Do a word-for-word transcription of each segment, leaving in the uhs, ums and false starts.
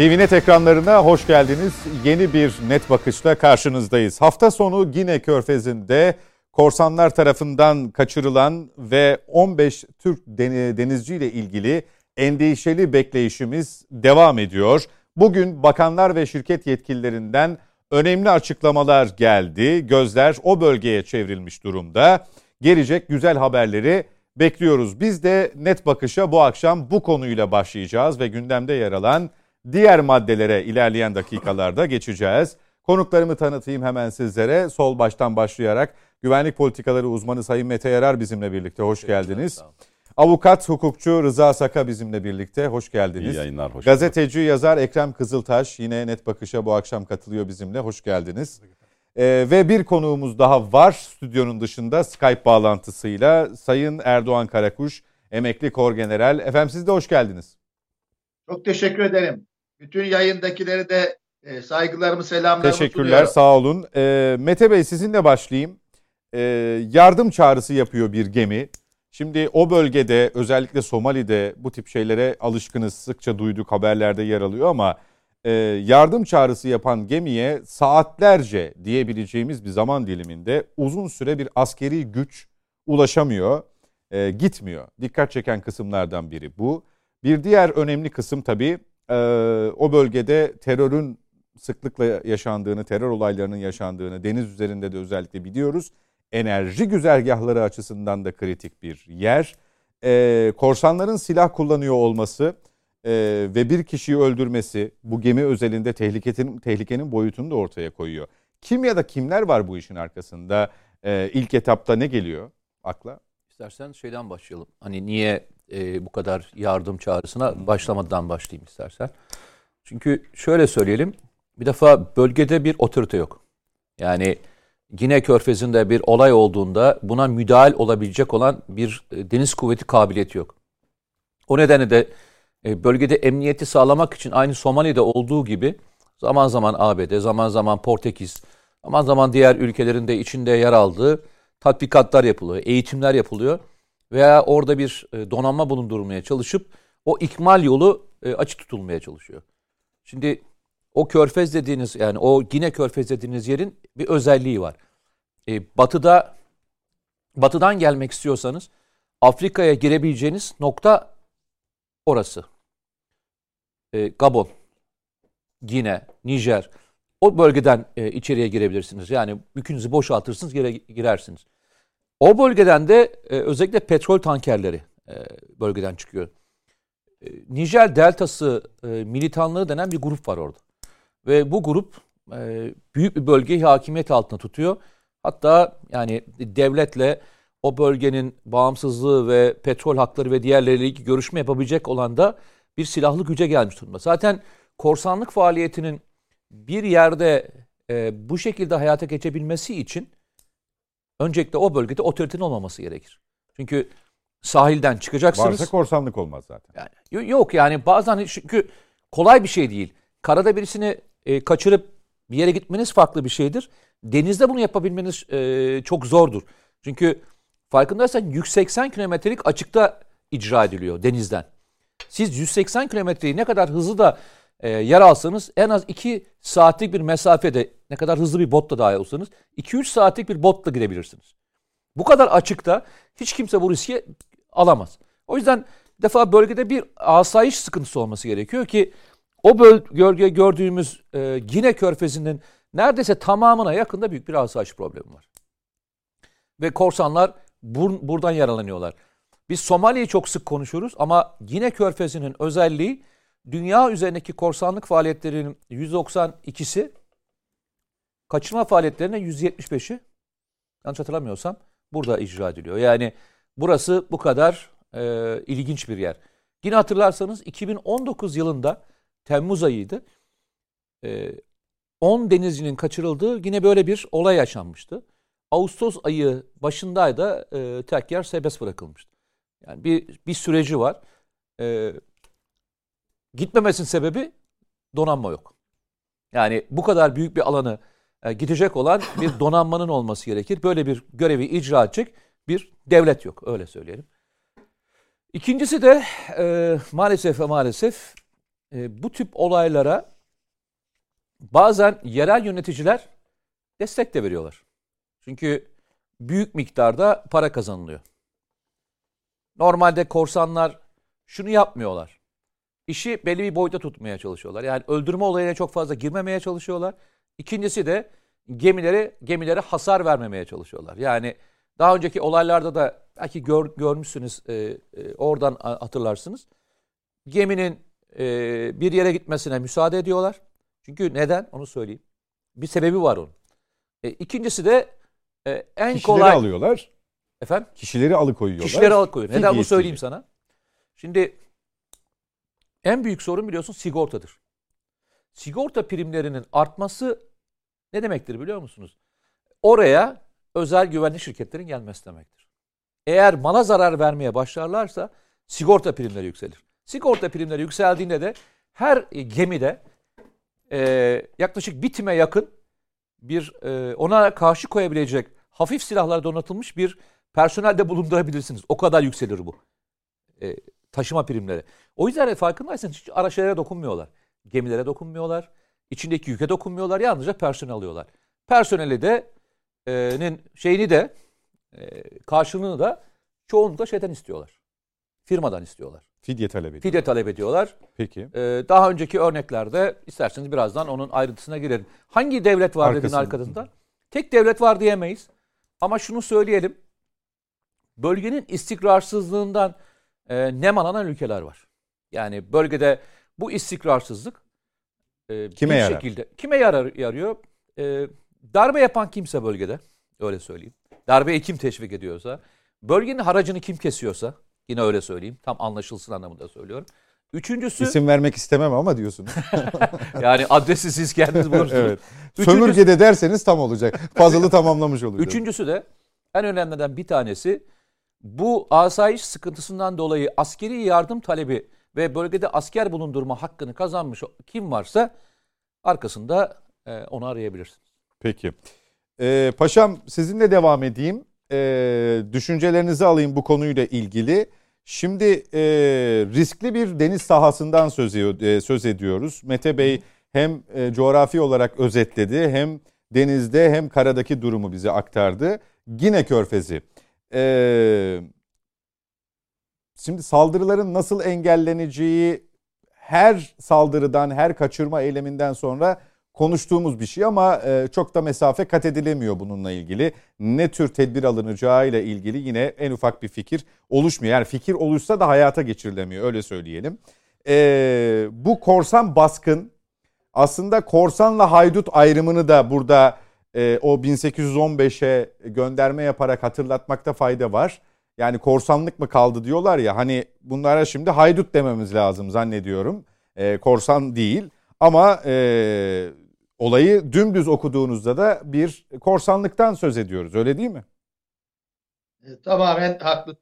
T V Net ekranlarına hoş geldiniz. Yeni bir net bakışla karşınızdayız. Hafta sonu Gine Körfezi'nde korsanlar tarafından kaçırılan ve on beş Türk denizciyle ilgili endişeli bekleyişimiz devam ediyor. Bugün bakanlar ve şirket yetkililerinden önemli açıklamalar geldi. Gözler o bölgeye çevrilmiş durumda. Gelecek güzel haberleri bekliyoruz. Biz de net bakışa bu akşam bu konuyla başlayacağız ve gündemde yer alan diğer maddelere ilerleyen dakikalarda geçeceğiz. Konuklarımı tanıtayım hemen sizlere. Sol baştan başlayarak güvenlik politikaları uzmanı Sayın Mete Yarar bizimle birlikte. Hoş geldiniz. Avukat, hukukçu Rıza Saka bizimle birlikte. Hoş geldiniz. İyi yayınlar. Hoş Gazeteci, yazar Ekrem Kızıltaş yine net bakışa bu akşam katılıyor bizimle. Hoş geldiniz. Ee, ve bir konuğumuz daha var stüdyonun dışında Skype bağlantısıyla. Sayın Erdoğan Karakuş, emekli Korgeneral. Efendim siz de hoş geldiniz. Çok teşekkür ederim. Bütün yayındakileri de e, saygılarımı, selamlarımı Teşekkürler, sunuyorum. sağ olun. E, Mete Bey sizinle başlayayım. E, yardım çağrısı yapıyor bir gemi. Şimdi o bölgede özellikle Somali'de bu tip şeylere alışkınız. Sıkça duyduk, haberlerde yer alıyor ama e, yardım çağrısı yapan gemiye saatlerce diyebileceğimiz bir zaman diliminde uzun süre bir askeri güç ulaşamıyor, e, gitmiyor. Dikkat çeken kısımlardan biri bu. Bir diğer önemli kısım tabii e, o bölgede terörün sıklıkla yaşandığını, terör olaylarının yaşandığını deniz üzerinde de özellikle biliyoruz. Enerji güzergahları açısından da kritik bir yer. E, korsanların silah kullanıyor olması e, ve bir kişiyi öldürmesi bu gemi özelinde tehlikenin, tehlikenin boyutunu da ortaya koyuyor. Kim ya da kimler var bu işin arkasında? E, ilk etapta ne geliyor akla? İstersen şeyden başlayalım. Hani niye e, bu kadar yardım çağrısına başlamadan başlayayım istersen. Çünkü şöyle söyleyelim. Bir defa bölgede bir otorite yok. Yani Gine Körfezi'nde bir olay olduğunda buna müdahil olabilecek olan bir e, deniz kuvveti kabiliyeti yok. O nedenle de e, bölgede emniyeti sağlamak için aynı Somali'de olduğu gibi zaman zaman A B D, zaman zaman Portekiz, zaman zaman diğer ülkelerin de içinde yer aldığı tatbikatlar yapılıyor, eğitimler yapılıyor veya orada bir e, donanma bulundurmaya çalışıp o ikmal yolu e, açık tutulmaya çalışıyor. Şimdi o körfez dediğiniz, yani o Gine Körfez dediğiniz yerin bir özelliği var. E, batıda batıdan gelmek istiyorsanız Afrika'ya girebileceğiniz nokta orası. E, Gabon, Gine, Nijer, o bölgeden e, içeriye girebilirsiniz. Yani yükünüzü boşaltırsınız, gire, girersiniz. O bölgeden de e, özellikle petrol tankerleri e, bölgeden çıkıyor. E, Nijer Deltası e, militanlığı denen bir grup var orada. Ve bu grup e, büyük bir bölgeyi hakimiyet altına tutuyor. Hatta yani devletle o bölgenin bağımsızlığı ve petrol hakları ve diğerleriyle ilgili görüşme yapabilecek olan da bir silahlı güce gelmiş durumda. Zaten korsanlık faaliyetinin bir yerde e, bu şekilde hayata geçebilmesi için öncelikle o bölgede otoritenin olmaması gerekir. Çünkü sahilden çıkacaksınız. Varsa korsanlık olmaz zaten. Yani, yok yani bazen çünkü kolay bir şey değil. Karada birisini e, kaçırıp bir yere gitmeniz farklı bir şeydir. Denizde bunu yapabilmeniz e, çok zordur. Çünkü farkındaysan yüz seksen kilometrelik açıkta icra ediliyor denizden. Siz yüz seksen kilometreyi ne kadar hızlı da e, yer alsanız en az iki saatlik bir mesafede, ne kadar hızlı bir botla dahi olsanız iki üç saatlik bir botla gidebilirsiniz. Bu kadar açıkta hiç kimse bu riski alamaz. O yüzden bir defa bölgede bir asayiş sıkıntısı olması gerekiyor ki o bölge gördüğümüz e, Gine Körfezi'nin neredeyse tamamına yakında büyük bir asayiş problemi var. Ve korsanlar bur- buradan yaralanıyorlar. Biz Somali'yi çok sık konuşuyoruz ama Gine Körfezi'nin özelliği dünya üzerindeki korsanlık faaliyetlerinin yüz doksan ikisi, kaçırma faaliyetlerinin yüz yetmiş beşi yanlış hatırlamıyorsam burada icra ediliyor. Yani burası bu kadar e, ilginç bir yer. Yine hatırlarsanız iki bin on dokuz yılında Temmuz ayıydı. E, on denizcinin kaçırıldığı yine böyle bir olay yaşanmıştı. Ağustos ayı başındaydı e, tekrar serbest bırakılmıştı. Yani bir bir süreci var. E, gitmemesinin sebebi donanma yok. Yani bu kadar büyük bir alanı e, gidecek olan bir donanmanın olması gerekir. Böyle bir görevi icra edecek bir devlet yok. Öyle söyleyelim. İkincisi de e, maalesef ve maalesef e, bu tip olaylara bazen yerel yöneticiler destek de veriyorlar. Çünkü büyük miktarda para kazanılıyor. Normalde korsanlar şunu yapmıyorlar. İşi belli bir boyuta tutmaya çalışıyorlar. Yani öldürme olayına çok fazla girmemeye çalışıyorlar. İkincisi de gemilere gemilere hasar vermemeye çalışıyorlar. Yani daha önceki olaylarda da belki gör, görmüşsünüz, e, e, oradan hatırlarsınız. Geminin e, bir yere gitmesine müsaade ediyorlar. Çünkü neden? Onu söyleyeyim. Bir sebebi var onun. E, ikincisi de e, en Kişileri kolay... alıyorlar. Efendim? Kişileri alıkoyuyorlar. Kişileri alıkoyuyor. Neden bunu Fidyesi. söyleyeyim sana? Şimdi en büyük sorun biliyorsun sigortadır. Sigorta primlerinin artması ne demektir biliyor musunuz? Oraya özel güvenlik şirketlerin gelmesi demektir. Eğer mala zarar vermeye başlarlarsa sigorta primleri yükselir. Sigorta primleri yükseldiğinde de her gemide e, yaklaşık bitime yakın bir e, ona karşı koyabilecek hafif silahlar donatılmış bir personel de bulundurabilirsiniz. O kadar yükselir bu e, taşıma primleri. O yüzden farkındaysanız hiç araçlara dokunmuyorlar. Gemilere dokunmuyorlar. İçindeki yüke dokunmuyorlar. Yalnızca personel alıyorlar. Personeli de e, nin şeyini de e, karşılığını da çoğunlukla şeyden istiyorlar. Firmadan istiyorlar. Fidye talep ediyorlar. Fidye talep ediyorlar. Peki. E, daha önceki örneklerde isterseniz birazdan onun ayrıntısına girelim. Hangi devlet var dedin arkasında? Tek devlet var diyemeyiz. Ama şunu söyleyelim. Bölgenin istikrarsızlığından e, nemalanan ülkeler var. Yani bölgede bu istikrarsızlık e, kime bir yarar? şekilde kime yarar, yarıyor? E, darbe yapan kimse bölgede, öyle söyleyeyim. Darbeyi kim teşvik ediyorsa, bölgenin haracını kim kesiyorsa, yine öyle söyleyeyim. Tam anlaşılsın anlamında söylüyorum. Üçüncüsü... İsim vermek istemem ama diyorsunuz. Yani adresi siz kendiniz bulursunuz. Evet. Üçüncüsü, Sömürgede derseniz tam olacak. Puzzle'ı tamamlamış olacağız. Üçüncüsü de en önemliden bir tanesi, bu asayiş sıkıntısından dolayı askeri yardım talebi ve bölgede asker bulundurma hakkını kazanmış kim varsa arkasında e, onu arayabilirsiniz. Peki. Ee, paşam sizinle devam edeyim. Ee, düşüncelerinizi alayım bu konuyla ilgili. Şimdi e, riskli bir deniz sahasından söz, e, söz ediyoruz. Mete Bey hem e, coğrafi olarak özetledi, hem denizde hem karadaki durumu bize aktardı. Gine Körfezi. Ee, şimdi saldırıların nasıl engelleneceği her saldırıdan, her kaçırma eyleminden sonra konuştuğumuz bir şey ama e, çok da mesafe kat edilemiyor bununla ilgili. Ne tür tedbir alınacağı ile ilgili yine en ufak bir fikir oluşmuyor. Yani fikir oluşsa da hayata geçirilemiyor, öyle söyleyelim. E, bu korsan baskın, aslında korsanla haydut ayrımını da burada e, o bin sekiz yüz on beşe gönderme yaparak hatırlatmakta fayda var. Yani korsanlık mı kaldı diyorlar ya, hani bunlara şimdi haydut dememiz lazım zannediyorum. E, korsan değil ama e, olayı dümdüz okuduğunuzda da bir korsanlıktan söz ediyoruz, öyle değil mi? E, tamamen haklı.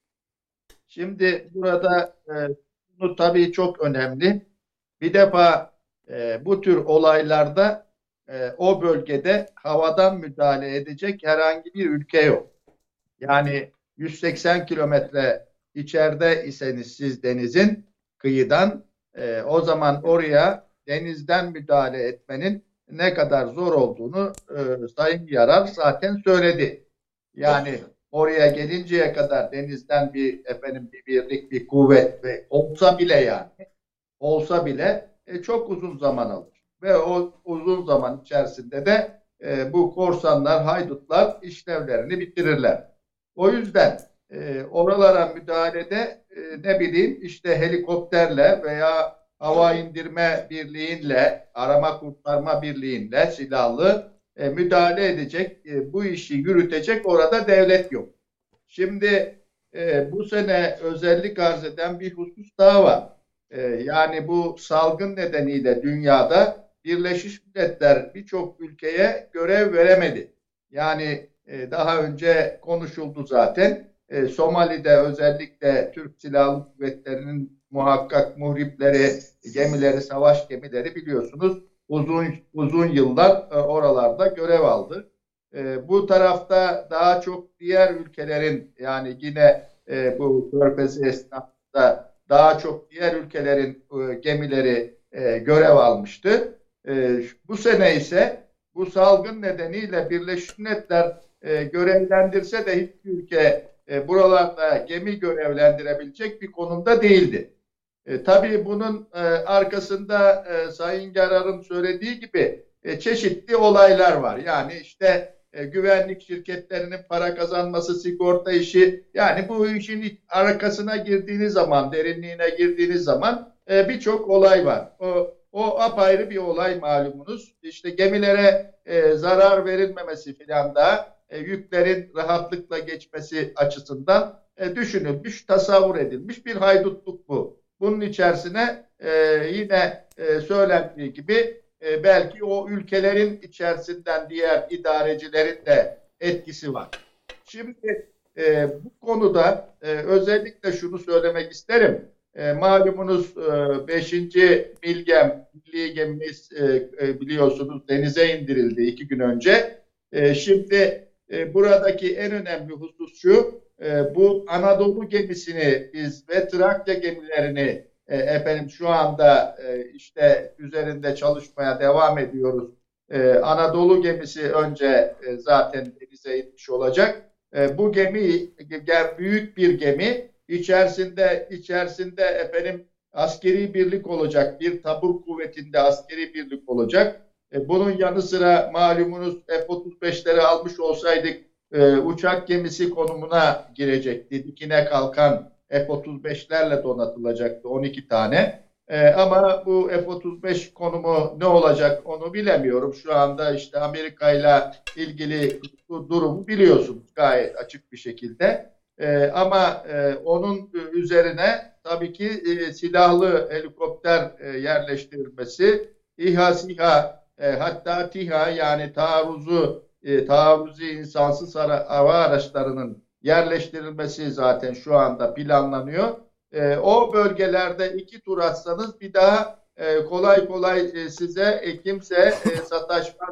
Şimdi burada e, bu tabii çok önemli. Bir defa e, bu tür olaylarda e, o bölgede havadan müdahale edecek herhangi bir ülke yok. Yani yüz seksen kilometre içeride iseniz siz denizin kıyıdan e, o zaman oraya denizden müdahale etmenin ne kadar zor olduğunu e, Sayın Yarar zaten söyledi. Yani oraya gelinceye kadar denizden bir efendim bir birlik, bir kuvvet ve olsa bile yani olsa bile e, çok uzun zaman alır. Ve o uzun zaman içerisinde de e, bu korsanlar, haydutlar işlevlerini bitirirler. O yüzden e, oralara müdahalede e, ne bileyim işte helikopterle veya hava indirme birliğiyle, arama kurtarma birliğiyle silahlı e, müdahale edecek, e, bu işi yürütecek orada devlet yok. Şimdi e, bu sene özellik arz eden bir husus daha var. E, yani bu salgın nedeniyle dünyada Birleşmiş Milletler birçok ülkeye görev veremedi. Yani e, daha önce konuşuldu zaten. E, Somali'de özellikle Türk Silahlı Kuvvetleri'nin muhakkak muhripleri, gemileri, savaş gemileri biliyorsunuz uzun uzun yıllar e, oralarda görev aldı. E, bu tarafta daha çok diğer ülkelerin yani yine e, bu Körfezi esnasında daha çok diğer ülkelerin e, gemileri e, görev almıştı. E, bu sene ise bu salgın nedeniyle Birleşmiş Milletler e, görevlendirse de hiçbir ülke e, buralarda gemi görevlendirebilecek bir konumda değildi. E, tabii bunun e, arkasında e, Sayın Yarar'ın söylediği gibi e, çeşitli olaylar var. Yani işte e, güvenlik şirketlerinin para kazanması, sigorta işi, yani bu işin arkasına girdiğiniz zaman, derinliğine girdiğiniz zaman e, birçok olay var. O, o apayrı bir olay malumunuz. İşte gemilere e, zarar verilmemesi filan da e, yüklerin rahatlıkla geçmesi açısından e, düşünülmüş, tasavvur edilmiş bir haydutluk bu. Bunun içerisine e, yine e, söylendiği gibi e, belki o ülkelerin içerisinden diğer idarecilerin de etkisi var. Şimdi e, bu konuda e, özellikle şunu söylemek isterim. E, malumunuz e, beşinci Milgem milli gemimiz e, e, biliyorsunuz denize indirildi iki gün önce. E, şimdi e, buradaki en önemli husus şu, e, bu Anadolu gemisini biz ve Trakya gemilerini e, efendim şu anda e, işte üzerinde çalışmaya devam ediyoruz. E, Anadolu gemisi önce e, zaten denize inmiş olacak. E, bu gemi büyük bir gemi. İçerisinde içerisinde efendim askeri birlik olacak, bir tabur kuvvetinde askeri birlik olacak. E, bunun yanı sıra malumunuz F otuz beşleri almış olsaydık e, uçak gemisi konumuna girecekti. Dikine kalkan F otuz beşlerle donatılacaktı on iki tane. E, ama bu F otuz beş konumu ne olacak onu bilemiyorum. Şu anda işte Amerika ile ilgili durumu biliyorsunuz gayet açık bir şekilde. Ee, ama e, onun üzerine tabii ki e, silahlı helikopter e, yerleştirilmesi, İHA, SİHA, e, hatta TİHA yani taarruzu, e, taarruzi insansız ara, hava araçlarının yerleştirilmesi zaten şu anda planlanıyor. E, o bölgelerde iki tur atsanız bir daha e, kolay kolay e, size e, kimse e, sataşmaz.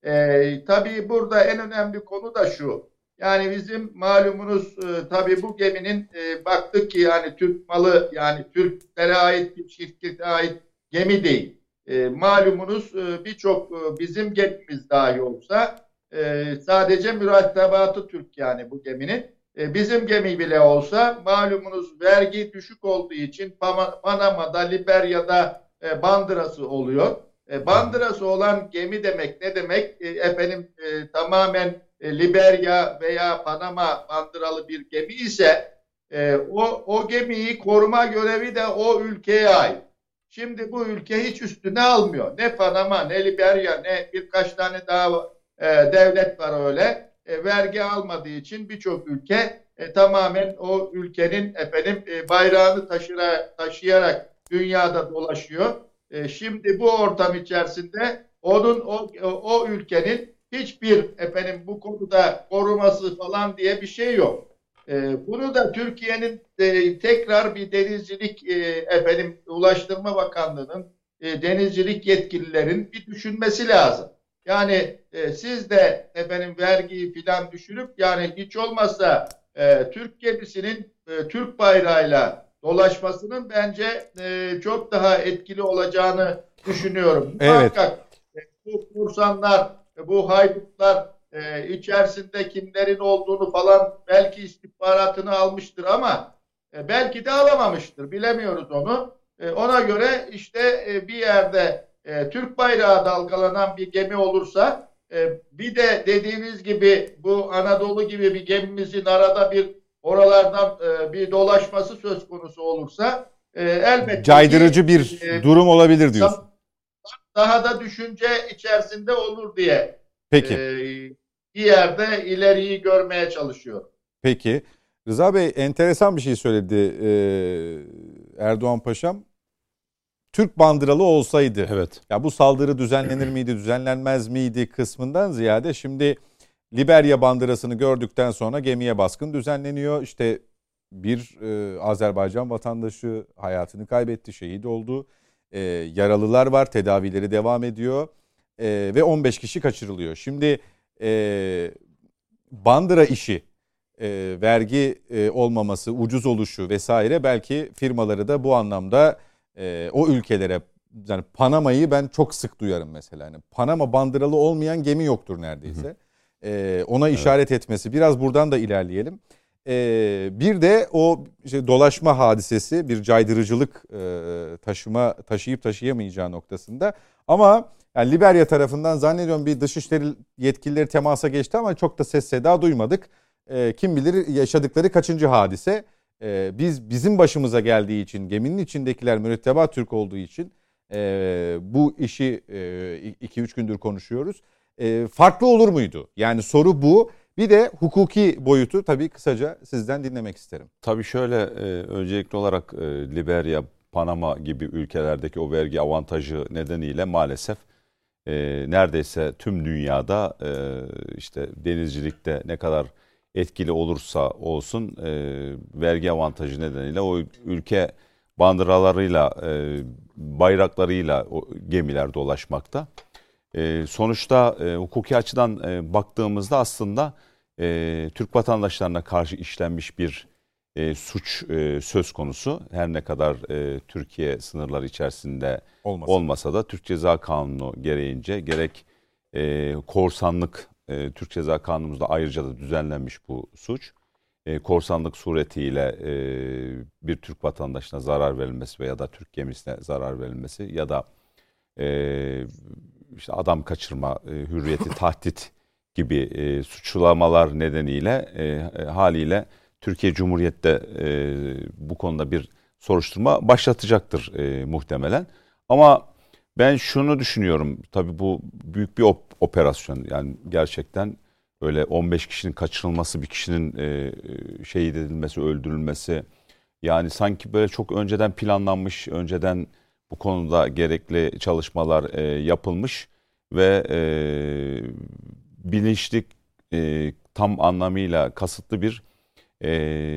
E, tabii burada en önemli konu da şu. Yani bizim malumunuz e, tabii bu geminin e, baktık ki yani Türk malı, yani Türklere ait bir şirkete ait gemi değil. E, malumunuz e, birçok e, bizim gemimiz dahi olsa e, sadece mürettebatı Türk yani bu geminin. E, bizim gemi bile olsa malumunuz vergi düşük olduğu için Panama'da, Liberya'da e, bandırası oluyor. E, bandırası olan gemi demek ne demek? E, efendim e, tamamen Liberya veya Panama bandıralı bir gemi ise e, o, o gemiyi koruma görevi de o ülkeye ait. Şimdi bu ülke hiç üstüne almıyor. Ne Panama, ne Liberya, ne birkaç tane daha e, devlet var öyle. E, vergi almadığı için birçok ülke e, tamamen o ülkenin efendim e, bayrağını taşıra, taşıyarak dünyada dolaşıyor. E, şimdi bu ortam içerisinde onun o, o, o ülkenin hiçbir efendim bu konuda koruması falan diye bir şey yok. E, bunu da Türkiye'nin e, tekrar bir denizcilik e, efendim Ulaştırma Bakanlığı'nın e, denizcilik yetkililerin bir düşünmesi lazım. Yani e, siz de efendim vergiyi filan düşürüp yani hiç olmazsa e, Türk gemisinin e, Türk bayrağıyla dolaşmasının bence e, çok daha etkili olacağını düşünüyorum. Evet. Muhakkak e, bu korsanlar, bu haydutlar e, içerisinde kimlerin olduğunu falan belki istihbaratını almıştır ama e, belki de alamamıştır. Bilemiyoruz onu. E, ona göre işte e, bir yerde e, Türk bayrağı dalgalanan bir gemi olursa e, bir de dediğiniz gibi bu Anadolu gibi bir gemimizin arada bir oralardan e, bir dolaşması söz konusu olursa e, elbette caydırıcı ki, bir e, durum olabilir diyorsun. Daha da düşünce içerisinde olur diye Peki. e, bir yerde ileriyi görmeye çalışıyorum. Peki. Rıza Bey enteresan bir şey söyledi ee, Erdoğan Paşam. Türk bandıralı olsaydı evet. ya bu saldırı düzenlenir miydi, düzenlenmez miydi kısmından ziyade şimdi Liberya bandırasını gördükten sonra gemiye baskın düzenleniyor. İşte bir e, Azerbaycan vatandaşı hayatını kaybetti, şehit oldu. E, yaralılar var, tedavileri devam ediyor e, ve on beş kişi kaçırılıyor. Şimdi e, bandıra işi e, vergi e, olmaması, ucuz oluşu vesaire belki firmaları da bu anlamda e, o ülkelere, yani Panama'yı ben çok sık duyarım mesela. Yani Panama bandıralı olmayan gemi yoktur neredeyse. Hı hı. E, ona evet. işaret etmesi. Biraz buradan da ilerleyelim. E, bir de o işte dolaşma hadisesi, bir caydırıcılık e, taşıma taşıyıp taşıyamayacağı noktasında. Ama yani Liberya tarafından zannediyorum bir dışişleri yetkilileri temasa geçti ama çok da ses seda duymadık. E, kim bilir yaşadıkları kaçıncı hadise. E, biz bizim başımıza geldiği için, geminin içindekiler mürettebat Türk olduğu için e, bu işi iki üç gündür konuşuyoruz. E, farklı olur muydu? Yani soru bu. Bir de hukuki boyutu tabii kısaca sizden dinlemek isterim. Tabii şöyle e, öncelikli olarak e, Liberya, Panama gibi ülkelerdeki o vergi avantajı nedeniyle maalesef e, neredeyse tüm dünyada e, işte denizcilikte ne kadar etkili olursa olsun e, vergi avantajı nedeniyle o ülke bandıralarıyla, e, bayraklarıyla o gemiler dolaşmakta. E, sonuçta e, hukuki açıdan e, baktığımızda aslında e, Türk vatandaşlarına karşı işlenmiş bir e, suç e, söz konusu. Her ne kadar e, Türkiye sınırları içerisinde olmasa, olmasa da Türk Ceza Kanunu gereğince gerek e, korsanlık, e, Türk Ceza Kanunumuzda ayrıca da düzenlenmiş bu suç. E, korsanlık suretiyle e, bir Türk vatandaşına zarar verilmesi veya da Türk gemisine zarar verilmesi ya da e, işte adam kaçırma, e, hürriyeti tahdit gibi e, suçlamalar nedeniyle e, e, haliyle Türkiye Cumhuriyet'te e, bu konuda bir soruşturma başlatacaktır e, muhtemelen. Ama ben şunu düşünüyorum, tabii bu büyük bir op- operasyon, yani gerçekten öyle on beş kişinin kaçırılması, bir kişinin e, şehit edilmesi, öldürülmesi, yani sanki böyle çok önceden planlanmış, önceden bu konuda gerekli çalışmalar e, yapılmış ve e, bilinçli, e, tam anlamıyla kasıtlı bir e,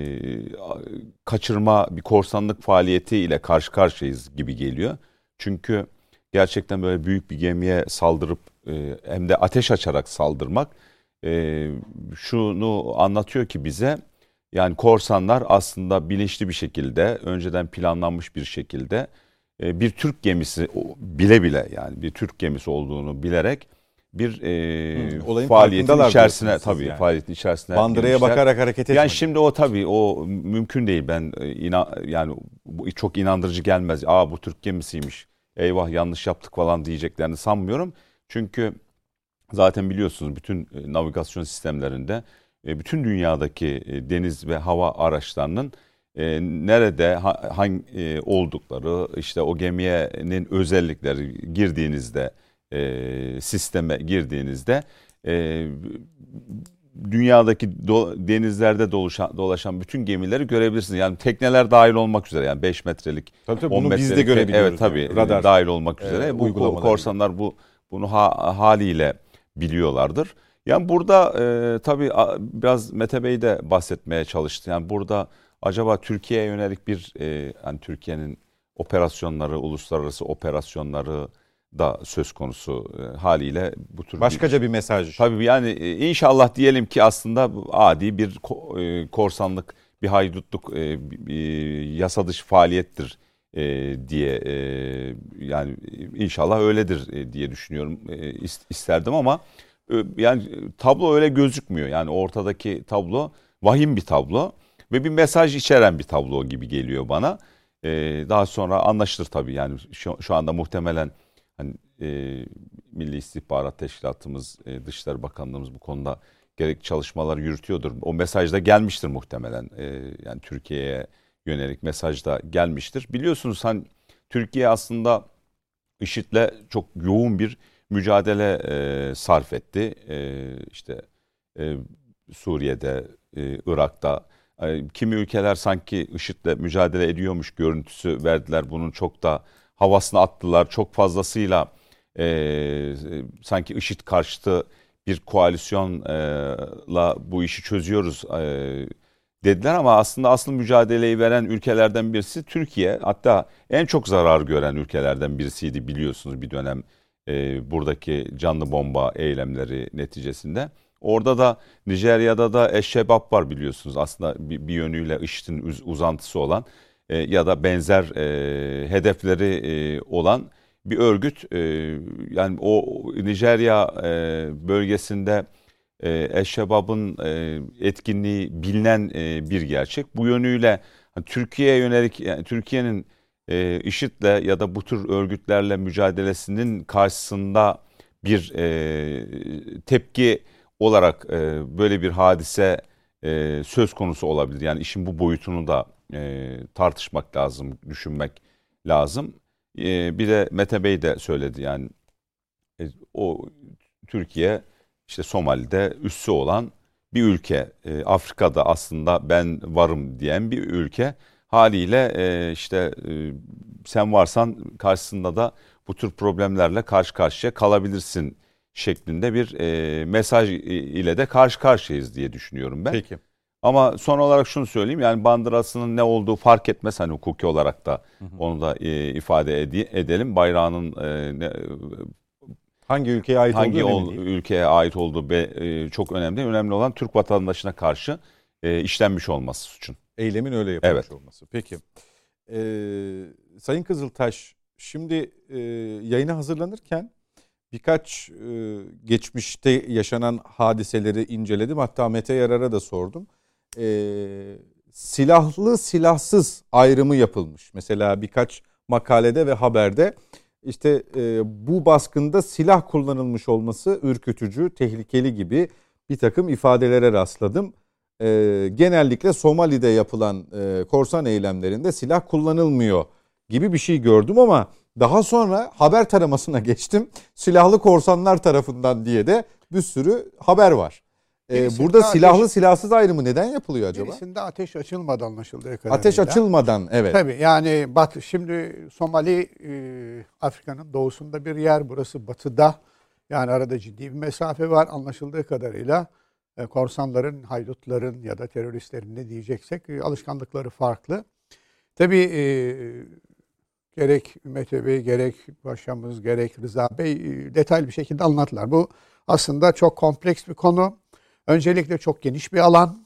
kaçırma, bir korsanlık faaliyetiyle karşı karşıyayız gibi geliyor. Çünkü gerçekten böyle büyük bir gemiye saldırıp e, hem de ateş açarak saldırmak e, şunu anlatıyor ki bize, yani korsanlar aslında bilinçli bir şekilde, önceden planlanmış bir şekilde e, bir Türk gemisi bile bile, yani bir Türk gemisi olduğunu bilerek bir e, hmm, faaliyetin içerisine, tabii yani. faaliyetin içerisine bandıraya girmişler. Bakarak hareket etmedi. Yani şimdi o tabii o mümkün değil. Ben inan, yani bu çok inandırıcı gelmez. Aa, bu Türk gemisiymiş, eyvah yanlış yaptık falan diyeceklerini sanmıyorum. Çünkü zaten biliyorsunuz bütün navigasyon sistemlerinde bütün dünyadaki deniz ve hava araçlarının nerede hangi oldukları, işte o geminin özellikleri girdiğinizde, sisteme girdiğinizde dünyadaki do, denizlerde dolaşan, dolaşan bütün gemileri görebilirsiniz. Yani tekneler dahil olmak üzere, yani beş metrelik, tabii, tabii, on bunu metrelik, biz de görebiliyoruz. Evet tabii, yani, radar dahil olmak üzere. E, bu korsanlar bu bunu ha, haliyle biliyorlardır. Yani burada e, tabii biraz Mete Bey de bahsetmeye çalıştı. Yani burada acaba Türkiye'ye yönelik bir e, hani Türkiye'nin operasyonları, uluslararası operasyonları da söz konusu e, haliyle bu tür başkaca bir, bir mesaj. Tabii yani e, inşallah diyelim ki aslında adi bir ko, e, korsanlık, bir haydutluk, e, bir, bir yasa dışı faaliyettir e, diye e, yani inşallah öyledir e, diye düşünüyorum, e, isterdim ama e, yani tablo öyle gözükmüyor. Yani ortadaki tablo vahim bir tablo ve bir mesaj içeren bir tablo gibi geliyor bana. E, daha sonra anlaşılır tabii, yani şu, şu anda muhtemelen hani e, Milli İstihbarat Teşkilatımız, e, Dışişleri Bakanlığımız bu konuda gerekli çalışmalar yürütüyordur. O mesaj da gelmiştir muhtemelen. E, yani Türkiye'ye yönelik mesaj da gelmiştir. Biliyorsunuz hani Türkiye aslında IŞİD'le çok yoğun bir mücadele e, sarf etti. E, işte e, Suriye'de, e, Irak'ta. E, kimi ülkeler sanki IŞİD'le mücadele ediyormuş görüntüsü verdiler. Bunun çok da havasını attılar. Çok fazlasıyla e, sanki IŞİD karşıtı bir koalisyonla bu işi çözüyoruz e, dediler ama aslında asıl mücadeleyi veren ülkelerden birisi Türkiye. Hatta en çok zarar gören ülkelerden birisiydi biliyorsunuz bir dönem e, buradaki canlı bomba eylemleri neticesinde. Orada da Nijerya'da da Eşşebab var biliyorsunuz. Aslında bir, bir yönüyle IŞİD'in uzantısı olan e, ya da benzer e, hedefleri e, olan bir örgüt. E, yani o Nijerya e, bölgesinde e, Eşşebab'ın e, etkinliği bilinen e, bir gerçek. Bu yönüyle hani, Türkiye'ye yönelik yani Türkiye'nin e, IŞİD'le ya da bu tür örgütlerle mücadelesinin karşısında bir e, tepki olarak e, böyle bir hadise e, söz konusu olabilir. Yani işin bu boyutunu da e, tartışmak lazım, düşünmek lazım. E, bir de Mete Bey de söyledi yani e, o Türkiye işte Somali'de üssü olan bir ülke. E, Afrika'da aslında ben varım diyen bir ülke. Haliyle e, işte e, sen varsan karşısında da bu tür problemlerle karşı karşıya kalabilirsin şeklinde bir e, mesaj ile de karşı karşıyayız diye düşünüyorum ben. Peki. Ama son olarak şunu söyleyeyim yani bandırasının ne olduğu fark etmez hani hukuki olarak da hı hı. onu da e, ifade ed- edelim. Bayrağının e, ne, hangi ülkeye ait hangi olduğu ol, ülkeye ait olduğu be, e, çok önemli. Önemli olan Türk vatandaşına karşı e, işlenmiş olması suçun. Eylemin öyle yapılmış evet. olması. Peki. Ee, Sayın Kızıltaş, şimdi e, yayına hazırlanırken birkaç e, geçmişte yaşanan hadiseleri inceledim. Hatta Mete Yarar'a da sordum. E, silahlı silahsız ayrımı yapılmış. Mesela birkaç makalede ve haberde işte e, bu baskında silah kullanılmış olması ürkütücü, tehlikeli gibi bir takım ifadelere rastladım. E, genellikle Somali'de yapılan e, korsan eylemlerinde silah kullanılmıyor gibi bir şey gördüm ama daha sonra haber taramasına geçtim. Silahlı korsanlar tarafından diye de bir sürü haber var. Ee, burada silahlı ateş, silahsız ayrımı neden yapılıyor acaba? Birisinde ateş açılmadan anlaşıldığı kadarıyla. Ateş açılmadan evet. Tabii yani batı, şimdi Somali e, Afrika'nın doğusunda bir yer, burası batıda. Yani arada ciddi bir mesafe var anlaşıldığı kadarıyla. E, korsanların, haydutların ya da teröristlerin ne diyeceksek e, alışkanlıkları farklı. Tabii e, gerek Mete Bey, gerek Paşamız, gerek Rıza Bey e, detaylı bir şekilde anlattılar. Bu aslında çok kompleks bir konu. Öncelikle çok geniş bir alan.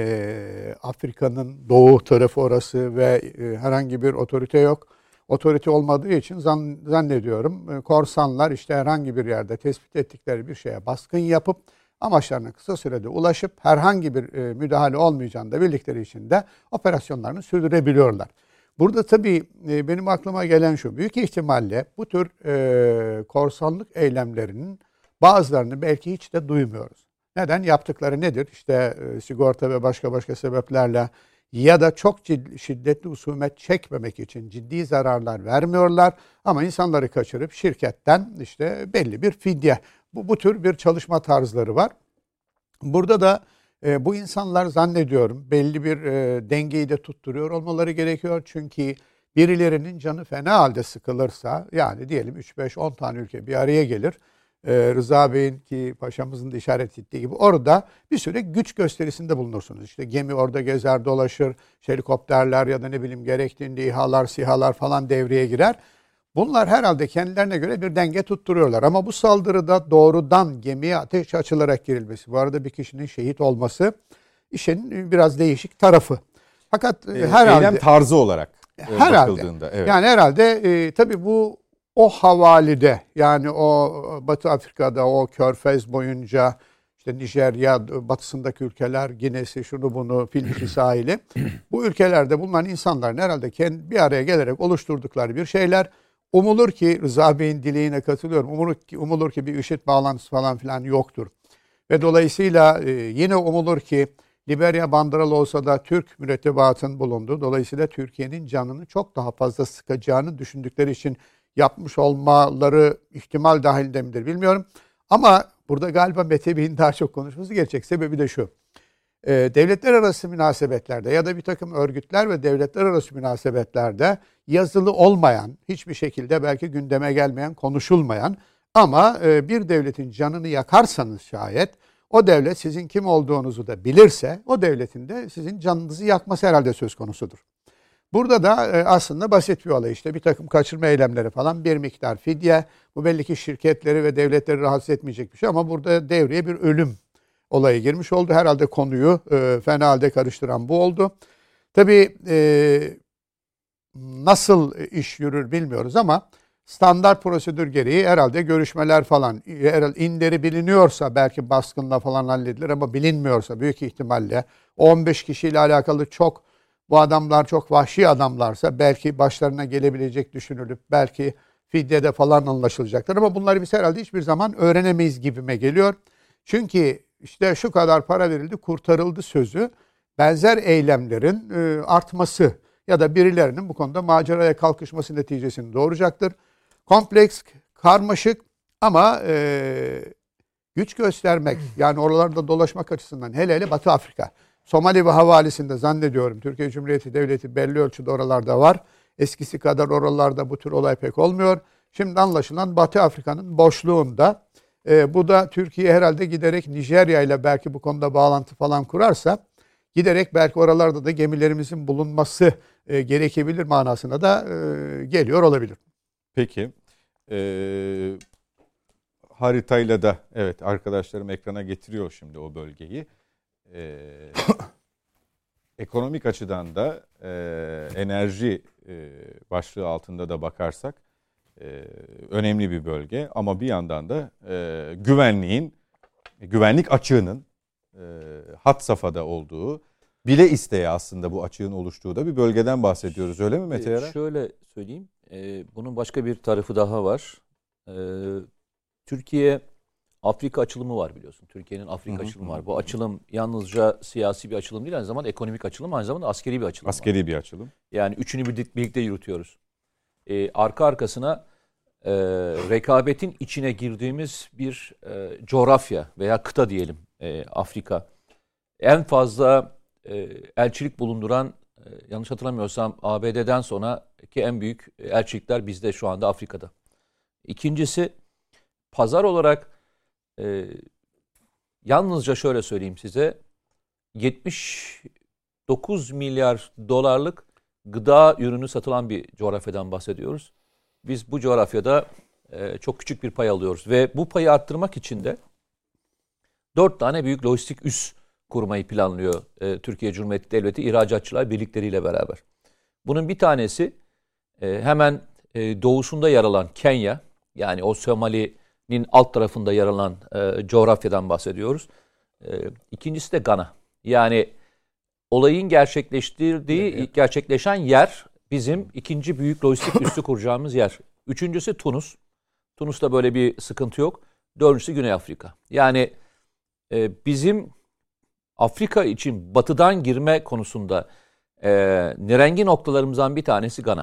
E, Afrika'nın doğu tarafı orası ve e, herhangi bir otorite yok. Otorite olmadığı için zan, zannediyorum e, korsanlar işte herhangi bir yerde tespit ettikleri bir şeye baskın yapıp amaçlarına kısa sürede ulaşıp herhangi bir e, müdahale olmayacağını da bildikleri için de operasyonlarını sürdürebiliyorlar. Burada tabii e, benim aklıma gelen şu, büyük ihtimalle bu tür e, korsanlık eylemlerinin bazılarını belki hiç de duymuyoruz. Neden? Yaptıkları nedir? İşte e, sigorta ve başka başka sebeplerle ya da çok ciddi, şiddetli husumet çekmemek için ciddi zararlar vermiyorlar. Ama insanları kaçırıp şirketten işte belli bir fidye. Bu, bu tür bir çalışma tarzları var. Burada da e, bu insanlar zannediyorum belli bir e, dengeyi de tutturuyor olmaları gerekiyor. Çünkü birilerinin canı fena halde sıkılırsa yani diyelim üç beş on tane ülke bir araya gelir. Ee, Rıza Bey'in ki paşamızın da işaret ettiği gibi orada bir süre güç gösterisinde bulunursunuz. İşte gemi orada gezer dolaşır, helikopterler ya da ne bileyim gerektiğinde İHA'lar, SİHA'lar falan devreye girer. Bunlar herhalde kendilerine göre bir denge tutturuyorlar. Ama bu saldırıda doğrudan gemiye ateş açılarak girilmesi, bu arada bir kişinin şehit olması işin biraz değişik tarafı. Fakat e, herhalde... Eylem tarzı olarak e, herhalde, bakıldığında. Evet. Yani herhalde e, tabii bu o havalide yani o Batı Afrika'da o Körfez boyunca işte Nijerya batısındaki ülkeler Gine'si şunu bunu Filipi sahili bu ülkelerde bulunan insanların herhalde kendi bir araya gelerek oluşturdukları bir şeyler. Umulur ki Rıza Bey'in dileğine katılıyorum. Umulur ki, umulur ki bir IŞİD bağlantısı falan filan yoktur. Ve dolayısıyla e, yine umulur ki Liberya bandıralı olsa da Türk mürettebatın bulunduğu dolayısıyla Türkiye'nin canını çok daha fazla sıkacağını düşündükleri için yapmış olmaları ihtimal dahilinde midir bilmiyorum. Ama burada galiba Mete Bey'in daha çok konuşması gerçek. Sebebi de şu. Ee, devletler arası münasebetlerde ya da bir takım örgütler ve devletler arası münasebetlerde yazılı olmayan, hiçbir şekilde belki gündeme gelmeyen, konuşulmayan ama e, bir devletin canını yakarsanız şayet o devlet sizin kim olduğunuzu da bilirse o devletin de sizin canınızı yakması herhalde söz konusudur. Burada da aslında basit bir olay işte bir takım kaçırma eylemleri falan bir miktar fidye. Bu belli ki şirketleri ve devletleri rahatsız etmeyecek bir şey ama burada devreye bir ölüm olaya girmiş oldu. Herhalde konuyu e, fena halde karıştıran bu oldu. Tabii e, nasıl iş yürür bilmiyoruz ama standart prosedür gereği herhalde görüşmeler falan, herhalde indiri biliniyorsa belki baskınla falan halledilir ama bilinmiyorsa büyük ihtimalle on beş kişiyle alakalı çok, bu adamlar çok vahşi adamlarsa belki başlarına gelebilecek düşünülüp belki fidyede falan anlaşılacaktır ama bunları biz herhalde hiçbir zaman öğrenemeyiz gibime geliyor. Çünkü işte şu kadar para verildi, kurtarıldı sözü benzer eylemlerin e, artması ya da birilerinin bu konuda maceraya kalkışması neticesini doğuracaktır. Kompleks, karmaşık ama e, güç göstermek, yani oralarda dolaşmak açısından hele hele Batı Afrika. Somali ve havalisinde zannediyorum Türkiye Cumhuriyeti Devleti belli ölçüde oralarda var. Eskisi kadar oralarda bu tür olay pek olmuyor. Şimdi anlaşılan Batı Afrika'nın boşluğunda. E, bu da Türkiye herhalde giderek Nijerya ile belki bu konuda bağlantı falan kurarsa giderek belki oralarda da gemilerimizin bulunması e, gerekebilir manasına da e, geliyor olabilir. Peki. Ee, haritayla da evet arkadaşlarım ekrana getiriyor şimdi o bölgeyi. Ee, ekonomik açıdan da e, enerji e, başlığı altında da bakarsak e, önemli bir bölge ama bir yandan da e, güvenliğin, güvenlik açığının e, had safhada olduğu, bile isteye aslında bu açığın oluştuğu da bir bölgeden bahsediyoruz, öyle mi Mete Yarar? Şöyle söyleyeyim, e, bunun başka bir tarafı daha var. E, Türkiye Afrika açılımı var biliyorsun. Türkiye'nin Afrika hı hı. açılımı var. Bu açılım yalnızca siyasi bir açılım değil, aynı zamanda ekonomik açılım, aynı zamanda askeri bir açılım. Askeri var. bir açılım. Yani üçünü birlikte yürütüyoruz. Ee, arka arkasına e, rekabetin içine girdiğimiz bir e, coğrafya veya kıta diyelim e, Afrika. En fazla e, elçilik bulunduran, e, yanlış hatırlamıyorsam A B D'den sonraki en büyük elçilikler bizde şu anda Afrika'da. İkincisi, pazar olarak Ee, yalnızca şöyle söyleyeyim size, yetmiş dokuz milyar dolarlık gıda ürünü satılan bir coğrafyadan bahsediyoruz. Biz bu coğrafyada e, çok küçük bir pay alıyoruz ve bu payı arttırmak için de dört tane büyük lojistik üs kurmayı planlıyor e, Türkiye Cumhuriyeti Devleti İhracatçılar Birlikleriyle beraber. Bunun bir tanesi e, hemen e, doğusunda yer alan Kenya, yani o Somali'nin alt tarafında yer alan e, coğrafyadan bahsediyoruz. E, ikincisi de Gana. Yani olayın gerçekleştirdiği, evet. gerçekleşen yer bizim ikinci büyük lojistik üssü kuracağımız yer. Üçüncüsü Tunus. Tunus'ta böyle bir sıkıntı yok. Dördüncüsü Güney Afrika. Yani e, bizim Afrika için batıdan girme konusunda e, nirengi noktalarımızdan bir tanesi Gana.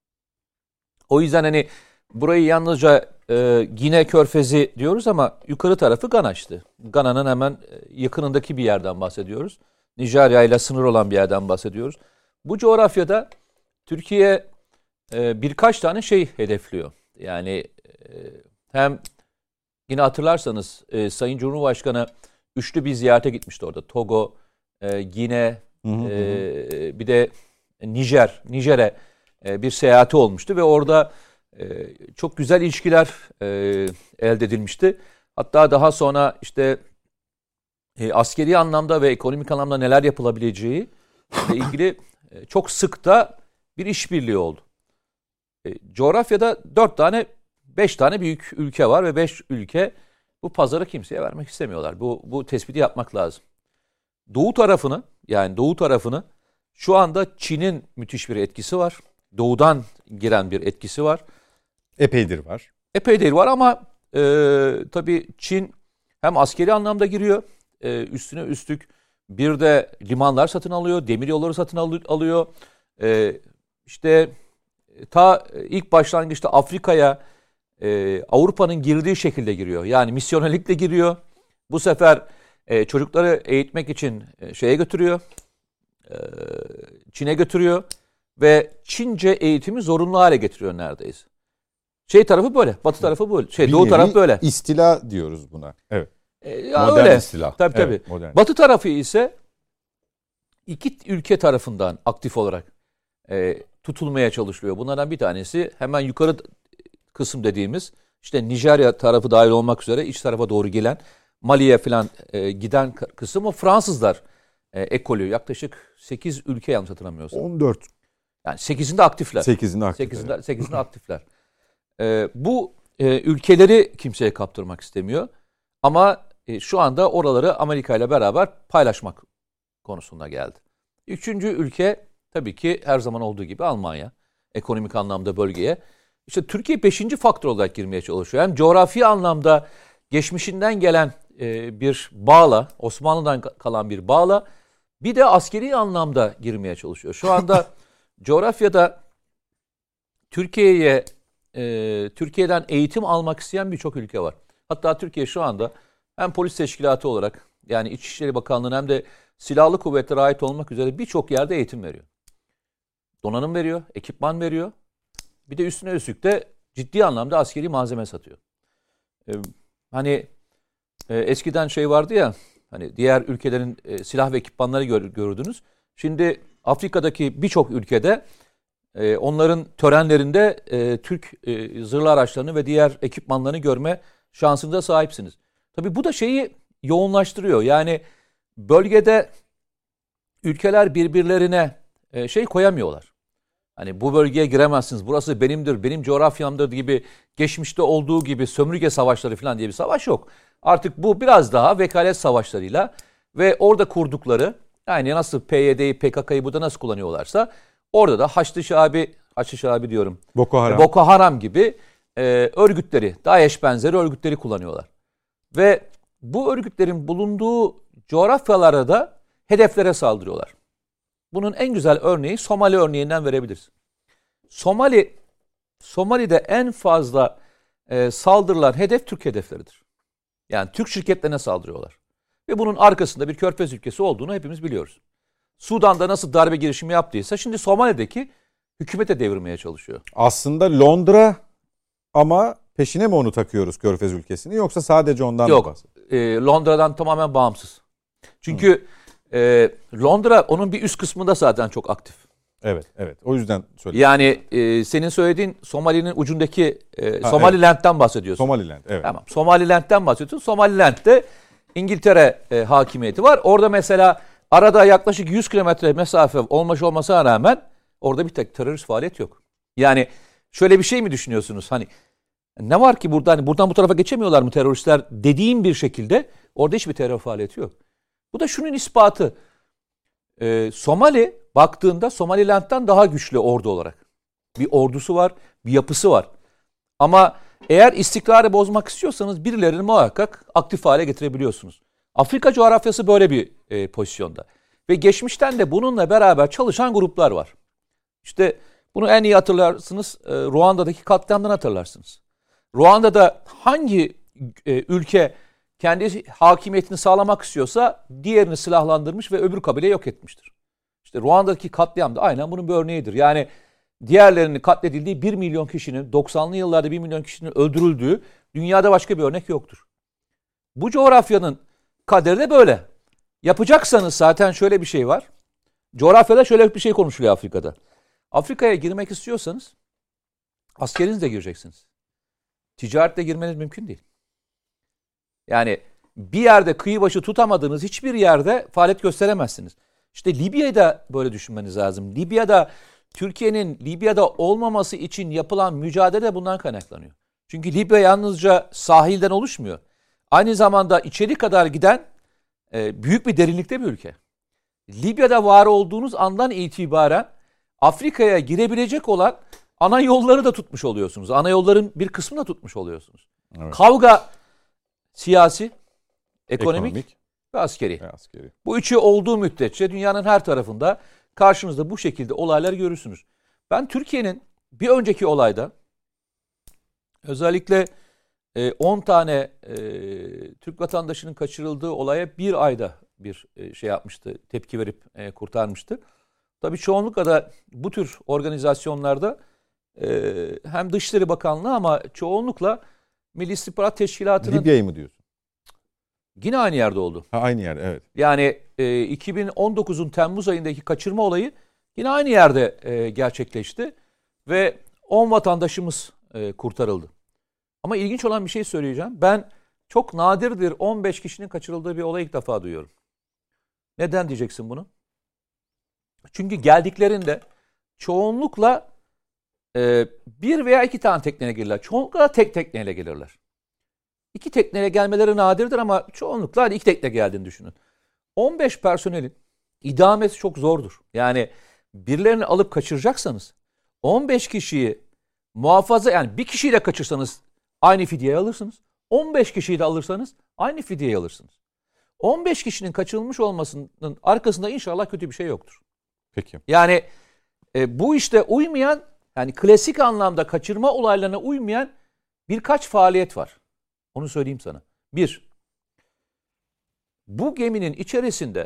O yüzden hani burayı yalnızca e, Gine Körfezi diyoruz ama yukarı tarafı Gana işte. Gana'nın hemen yakınındaki bir yerden bahsediyoruz. Nijerya ile sınır olan bir yerden bahsediyoruz. Bu coğrafyada Türkiye e, birkaç tane şey hedefliyor. Yani e, hem yine hatırlarsanız e, Sayın Cumhurbaşkanı üçlü bir ziyarete gitmişti orada. Togo, e, Gine, hı hı. E, bir de Nijer, Nijer'e e, bir seyahati olmuştu ve orada e, çok güzel ilişkiler e, elde edilmişti. Hatta daha sonra işte e, askeri anlamda ve ekonomik anlamda neler yapılabileceği ile ilgili e, çok sık da bir işbirliği oldu. E, coğrafyada dört tane, beş tane büyük ülke var ve beş ülke bu pazarı kimseye vermek istemiyorlar. Bu, bu tespiti yapmak lazım. Doğu tarafını, yani doğu tarafını şu anda Çin'in müthiş bir etkisi var. Doğudan giren bir etkisi var. Epeydir var. Epeydir var ama e, tabii Çin hem askeri anlamda giriyor, e, üstüne üstlük bir de limanlar satın alıyor, demiryolları satın alıyor. E, işte ta ilk başlangıçta Afrika'ya e, Avrupa'nın girdiği şekilde giriyor. Yani misyonerlikle giriyor. Bu sefer e, çocukları eğitmek için e, şeye götürüyor, e, Çin'e götürüyor ve Çince eğitimi zorunlu hale getiriyor neredeyse. Şey tarafı böyle, batı tarafı böyle, şey bir doğu tarafı böyle. İstila diyoruz buna. Evet. E, ya modern öyle. istila. Tabii tabii. Evet, modern. Batı tarafı ise iki ülke tarafından aktif olarak e, tutulmaya çalışılıyor. Bunlardan bir tanesi hemen yukarı kısım dediğimiz, işte Nijerya tarafı dahil olmak üzere iç tarafa doğru gelen Mali'ye falan e, giden kısım o Fransızlar e, ekolü. Yaklaşık sekiz ülke yanlış hatırlamıyorsam. on dört. Yani sekizinde aktifler. sekizinde aktif. sekizinde, sekizinde aktifler. E, bu e, ülkeleri kimseye kaptırmak istemiyor. Ama e, şu anda oraları Amerika ile beraber paylaşmak konusunda geldi. Üçüncü ülke tabii ki her zaman olduğu gibi Almanya. Ekonomik anlamda bölgeye. İşte Türkiye beşinci faktör olarak girmeye çalışıyor. Hem coğrafi anlamda geçmişinden gelen e, bir bağla, Osmanlı'dan kalan bir bağla, bir de askeri anlamda girmeye çalışıyor. Şu anda coğrafyada Türkiye'ye e, Türkiye'den eğitim almak isteyen birçok ülke var. Hatta Türkiye şu anda hem polis teşkilatı olarak, yani İçişleri Bakanlığı'nın hem de silahlı kuvvetlere ait olmak üzere birçok yerde eğitim veriyor. Donanım veriyor, ekipman veriyor. Bir de üstüne üstlük de ciddi anlamda askeri malzeme satıyor. Ee, hani e, eskiden şey vardı ya, hani diğer ülkelerin e, silah ve ekipmanları gör, görürdünüz. Şimdi Afrika'daki birçok ülkede e, onların törenlerinde e, Türk e, zırhlı araçlarını ve diğer ekipmanlarını görme şansınıza sahipsiniz. Tabii bu da şeyi yoğunlaştırıyor. Yani bölgede ülkeler birbirlerine e, şey koyamıyorlar. Hani bu bölgeye giremezsiniz, burası benimdir, benim coğrafyamdır gibi, geçmişte olduğu gibi sömürge savaşları falan diye bir savaş yok. Artık bu biraz daha vekalet savaşlarıyla ve orada kurdukları, yani nasıl P Y D'yi, P K K'yı burada nasıl kullanıyorlarsa orada da Haçlı Şabi, Haçlı Şabi diyorum, Boko Haram, Boko Haram gibi e, örgütleri, DAEŞ benzeri örgütleri kullanıyorlar. Ve bu örgütlerin bulunduğu coğrafyalara da hedeflere saldırıyorlar. Bunun en güzel örneği Somali örneğinden verebiliriz. Somali, Somali'de en fazla e, saldırılan hedef Türk hedefleridir. Yani Türk şirketlerine saldırıyorlar. Ve bunun arkasında bir körfez ülkesi olduğunu hepimiz biliyoruz. Sudan'da nasıl darbe girişimi yaptıysa şimdi Somali'deki hükümete devirmeye çalışıyor. Aslında Londra, ama peşine mi onu takıyoruz körfez ülkesini, yoksa sadece ondan mı Yok, bahsediyoruz? e, Londra'dan tamamen bağımsız. Çünkü e, Londra onun bir üst kısmında zaten çok aktif. Evet, evet. O yüzden söyledim. Yani e, senin söylediğin Somali'nin ucundaki e, Ha, Somaliland'den bahsediyorsun. Somaliland, evet. Tamam. Somaliland'den bahsediyorsun. Somaliland'de İngiltere e, hakimiyeti var. Orada mesela arada yaklaşık yüz kilometre mesafe olmuş olmasına rağmen orada bir tek terörist faaliyet yok. Yani şöyle bir şey mi düşünüyorsunuz? Hani ne var ki burada, hani buradan bu tarafa geçemiyorlar mı teröristler dediğim bir şekilde orada hiçbir terör faaliyeti yok. Bu da şunun ispatı. Ee, Somali baktığında Somaliland'dan daha güçlü ordu olarak. Bir ordusu var, bir yapısı var. Ama eğer istikrarı bozmak istiyorsanız birilerini muhakkak aktif hale getirebiliyorsunuz. Afrika coğrafyası böyle bir e, pozisyonda. Ve geçmişten de bununla beraber çalışan gruplar var. İşte bunu en iyi hatırlarsınız, e, Ruanda'daki katliamdan hatırlarsınız. Ruanda'da hangi e, ülke kendi hakimiyetini sağlamak istiyorsa diğerini silahlandırmış ve öbür kabile yok etmiştir. İşte Ruanda'daki katliam da aynen bunun bir örneğidir. Yani diğerlerinin katledildiği bir milyon kişinin, doksanlı yıllarda bir milyon kişinin öldürüldüğü dünyada başka bir örnek yoktur. Bu coğrafyanın kaderi de böyle. Yapacaksanız zaten şöyle bir şey var. Coğrafyada şöyle bir şey konuşuluyor Afrika'da. Afrika'ya girmek istiyorsanız askerinizle gireceksiniz. Ticaretle girmeniz mümkün değil. Yani bir yerde kıyı başı tutamadığınız hiçbir yerde faaliyet gösteremezsiniz. İşte Libya'yı da böyle düşünmeniz lazım. Libya'da Türkiye'nin Libya'da olmaması için yapılan mücadele de bundan kaynaklanıyor. Çünkü Libya yalnızca sahilden oluşmuyor. Aynı zamanda içeri kadar giden e, büyük bir derinlikte bir ülke. Libya'da var olduğunuz andan itibaren Afrika'ya girebilecek olan ana yolları da tutmuş oluyorsunuz. Ana yolların bir kısmını da tutmuş oluyorsunuz. Evet. Kavga siyasi, ekonomik, ekonomik ve askeri. ve askeri. Bu üçü olduğu müddetçe dünyanın her tarafında karşınızda bu şekilde olaylar görürsünüz. Ben Türkiye'nin bir önceki olayda özellikle on tane e, Türk vatandaşının kaçırıldığı olaya bir ayda bir e, şey yapmıştı, tepki verip e, kurtarmıştı. Tabii çoğunlukla da bu tür organizasyonlarda e, hem Dışişleri Bakanlığı ama çoğunlukla Milli İstihbarat Teşkilatı'nın... Libya'yı mı diyorsun? Yine aynı yerde oldu. Ha, aynı yer, evet. Yani e, iki bin on dokuzun Temmuz ayındaki kaçırma olayı yine aynı yerde e, gerçekleşti. Ve on vatandaşımız e, kurtarıldı. Ama ilginç olan bir şey söyleyeceğim. Ben çok nadirdir on beş kişinin kaçırıldığı bir olay ilk defa duyuyorum. Neden diyeceksin bunu? Çünkü geldiklerinde çoğunlukla e, bir veya iki tane tekneyle gelirler. Çoğunlukla da tek tekneyle gelirler. İki tekneyle gelmeleri nadirdir ama çoğunlukla iki tekne geldiğini düşünün. on beş personelin idamesi çok zordur. Yani birilerini alıp kaçıracaksanız on beş kişiyi muhafaza, yani bir kişiyi de kaçırsanız aynı fidyeyi alırsınız. on beş kişiyi de alırsanız aynı fidyeyi alırsınız. on beş kişinin kaçırılmış olmasının arkasında inşallah kötü bir şey yoktur. Peki. Yani e, bu işte uymayan, yani klasik anlamda kaçırma olaylarına uymayan birkaç faaliyet var. Onu söyleyeyim sana. Bir, bu geminin içerisinde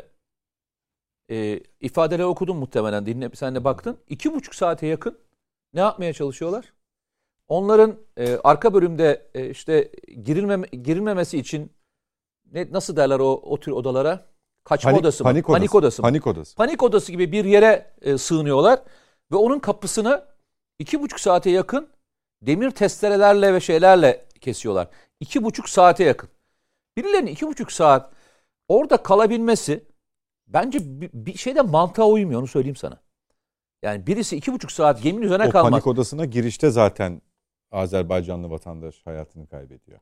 e, ifadeleri okudun muhtemelen, dinle, sen de baktın. İki buçuk saate yakın ne yapmaya çalışıyorlar? Onların e, arka bölümde e, işte girilmeme, girilmemesi için ne, nasıl derler o, o tür odalara? Kaçma Panik, odası mı? Panik odası. Panik odası mı? Panik odası. Panik odası gibi bir yere e, sığınıyorlar ve onun kapısını iki buçuk saate yakın demir testerelerle ve şeylerle kesiyorlar. İki buçuk saate yakın. Birilerinin iki buçuk saat orada kalabilmesi bence bir, bir şeyde mantığa uymuyor, onu söyleyeyim sana. Yani birisi iki buçuk saat geminin üzerine o kalmaz. Panik odasına girişte zaten Azerbaycanlı vatandaş hayatını kaybediyor.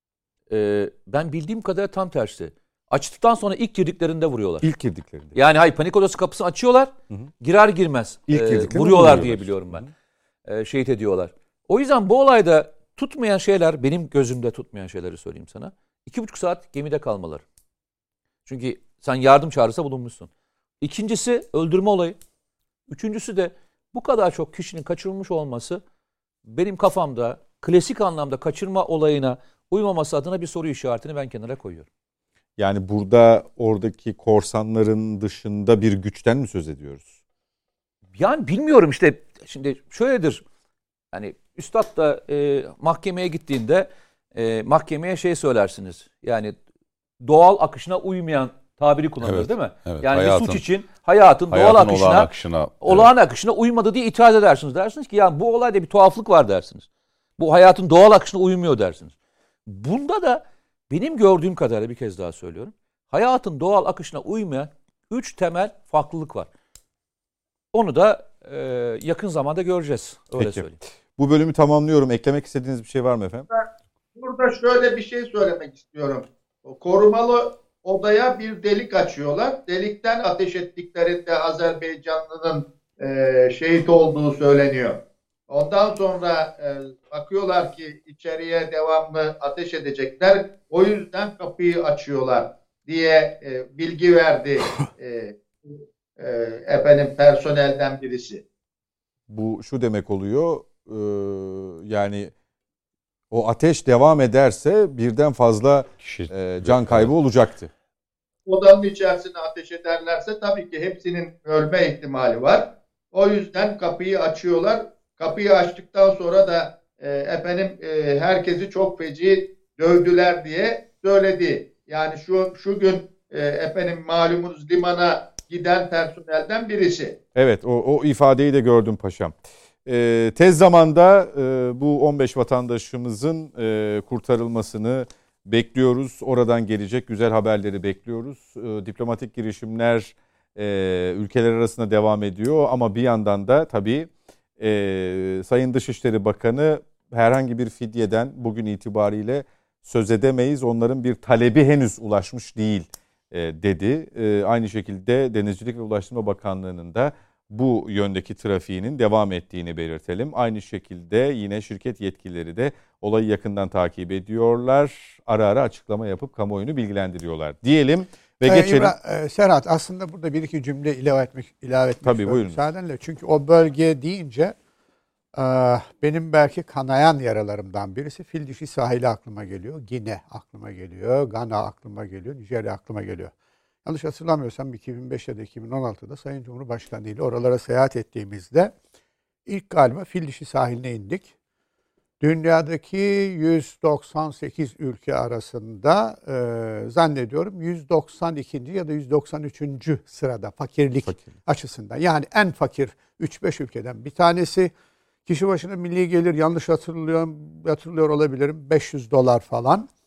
Ee, ben bildiğim kadarıyla tam tersi. Açtıktan sonra ilk girdiklerinde vuruyorlar. İlk girdiklerinde. Yani hayır, panik odası kapısını açıyorlar. Hı hı. Girer girmez İlk e, girdiklerinde vuruyorlar diye biliyorum ben. Hı hı. E, şehit ediyorlar. O yüzden bu olayda tutmayan şeyler, benim gözümde tutmayan şeyleri söyleyeyim sana. İki buçuk saat gemide kalmaları. Çünkü sen yardım çağrısı bulunmuşsun. İkincisi öldürme olayı. Üçüncüsü de bu kadar çok kişinin kaçırılmış olması benim kafamda klasik anlamda kaçırma olayına uymaması adına bir soru işaretini ben kenara koyuyorum. Yani burada oradaki korsanların dışında bir güçten mi söz ediyoruz? Yani bilmiyorum işte, şimdi şöyledir. Hani üstad da e, mahkemeye gittiğinde e, mahkemeye şey söylersiniz. Yani doğal akışına uymayan tabiri kullanılır, evet, değil mi? Evet, yani hayatın, bir suç için hayatın, hayatın doğal akışına olağan akışına, olağan evet. akışına uymadı diye itiraz edersiniz. Dersiniz ki ya bu olayda bir tuhaflık var dersiniz. Bu hayatın doğal akışına uymuyor dersiniz. Bunda da benim gördüğüm kadarıyla, bir kez daha söylüyorum, hayatın doğal akışına uymayan üç temel farklılık var. Onu da e, yakın zamanda göreceğiz. Öyle Peki. söyleyeyim. Bu bölümü tamamlıyorum. Eklemek istediğiniz bir şey var mı efendim? Burada şöyle bir şey söylemek istiyorum. O korumalı odaya bir delik açıyorlar. Delikten ateş ettiklerinde Azerbaycanlı'nın e, şehit olduğu söyleniyor. Ondan sonra e, bakıyorlar ki içeriye devamlı ateş edecekler. O yüzden kapıyı açıyorlar diye e, bilgi verdi e, e, efendim personelden birisi. Bu şu demek oluyor. E, yani o ateş devam ederse birden fazla e, can kaybı olacaktı. Odanın içerisine ateş ederlerse tabii ki hepsinin ölme ihtimali var. O yüzden kapıyı açıyorlar. Kapıyı açtıktan sonra da e, efendim e, herkesi çok feci dövdüler diye söyledi. Yani şu şu gün e, efendim malumunuz limana giden personelden birisi. Evet, o, o ifadeyi de gördüm paşam. E, tez zamanda e, bu on beş vatandaşımızın e, kurtarılmasını bekliyoruz. Oradan gelecek güzel haberleri bekliyoruz. E, diplomatik girişimler e, ülkeler arasında devam ediyor ama bir yandan da tabii e, Sayın Dışişleri Bakanı herhangi bir fidyeden bugün itibariyle söz edemeyiz. Onların bir talebi henüz ulaşmış değil e, dedi. E, aynı şekilde Denizcilik ve Ulaştırma Bakanlığı'nın da bu yöndeki trafiğinin devam ettiğini belirtelim. Aynı şekilde yine şirket yetkilileri de olayı yakından takip ediyorlar. Ara ara açıklama yapıp kamuoyunu bilgilendiriyorlar diyelim ve ee, geçelim. İbra, e, Serhat, aslında burada bir iki cümle ilave etmek, ilave etmek Tabii, istiyorum buyurun. müsaadenle. Çünkü o bölge deyince e, benim belki kanayan yaralarımdan birisi fil dişi sahili aklıma geliyor. Gine aklıma geliyor. Gana aklıma geliyor. Nijerya aklıma geliyor. Yanlış hatırlamıyorsam iki bin beş ya da iki bin on altıda Sayın Cumhurbaşkanı ile oralara seyahat ettiğimizde ilk galiba fil dişi sahiline indik. Dünyadaki yüz doksan sekiz ülke arasında e, zannediyorum yüz doksan ikinci ya da yüz doksan üçüncü sırada fakirlik Fakir. açısından. Yani en fakir üç beş ülkeden bir tanesi. Kişi başına milli gelir, yanlış hatırlıyor, hatırlıyor olabilirim, beş yüz dolar falan.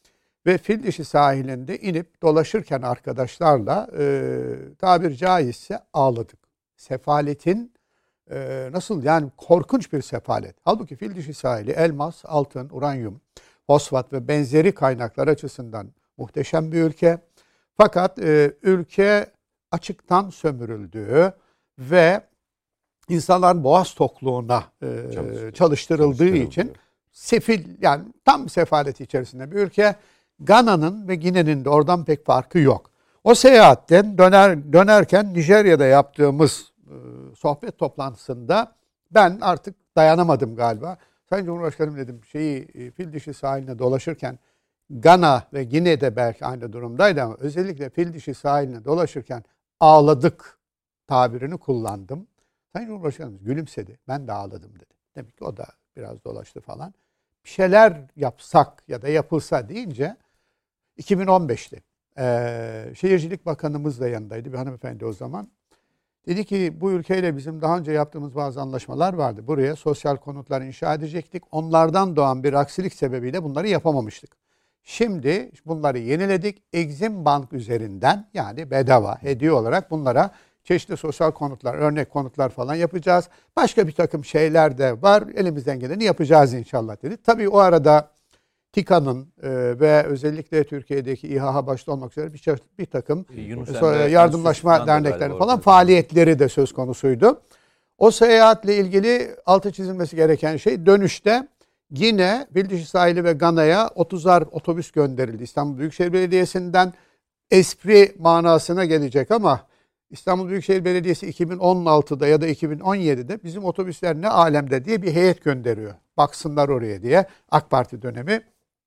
Ve Fildişi sahilinde inip dolaşırken arkadaşlarla e, tabir caizse ağladık. Sefaletin e, nasıl yani korkunç bir sefalet. Halbuki Fildişi sahili elmas, altın, uranyum, fosfat ve benzeri kaynaklar açısından muhteşem bir ülke. Fakat e, ülke açıktan sömürüldüğü ve insanların boğaz tokluğuna e, çalıştırıldığı, çalıştırıldığı için sefil yani tam sefalet içerisinde bir ülke. Gana'nın ve Gine'nin de oradan pek farkı yok. O seyahatten döner dönerken Nijerya'da yaptığımız e, sohbet toplantısında ben artık dayanamadım galiba. Sayın Cumhurbaşkanım dedim şeyi e, Fildişi sahiline dolaşırken Gana ve Gine'de belki aynı durumdaydı ama özellikle Fildişi sahiline dolaşırken ağladık tabirini kullandım. Sayın Cumhurbaşkanımız gülümsedi. Ben de ağladım dedi. Demek ki o da biraz dolaştı falan. Bir şeyler yapsak ya da yapılsa deyince iki bin on beşti. Ee, Şehircilik Bakanımız da yanındaydı bir hanımefendi o zaman. Dedi ki bu ülkeyle bizim daha önce yaptığımız bazı anlaşmalar vardı. Buraya sosyal konutlar inşa edecektik. Onlardan doğan bir aksilik sebebiyle bunları yapamamıştık. Şimdi bunları yeniledik. Exim Bank üzerinden yani bedava hediye olarak bunlara çeşitli sosyal konutlar, örnek konutlar falan yapacağız. Başka bir takım şeyler de var. Elimizden geleni yapacağız inşallah dedi. Tabii o arada TİKA'nın e, ve özellikle Türkiye'deki İHA başta olmak üzere bir, bir takım e, yardımlaşma dernekleri falan faaliyetleri de söz konusuydu. O seyahatle ilgili altı çizilmesi gereken şey dönüşte yine Fildişi sahili ve Gana'ya otuzar otobüs gönderildi. İstanbul Büyükşehir Belediyesi'nden espri manasına gelecek ama İstanbul Büyükşehir Belediyesi iki bin on altıda ya da iki bin on yedide bizim otobüsler ne alemde diye bir heyet gönderiyor. Baksınlar oraya diye AK Parti dönemi.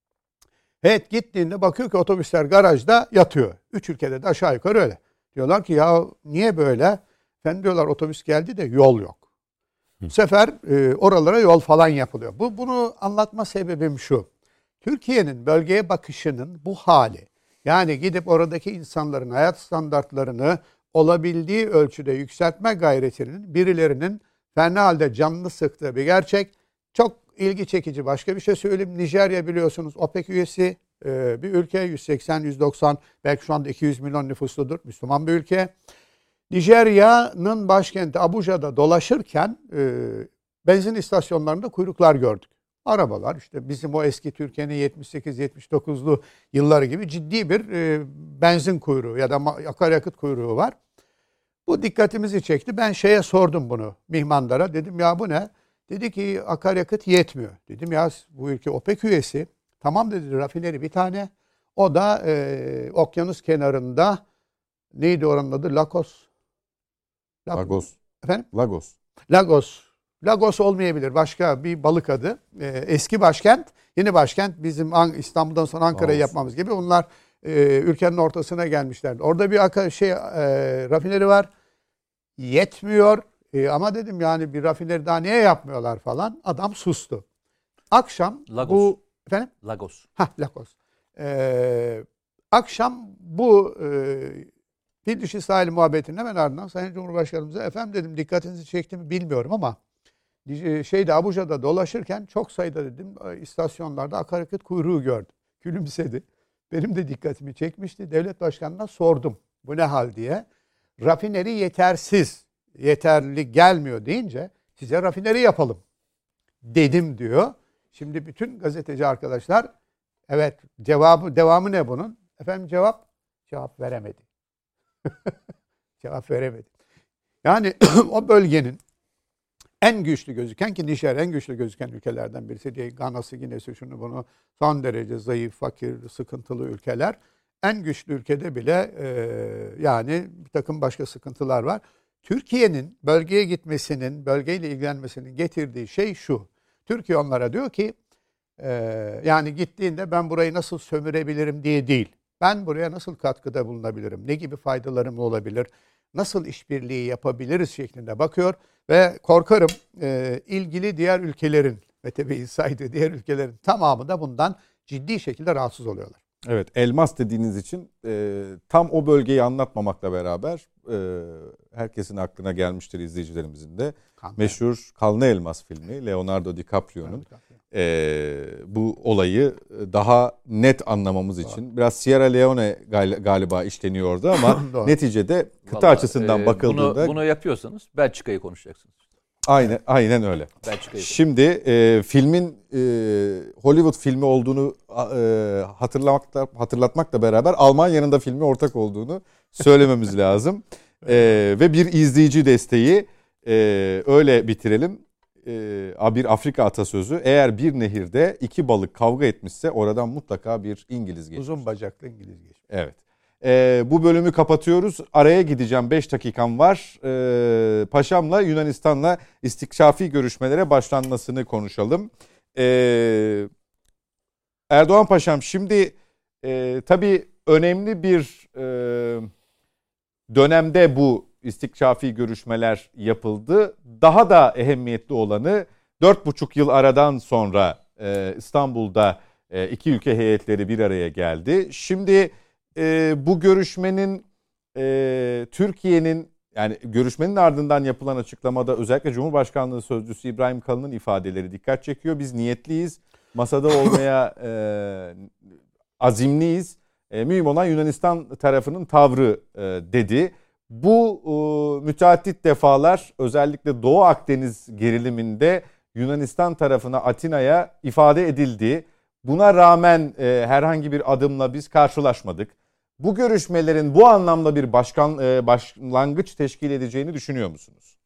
Heyet gittiğinde bakıyor ki otobüsler garajda yatıyor. Üç ülkede de aşağı yukarı öyle. Diyorlar ki ya niye böyle? Efendim diyorlar otobüs geldi de yol yok. Bu sefer e, oralara yol falan yapılıyor. Bu bunu anlatma sebebim şu. Türkiye'nin bölgeye bakışının bu hali. Yani gidip oradaki insanların hayat standartlarını olabildiği ölçüde yükseltme gayretinin birilerinin fena halde canını sıktığı bir gerçek. Çok ilgi çekici başka bir şey söyleyeyim. Nijerya biliyorsunuz OPEC üyesi e, bir ülke. yüz seksen yüz doksan belki şu anda iki yüz milyon nüfusludur. Müslüman bir ülke. Nijerya'nın başkenti Abuja'da dolaşırken e, benzin istasyonlarında kuyruklar gördük. Arabalar işte bizim o eski Türkiye'nin yetmiş sekiz yetmiş dokuzlu yılları gibi ciddi bir e, benzin kuyruğu ya da akaryakıt kuyruğu var. Bu dikkatimizi çekti. Ben şeye sordum bunu mihmandara. Dedim ya bu ne? Dedi ki akaryakıt yetmiyor. Dedim ya bu ülke OPEC üyesi. Tamam dedi rafineri bir tane. O da e, okyanus kenarında neydi oranın adı? Lagos. Lagos. Efendim? Lagos. Lagos. Lagos olmayabilir. Başka bir balık adı. Ee, eski başkent, yeni başkent bizim İstanbul'dan sonra Ankara'yı yapmamız gibi. Onlar e, ülkenin ortasına gelmişlerdi. Orada bir şey e, rafineri var. Yetmiyor. E, ama dedim yani bir rafineri daha niye yapmıyorlar falan. Adam sustu. Akşam Lagos. bu efendim? Lagos. Ha Lagos. Ee, akşam bu e, Fildişi sahili muhabbetinin hemen ardından Sayın Cumhurbaşkanımıza efendim dedim dikkatinizi çekti mi bilmiyorum ama şeyde Abuja'da dolaşırken çok sayıda dedim istasyonlarda akaryakıt kuyruğu gördüm. Gülümsedi. Benim de dikkatimi çekmişti. Devlet başkanına sordum bu ne hal diye. Rafineri yetersiz, yeterli gelmiyor deyince size rafineri yapalım dedim diyor. Şimdi bütün gazeteci arkadaşlar evet cevabı devamı ne bunun? Efendim cevap cevap veremedi. Cevap veremedi. Yani o bölgenin en güçlü gözüken ki Nijer en güçlü gözüken ülkelerden birisi diye Gana'sı Gine'si şunu bunu son derece zayıf, fakir, sıkıntılı ülkeler. En güçlü ülkede bile e, yani bir takım başka sıkıntılar var. Türkiye'nin bölgeye gitmesinin, bölgeyle ilgilenmesinin getirdiği şey şu. Türkiye onlara diyor ki e, yani gittiğinde ben burayı nasıl sömürebilirim diye değil. Ben buraya nasıl katkıda bulunabilirim? Ne gibi faydalarım olabilir? Nasıl işbirliği yapabiliriz şeklinde bakıyor ve korkarım e, ilgili diğer ülkelerin, Mete Bey'in saydığı diğer ülkelerin tamamı da bundan ciddi şekilde rahatsız oluyorlar. Evet, elmas dediğiniz için e, tam o bölgeyi anlatmamakla beraber e, herkesin aklına gelmiştir, izleyicilerimizin de. Kanlı. Meşhur Kanlı Elmas filmi, Leonardo DiCaprio'nun e, bu olayı daha net anlamamız için. Biraz Sierra Leone gal- galiba işleniyordu ama neticede kıta Vallahi, açısından e, bakıldığında... Bunu, bunu yapıyorsanız Belçika'yı konuşacaksınız. Aynen, aynen öyle. Belçika'yı Şimdi e, filmin e, Hollywood filmi olduğunu e, hatırlamakla hatırlatmakla beraber Almanya'nın da filmi ortak olduğunu söylememiz lazım. E, ve bir izleyici desteği e, öyle bitirelim. E, bir Afrika atasözü: eğer bir nehirde iki balık kavga etmişse oradan mutlaka bir İngiliz geçmiş. Uzun bacaklı İngiliz geçmiş. Evet. Ee, bu bölümü kapatıyoruz. Araya gideceğim. beş dakikam var. Ee, Paşam'la Yunanistan'la istikşafi görüşmelere başlanmasını konuşalım. Ee, Erdoğan Paşam, şimdi e, tabii önemli bir e, dönemde bu istikşafi görüşmeler yapıldı. Daha da ehemmiyetli olanı dört buçuk yıl aradan sonra e, İstanbul'da e, iki ülke heyetleri bir araya geldi. Şimdi e, bu görüşmenin e, Türkiye'nin, yani görüşmenin ardından yapılan açıklamada özellikle Cumhurbaşkanlığı Sözcüsü İbrahim Kalın'ın ifadeleri dikkat çekiyor. Biz niyetliyiz, masada olmaya e, azimliyiz. E, mühim olan Yunanistan tarafının tavrı e, dedi. Bu e, müteaddit defalar özellikle Doğu Akdeniz geriliminde Yunanistan tarafına, Atina'ya ifade edildi. Buna rağmen e, herhangi bir adımla biz karşılaşmadık. Bu görüşmelerin bu anlamda bir başkan e, başlangıç teşkil edeceğini düşünüyor musunuz?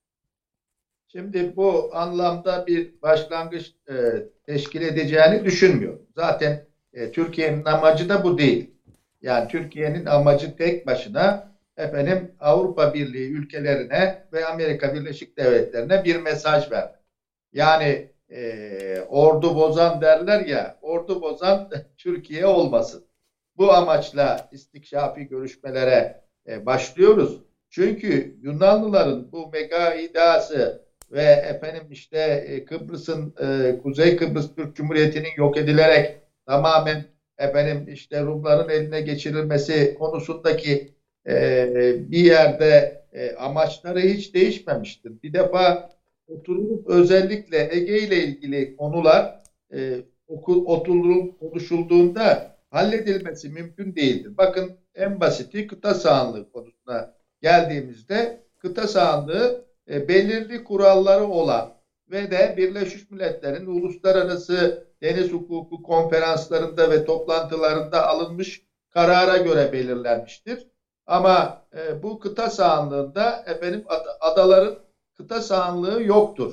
Şimdi bu anlamda bir başlangıç e, teşkil edeceğini düşünmüyorum. Zaten e, Türkiye'nin amacı da bu değil. Yani Türkiye'nin amacı tek başına efendim Avrupa Birliği ülkelerine ve Amerika Birleşik Devletleri'ne bir mesaj vermek. Yani e, ordu bozan derler ya, ordu bozan Türkiye olmasın. Bu amaçla istikşafi görüşmelere e, başlıyoruz. Çünkü Yunanlıların bu mega iddiası ve efendim işte e, Kıbrıs'ın e, Kuzey Kıbrıs Türk Cumhuriyeti'nin yok edilerek tamamen efendim işte Rumların eline geçirilmesi konusundaki e, bir yerde e, amaçları hiç değişmemiştir. Bir defa oturulup özellikle Ege ile ilgili konular e, oturulup konuşulduğunda halledilmesi mümkün değildir. Bakın en basiti kıta sahanlığı konusuna geldiğimizde kıta sahanlığı e, belirli kuralları olan ve de Birleşmiş Milletler'in uluslararası deniz hukuku konferanslarında ve toplantılarında alınmış karara göre belirlenmiştir. Ama e, bu kıta sahanlığında efendim adaların kıta sahanlığı yoktur.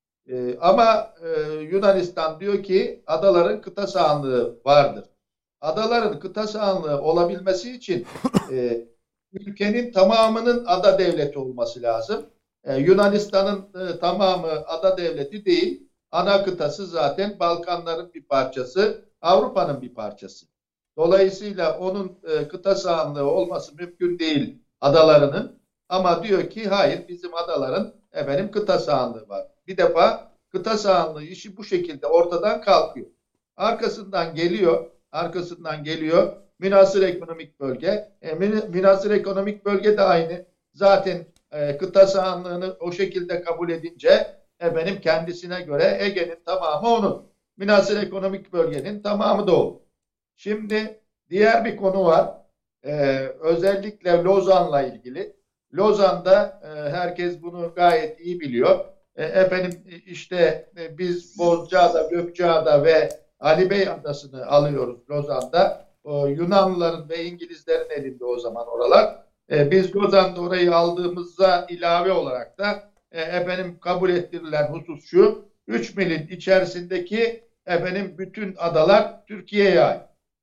E, ama e, Yunanistan diyor ki adaların kıta sahanlığı vardır. Adaların kıta sahanlığı olabilmesi için e, ülkenin tamamının ada devleti olması lazım. E, Yunanistan'ın e, tamamı ada devleti değil. Ana kıtası zaten Balkanların bir parçası, Avrupa'nın bir parçası. Dolayısıyla onun e, kıta sahanlığı olması mümkün değil adalarının. Ama diyor ki hayır, bizim adaların efendim kıta sahanlığı var. Bir defa kıta sahanlığı işi bu şekilde ortadan kalkıyor. Arkasından geliyor, arkasından geliyor münhasır ekonomik bölge. E, münhasır ekonomik bölge de aynı. Zaten e, kıta sahanlığını o şekilde kabul edince efendim kendisine göre Ege'nin tamamı onun. Münhasır ekonomik bölgenin tamamı da o. Şimdi diğer bir konu var. Ee, özellikle Lozan'la ilgili. Lozan'da e, herkes bunu gayet iyi biliyor. E, efendim işte e, biz Bozcaada, Gökçeada ve Ali Bey Adası'nı alıyoruz Lozan'da. O, Yunanlıların ve İngilizlerin elinde o zaman oralar. E, biz Lozan'da orayı aldığımızda ilave olarak da e, efendim kabul ettirilen husus şu: üç milin içerisindeki efendim bütün adalar Türkiye'ye ait.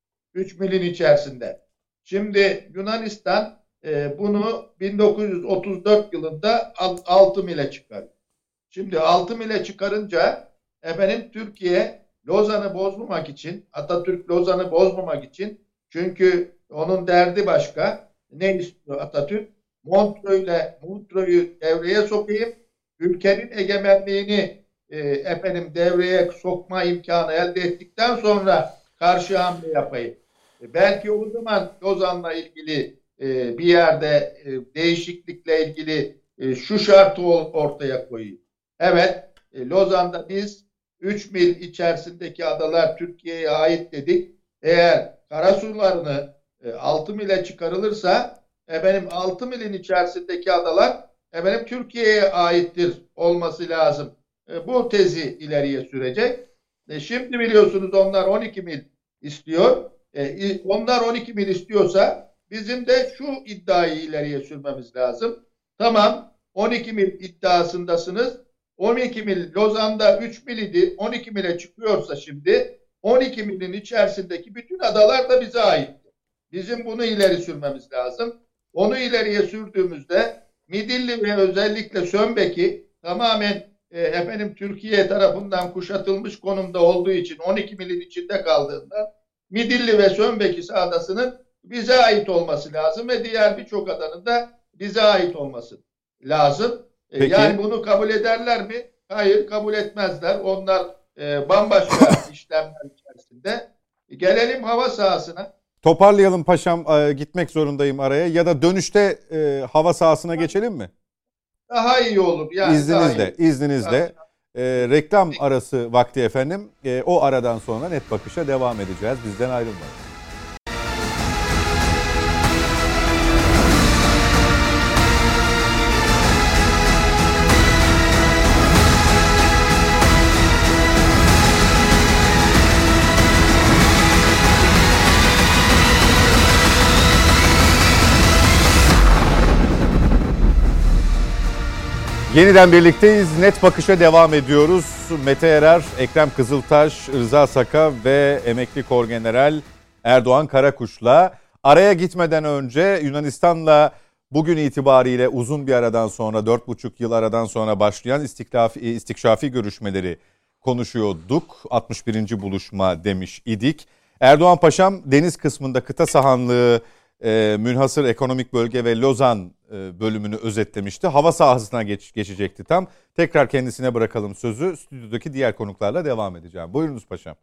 üç milin içerisinde. Şimdi Yunanistan e, bunu bin dokuz yüz otuz dört yılında altı mile çıkarıyor. Şimdi altı mile çıkarınca efendim Türkiye Lozan'ı bozmamak için, Atatürk Lozan'ı bozmamak için, çünkü onun derdi başka. Ne istiyor Atatürk? Montreux'le Montreux'u devreye sokayım, ülkenin egemenliğini e, efendim devreye sokma imkanı elde ettikten sonra karşı hamle yapayım Belki o zaman Lozan'la ilgili e, bir yerde e, değişiklikle ilgili e, şu şartı ortaya koyayım. Evet, e, Lozan'da biz üç mil içerisindeki adalar Türkiye'ye ait dedik. Eğer karasularını e, altı mile çıkarılırsa efendim altı milin içerisindeki adalar efendim Türkiye'ye aittir olması lazım. E, bu tezi ileriye sürecek. E, şimdi biliyorsunuz onlar on iki mil istiyor. E, onlar on iki mil istiyorsa bizim de şu iddiayı ileriye sürmemiz lazım. Tamam, on iki mil iddiasındasınız. on iki mil Lozan'da üç mil idi. on iki mile çıkıyorsa şimdi on iki milin içerisindeki bütün adalar da bize ait. Bizim bunu ileri sürmemiz lazım. Onu ileriye sürdüğümüzde Midilli ve özellikle Sömbek'i tamamen e, efendim Türkiye tarafından kuşatılmış konumda olduğu için on iki milin içinde kaldığında Midilli ve Sömbekis adasının bize ait olması lazım ve diğer birçok adanın da bize ait olması lazım. Peki. Yani bunu kabul ederler mi? Hayır, kabul etmezler. Onlar e, bambaşka işlemler içerisinde. Gelelim hava sahasına. Toparlayalım paşam, e, gitmek zorundayım araya. Ya da dönüşte e, hava sahasına geçelim mi? Daha iyi olur. Yani izninizle, iyi. izninizle. E, reklam arası vakti efendim. E, o aradan sonra Net Bakış'a devam edeceğiz. Bizden ayrılmayın. Yeniden birlikteyiz. Net Bakış'a devam ediyoruz. Mete Erer, Ekrem Kızıltaş, Rıza Saka ve emekli Korgeneral Erdoğan Karakuş'la araya gitmeden önce Yunanistan'la bugün itibariyle uzun bir aradan sonra, dört buçuk yıl aradan sonra başlayan istiklafi, istikşafi görüşmeleri konuşuyorduk. altmış birinci buluşma demiş idik. Erdoğan Paşam deniz kısmında kıta sahanlığı, e, münhasır ekonomik bölge ve Lozan e, bölümünü özetlemişti. Hava sahasına geç, geçecekti tam. Tekrar kendisine bırakalım sözü. Stüdyodaki diğer konuklarla devam edeceğim. Buyurunuz paşam.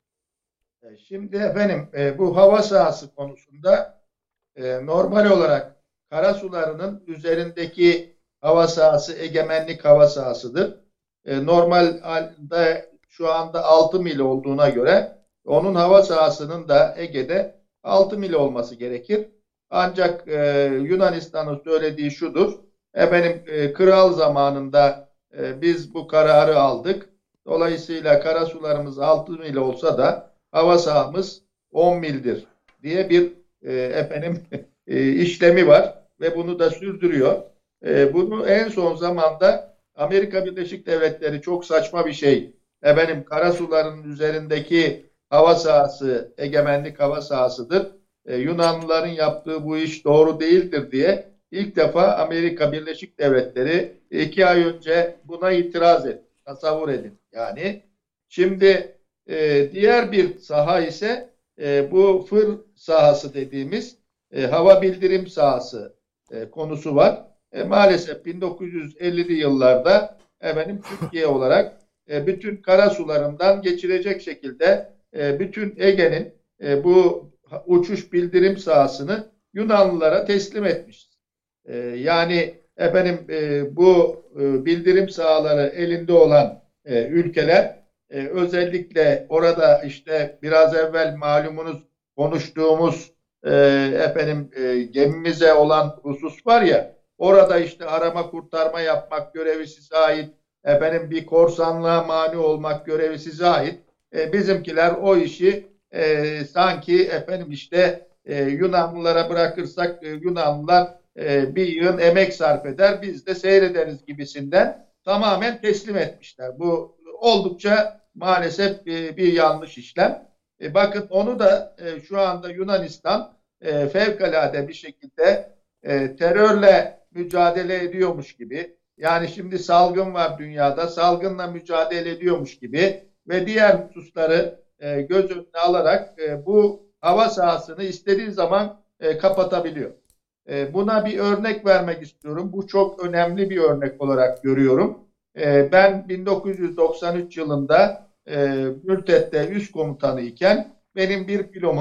Şimdi efendim e, bu hava sahası konusunda e, normal olarak karasularının üzerindeki hava sahası egemenlik hava sahasıdır. E, normal halde şu anda altı mil olduğuna göre onun hava sahasının da Ege'de altı mil olması gerekir. Ancak e, Yunanistan'ın söylediği şudur. Efendim e, kral zamanında e, biz bu kararı aldık. Dolayısıyla karasularımız altı mil olsa da hava sahamız on mildir diye bir e, efendim e, işlemi var ve bunu da sürdürüyor. E, bunu en son zamanda Amerika Birleşik Devletleri çok saçma bir şey. Efendim karasuların üzerindeki hava sahası egemenlik hava sahasıdır. Ee, Yunanlıların yaptığı bu iş doğru değildir diye ilk defa Amerika Birleşik Devletleri iki ay önce buna itiraz etti. Tasavvur edin. Yani şimdi e, diğer bir saha ise e, bu fır sahası dediğimiz e, hava bildirim sahası e, konusu var. E, maalesef bin dokuz yüz ellili yıllarda efendim Türkiye olarak e, bütün karasularından geçirecek şekilde e, bütün Ege'nin e, bu uçuş bildirim sahasını Yunanlılara teslim etmiş. E, yani efendim e, bu e, bildirim sahaları elinde olan e, ülkeler e, özellikle orada işte biraz evvel malumunuz konuştuğumuz e, efendim e, gemimize olan husus var ya, orada işte arama kurtarma yapmak görevi size ait, efendim bir korsanlığa mani olmak görevi size ait. E, bizimkiler o işi e, sanki efendim işte e, Yunanlılara bırakırsak e, Yunanlılar e, bir yığın emek sarf eder, biz de seyrederiz gibisinden tamamen teslim etmişler. Bu oldukça maalesef e, bir yanlış işlem. E, bakın onu da e, şu anda Yunanistan e, fevkalade bir şekilde e, terörle mücadele ediyormuş gibi, yani şimdi salgın var dünyada, salgınla mücadele ediyormuş gibi ve diğer hususları e, göz önüne alarak e, bu hava sahasını istediği zaman e, kapatabiliyor. E, buna bir örnek vermek istiyorum. Bu çok önemli bir örnek olarak görüyorum. E, ben bin dokuz yüz doksan üç yılında e, Mürtet'te üst komutanı iken benim bir filomun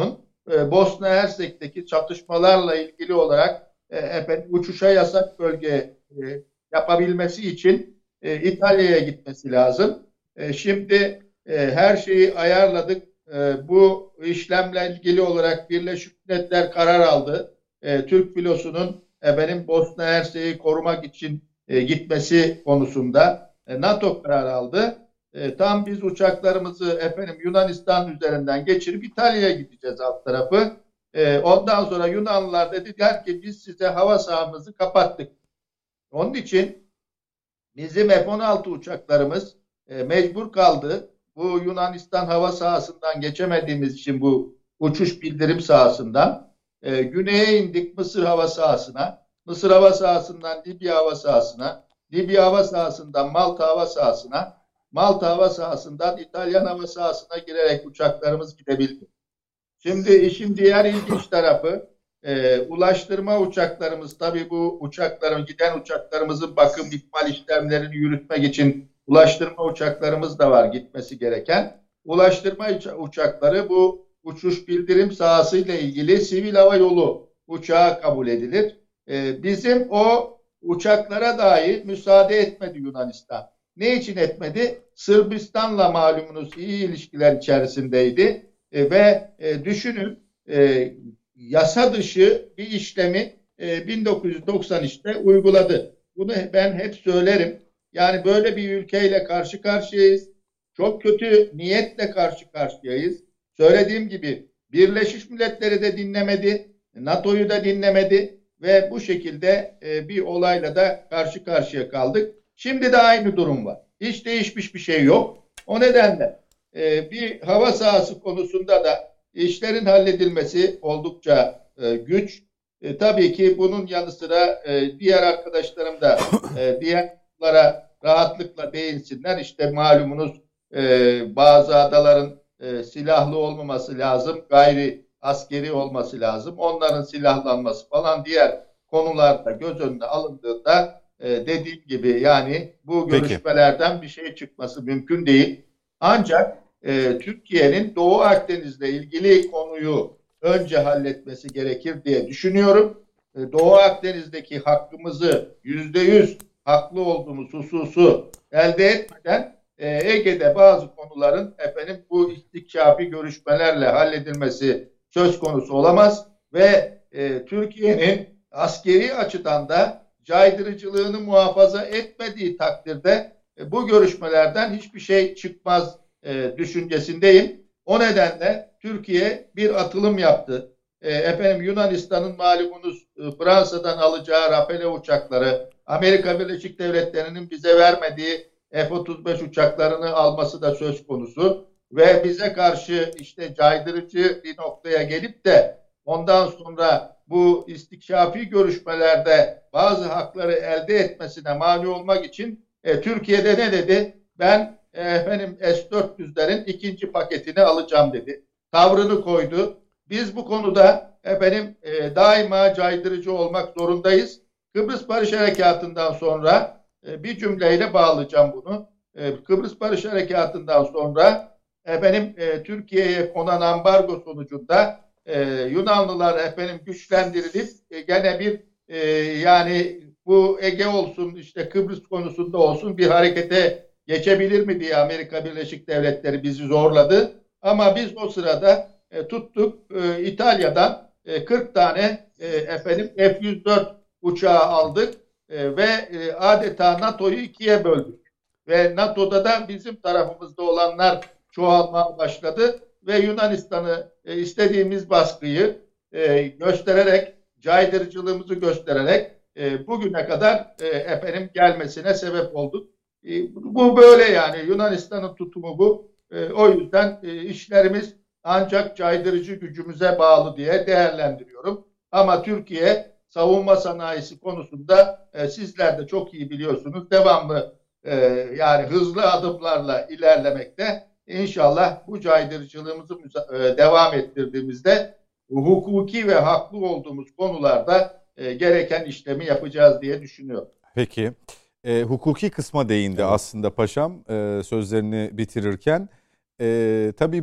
e, Bosna Hersek'teki çatışmalarla ilgili olarak e, efendim uçuşa yasak bölge e, yapabilmesi için e, İtalya'ya gitmesi lazım. E, şimdi e, her şeyi ayarladık. E, bu işlemle ilgili olarak Birleşmiş Milletler karar aldı. E, Türk filosunun efendim Bosna Hersek'i korumak için e, gitmesi konusunda e, NATO karar aldı. E, tam biz uçaklarımızı efendim Yunanistan üzerinden geçirip İtalya'ya gideceğiz alt tarafı. E, ondan sonra Yunanlılar dediler ki biz size hava sahamızı kapattık. Onun için bizim F on altı uçaklarımız e, mecbur kaldı. Bu Yunanistan hava sahasından geçemediğimiz için bu uçuş bildirim sahasından e, güneye indik Mısır hava sahasına. Mısır hava sahasından Libya hava sahasına. Libya hava sahasından Malta hava sahasına. Malta hava sahasından İtalyan hava sahasına girerek uçaklarımız gidebildi. Şimdi işin diğer ilginç tarafı e, ulaştırma uçaklarımız, tabii bu uçakların giden uçaklarımızın bakım ikmal işlemlerini yürütmek için ulaştırma uçaklarımız da var gitmesi gereken. Ulaştırma uçakları bu uçuş bildirim sahasıyla ilgili sivil hava yolu uçağı kabul edilir. E, bizim o uçaklara dahi müsaade etmedi Yunanistan. Ne için etmedi? Sırbistan'la malumunuz iyi ilişkiler içerisindeydi. E, ve e, düşünün e, yasa dışı bir işlemi e, bin dokuz yüz doksan üçte uyguladı. Bunu ben hep söylerim. Yani böyle bir ülkeyle karşı karşıyayız. Çok kötü niyetle karşı karşıyayız. Söylediğim gibi Birleşmiş Milletleri de dinlemedi, NATO'yu da dinlemedi ve bu şekilde e, bir olayla da karşı karşıya kaldık. Şimdi de aynı durum var. Hiç değişmiş bir şey yok. O nedenle e, bir hava sahası konusunda da işlerin halledilmesi oldukça e, güç. E, tabii ki bunun yanı sıra e, diğer arkadaşlarım da e, diğerlara rahatlıkla değinsinler. İşte malumunuz e, bazı adaların e, silahlı olmaması lazım, gayri askeri olması lazım. Onların silahlanması falan diğer konularda göz önüne alındığında e, dediğim gibi yani bu görüşmelerden Peki. bir şey çıkması mümkün değil. Ancak e, Türkiye'nin Doğu Akdeniz'le ilgili konuyu önce halletmesi gerekir diye düşünüyorum. E, Doğu Akdeniz'deki hakkımızı yüzde yüz haklı olduğumuz hususu elde etmeden e, Ege'de bazı konuların efendim bu istikşafi görüşmelerle halledilmesi söz konusu olamaz ve e, Türkiye'nin askeri açıdan da caydırıcılığını muhafaza etmediği takdirde e, bu görüşmelerden hiçbir şey çıkmaz e, düşüncesindeyim. O nedenle Türkiye bir atılım yaptı. E, efendim Yunanistan'ın malumunuz e, Fransa'dan alacağı Rafale uçakları, Amerika Birleşik Devletleri'nin bize vermediği F otuz beş uçaklarını alması da söz konusu ve bize karşı işte caydırıcı bir noktaya gelip de ondan sonra bu istikşafi görüşmelerde bazı hakları elde etmesine mani olmak için e, Türkiye'de ne dedi? Ben e, efendim S dört yüzlerin ikinci paketini alacağım dedi. Tavrını koydu. Biz bu konuda efendim e, daima caydırıcı olmak zorundayız. Kıbrıs Barış Harekatı'ndan sonra e, bir cümleyle bağlayacağım bunu. E, Kıbrıs Barış Harekatı'ndan sonra efendim e, Türkiye'ye konan ambargo sonucunda e, Yunanlılar efendim güçlendirilip e, gene bir e, yani bu Ege olsun işte Kıbrıs konusunda olsun bir harekete geçebilir mi diye Amerika Birleşik Devletleri bizi zorladı. Ama biz o sırada e, tuttuk e, İtalya'dan e, kırk tane e, efendim F yüz dört uçağı aldık e, ve e, adeta NATO'yu ikiye böldük. Ve NATO'da da bizim tarafımızda olanlar çoğalmaya başladı ve Yunanistan'ı e, istediğimiz baskıyı e, göstererek, caydırıcılığımızı göstererek e, bugüne kadar e, efendim gelmesine sebep olduk. E, bu böyle yani Yunanistan'ın tutumu bu. E, o yüzden e, işlerimiz ancak caydırıcı gücümüze bağlı diye değerlendiriyorum. Ama Türkiye savunma sanayisi konusunda e, sizler de çok iyi biliyorsunuz. Devamlı e, yani hızlı adımlarla ilerlemekte. İnşallah bu caydırıcılığımızı e, devam ettirdiğimizde hukuki ve haklı olduğumuz konularda e, gereken işlemi yapacağız diye düşünüyorum. Peki. E, hukuki kısma değindi evet. aslında paşam e, sözlerini bitirirken. E, tabii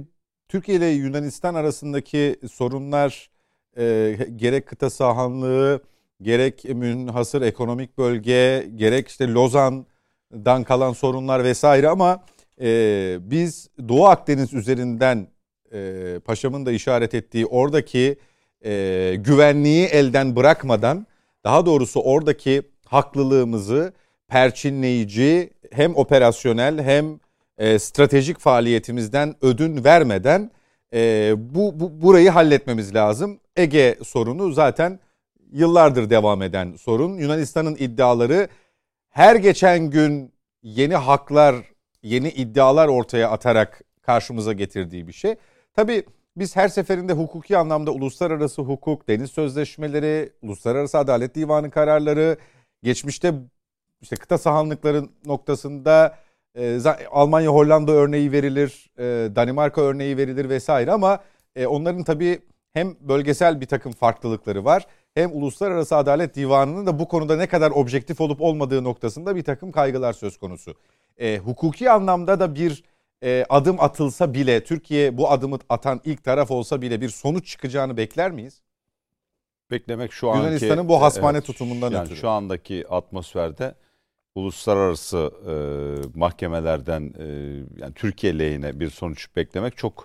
Türkiye ile Yunanistan arasındaki sorunlar e, gerek kıta sahanlığı, gerek münhasır ekonomik bölge, gerek işte Lozan'dan kalan sorunlar vesaire ama e, biz Doğu Akdeniz üzerinden e, Paşam'ın da işaret ettiği oradaki e, güvenliği elden bırakmadan, daha doğrusu oradaki haklılığımızı perçinleyici hem operasyonel hem e, stratejik faaliyetimizden ödün vermeden e, bu, bu burayı halletmemiz lazım. Ege sorunu zaten yıllardır devam eden sorun. Yunanistan'ın iddiaları her geçen gün yeni haklar, yeni iddialar ortaya atarak karşımıza getirdiği bir şey. Tabii biz her seferinde hukuki anlamda uluslararası hukuk, deniz sözleşmeleri, Uluslararası Adalet Divanı kararları, geçmişte işte kıta sahanlıkları noktasında e, Almanya, Hollanda örneği verilir, e, Danimarka örneği verilir vesaire ama e, onların tabii hem bölgesel bir takım farklılıkları var, hem Uluslararası Adalet Divanı'nın da bu konuda ne kadar objektif olup olmadığı noktasında bir takım kaygılar söz konusu. E, hukuki anlamda da bir e, adım atılsa bile, Türkiye bu adımı atan ilk taraf olsa bile bir sonuç çıkacağını bekler miyiz? Beklemek şu anki Yunanistan'ın bu hasmane evet, tutumundan yani ötürü. Şu andaki atmosferde uluslararası e, mahkemelerden e, yani Türkiye lehine bir sonuç beklemek çok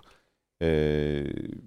e,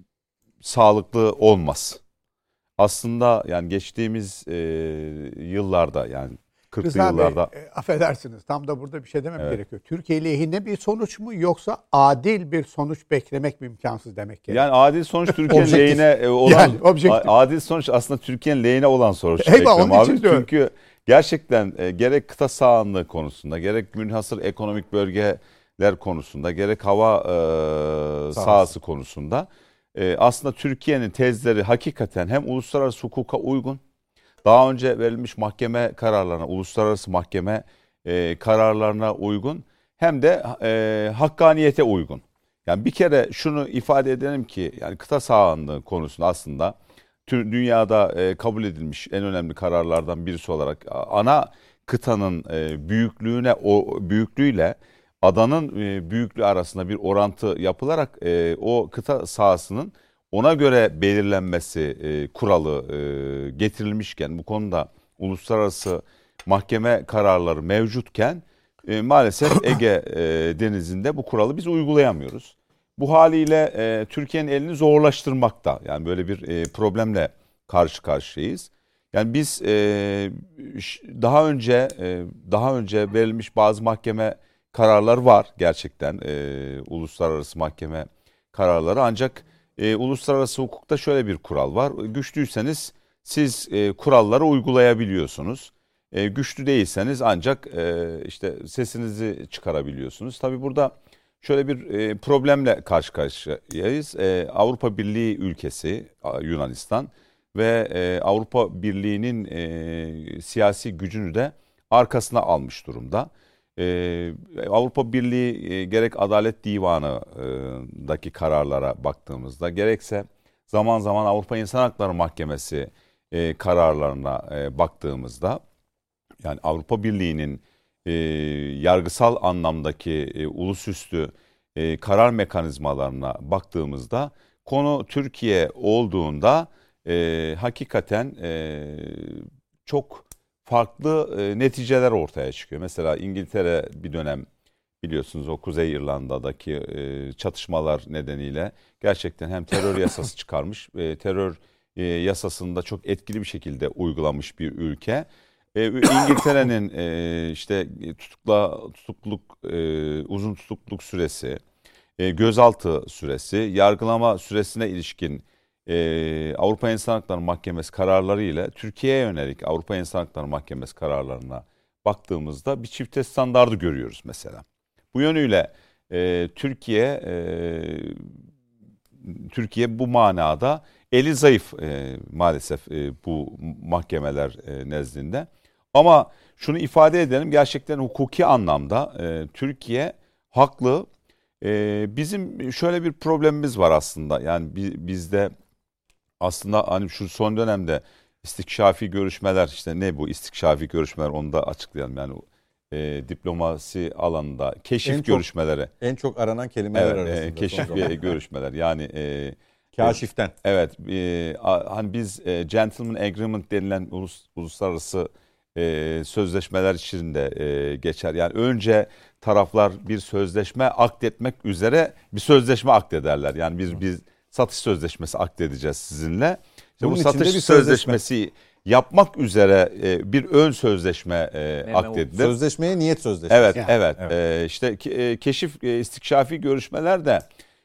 sağlıklı olmaz. Aslında yani geçtiğimiz e, yıllarda yani kırklı Rıza yıllarda Bey, e, affedersiniz tam da burada bir şey demem Evet. gerekiyor. Türkiye lehine bir sonuç mu yoksa adil bir sonuç beklemek mi imkansız demek gerekiyor? yani adil sonuç Türkiye'nin Objektif. lehine e, olan Yani objektif. a- adil sonuç aslında Türkiye'nin lehine olan sonuç. Eyvah, beklem onun için abi. diyorum. Çünkü gerçekten e, gerek kıta sahanlığı konusunda, gerek münhasır ekonomik bölgeler konusunda, gerek hava e, sahası. sahası konusunda e, aslında Türkiye'nin tezleri hakikaten hem uluslararası hukuka uygun, daha önce verilmiş mahkeme kararlarına, uluslararası mahkeme e, kararlarına uygun, hem de e, hakkaniyete uygun. Yani bir kere şunu ifade edelim ki yani kıta sahanlığı konusunda aslında tüm dünyada e, kabul edilmiş en önemli kararlardan birisi olarak ana kıtanın e, büyüklüğüne o büyüklüğüyle adanın e, büyüklüğü arasında bir orantı yapılarak e, o kıta sahasının ona göre belirlenmesi e, kuralı e, getirilmişken, bu konuda uluslararası mahkeme kararları mevcutken e, maalesef Ege e, denizinde bu kuralı biz uygulayamıyoruz. Bu haliyle e, Türkiye'nin elini zorlaştırmakta. Yani böyle bir e, problemle karşı karşıyayız. Yani biz e, daha önce e, daha önce verilmiş bazı mahkeme kararları var gerçekten, e, uluslararası mahkeme kararları, ancak e, uluslararası hukukta şöyle bir kural var: güçlüyseniz siz e, kuralları uygulayabiliyorsunuz. E, güçlü değilseniz ancak e, işte sesinizi çıkarabiliyorsunuz. Tabii burada şöyle bir e, problemle karşı karşıyayız. E, Avrupa Birliği ülkesi Yunanistan ve e, Avrupa Birliği'nin e, siyasi gücünü de arkasına almış durumda. E, Avrupa Birliği e, gerek Adalet Divanı'ndaki kararlara baktığımızda, gerekse zaman zaman Avrupa İnsan Hakları Mahkemesi e, kararlarına e, baktığımızda, yani Avrupa Birliği'nin e, yargısal anlamdaki e, ulusüstü e, karar mekanizmalarına baktığımızda, konu Türkiye olduğunda e, hakikaten e, çok farklı e, neticeler ortaya çıkıyor. Mesela İngiltere bir dönem, biliyorsunuz, o Kuzey İrlanda'daki e, çatışmalar nedeniyle gerçekten hem terör yasası çıkarmış, e, terör e, yasasını da çok etkili bir şekilde uygulamış bir ülke. E, İngiltere'nin e, işte tutukla tutukluk e, uzun tutukluk süresi, e, gözaltı süresi, yargılama süresine ilişkin e, Avrupa İnsan Hakları Mahkemesi kararları ile Türkiye'ye yönelik Avrupa İnsan Hakları Mahkemesi kararlarına baktığımızda bir çifte standardı görüyoruz mesela. Bu yönüyle e, Türkiye e, Türkiye bu manada eli zayıf e, maalesef e, bu mahkemeler e, nezdinde. Ama şunu ifade edelim, gerçekten hukuki anlamda e, Türkiye haklı. E, bizim şöyle bir problemimiz var aslında. Yani bi, bizde aslında hani şu son dönemde istikşafi görüşmeler, işte ne bu istikşafi görüşmeler, onu da açıklayalım. Yani e, diplomasi alanında keşif En çok- görüşmeleri. En çok aranan kelimeler Evet, arasında. e, son keşif zamanlarda. ve görüşmeler. Yani e, Kaşiften. evet, e, a- hani biz e, Gentleman Agreement denilen ulus, uluslararası e, sözleşmeler içinde e, geçer. Yani önce taraflar bir sözleşme akdetmek üzere bir sözleşme akdederler. Yani biz biz satış sözleşmesi akdedeceğiz sizinle. İşte Bunun bu içinde satış bir sözleşme. sözleşmesi yapmak üzere e, bir ön sözleşme e, M M O. akdedilir. Sözleşmeye niyet sözleşmesi. Evet, Yani, evet. evet. Ee, işte ke- e, keşif, e, istikşafi görüşmeler de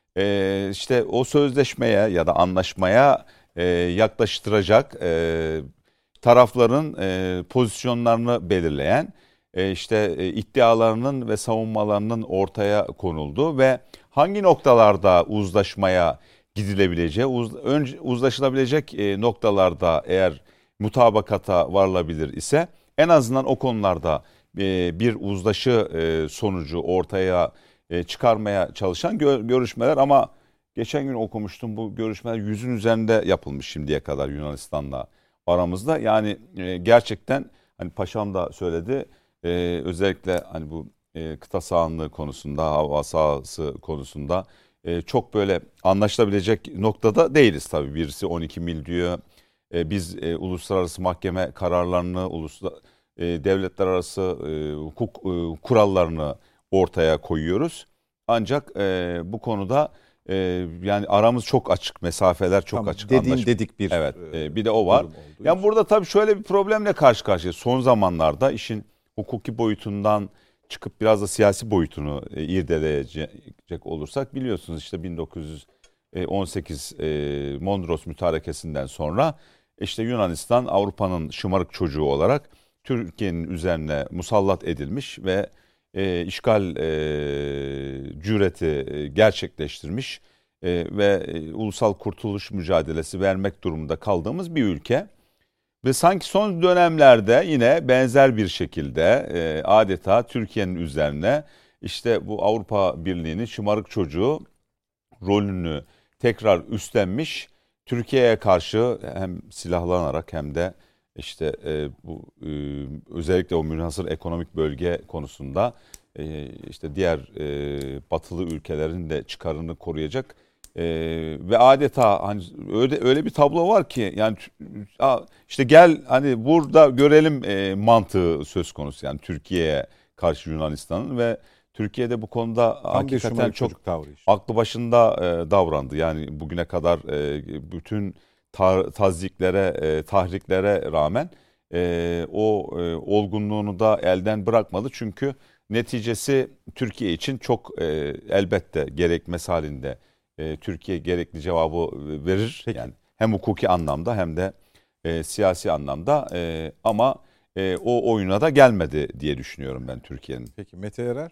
e, işte o sözleşmeye ya da anlaşmaya e, yaklaştıracak e, tarafların e, pozisyonlarını belirleyen, e, işte e, iddialarının ve savunmalarının ortaya konulduğu ve hangi noktalarda uzlaşmaya gidilebileceği, uz, önce uzlaşılabilecek e, noktalarda eğer mutabakata varılabilir ise en azından o konularda e, bir uzlaşı e, sonucu ortaya e, çıkarmaya çalışan gö- görüşmeler, ama geçen gün okumuştum, bu görüşmeler yüzün üzerinde yapılmış şimdiye kadar Yunanistan'la aramızda. Yani e, gerçekten hani paşam da söyledi, e, özellikle hani bu e, kıta sahanlığı konusunda, hava sahası konusunda e, çok böyle anlaşılabilecek noktada değiliz tabii. Birisi on iki mil diyor. E, biz e, uluslararası mahkeme kararlarını, uluslar e, devletler arası e, hukuk e, kurallarını ortaya koyuyoruz. Ancak e, bu konuda e, yani aramız çok açık, mesafeler çok Tamam, açık. dediğim anlaşma- dedik bir. Evet, e, e, bir de o var. durum olduğu Yani için. burada tabii şöyle bir problemle karşı karşıyayız. Son zamanlarda işin hukuki boyutundan çıkıp biraz da siyasi boyutunu e, irdeleyecek olursak, biliyorsunuz işte bin dokuz yüz on sekiz e, Mondros Mütarekesi'nden sonra işte Yunanistan Avrupa'nın şımarık çocuğu olarak Türkiye'nin üzerine musallat edilmiş ve e, işgal e, cüreti e, gerçekleştirmiş e, ve e, ulusal kurtuluş mücadelesi vermek durumunda kaldığımız bir ülke. Ve sanki son dönemlerde yine benzer bir şekilde e, adeta Türkiye'nin üzerine işte bu Avrupa Birliği'nin şımarık çocuğu rolünü tekrar üstlenmiş, Türkiye'ye karşı hem silahlanarak hem de işte e, bu e, özellikle o münhasır ekonomik bölge konusunda e, işte diğer e, batılı ülkelerin de çıkarını koruyacak e, ve adeta hani öyle öyle bir tablo var ki yani işte gel hani burada görelim e, mantığı söz konusu, yani Türkiye'ye karşı Yunanistan'ın. Ve Türkiye'de bu konuda Tam bir hakikaten şımarık çok çocuk tavrı işte. aklı başında e, davrandı. Yani bugüne kadar e, bütün ta, tazyiklere, e, tahriklere rağmen e, o e, olgunluğunu da elden bırakmadı. Çünkü neticesi Türkiye için çok e, elbette gerekmesi halinde e, Türkiye gerekli cevabı verir. Peki. Yani hem hukuki anlamda hem de e, siyasi anlamda e, ama e, o oyuna da gelmedi diye düşünüyorum ben Türkiye'nin. Peki Mete Erer?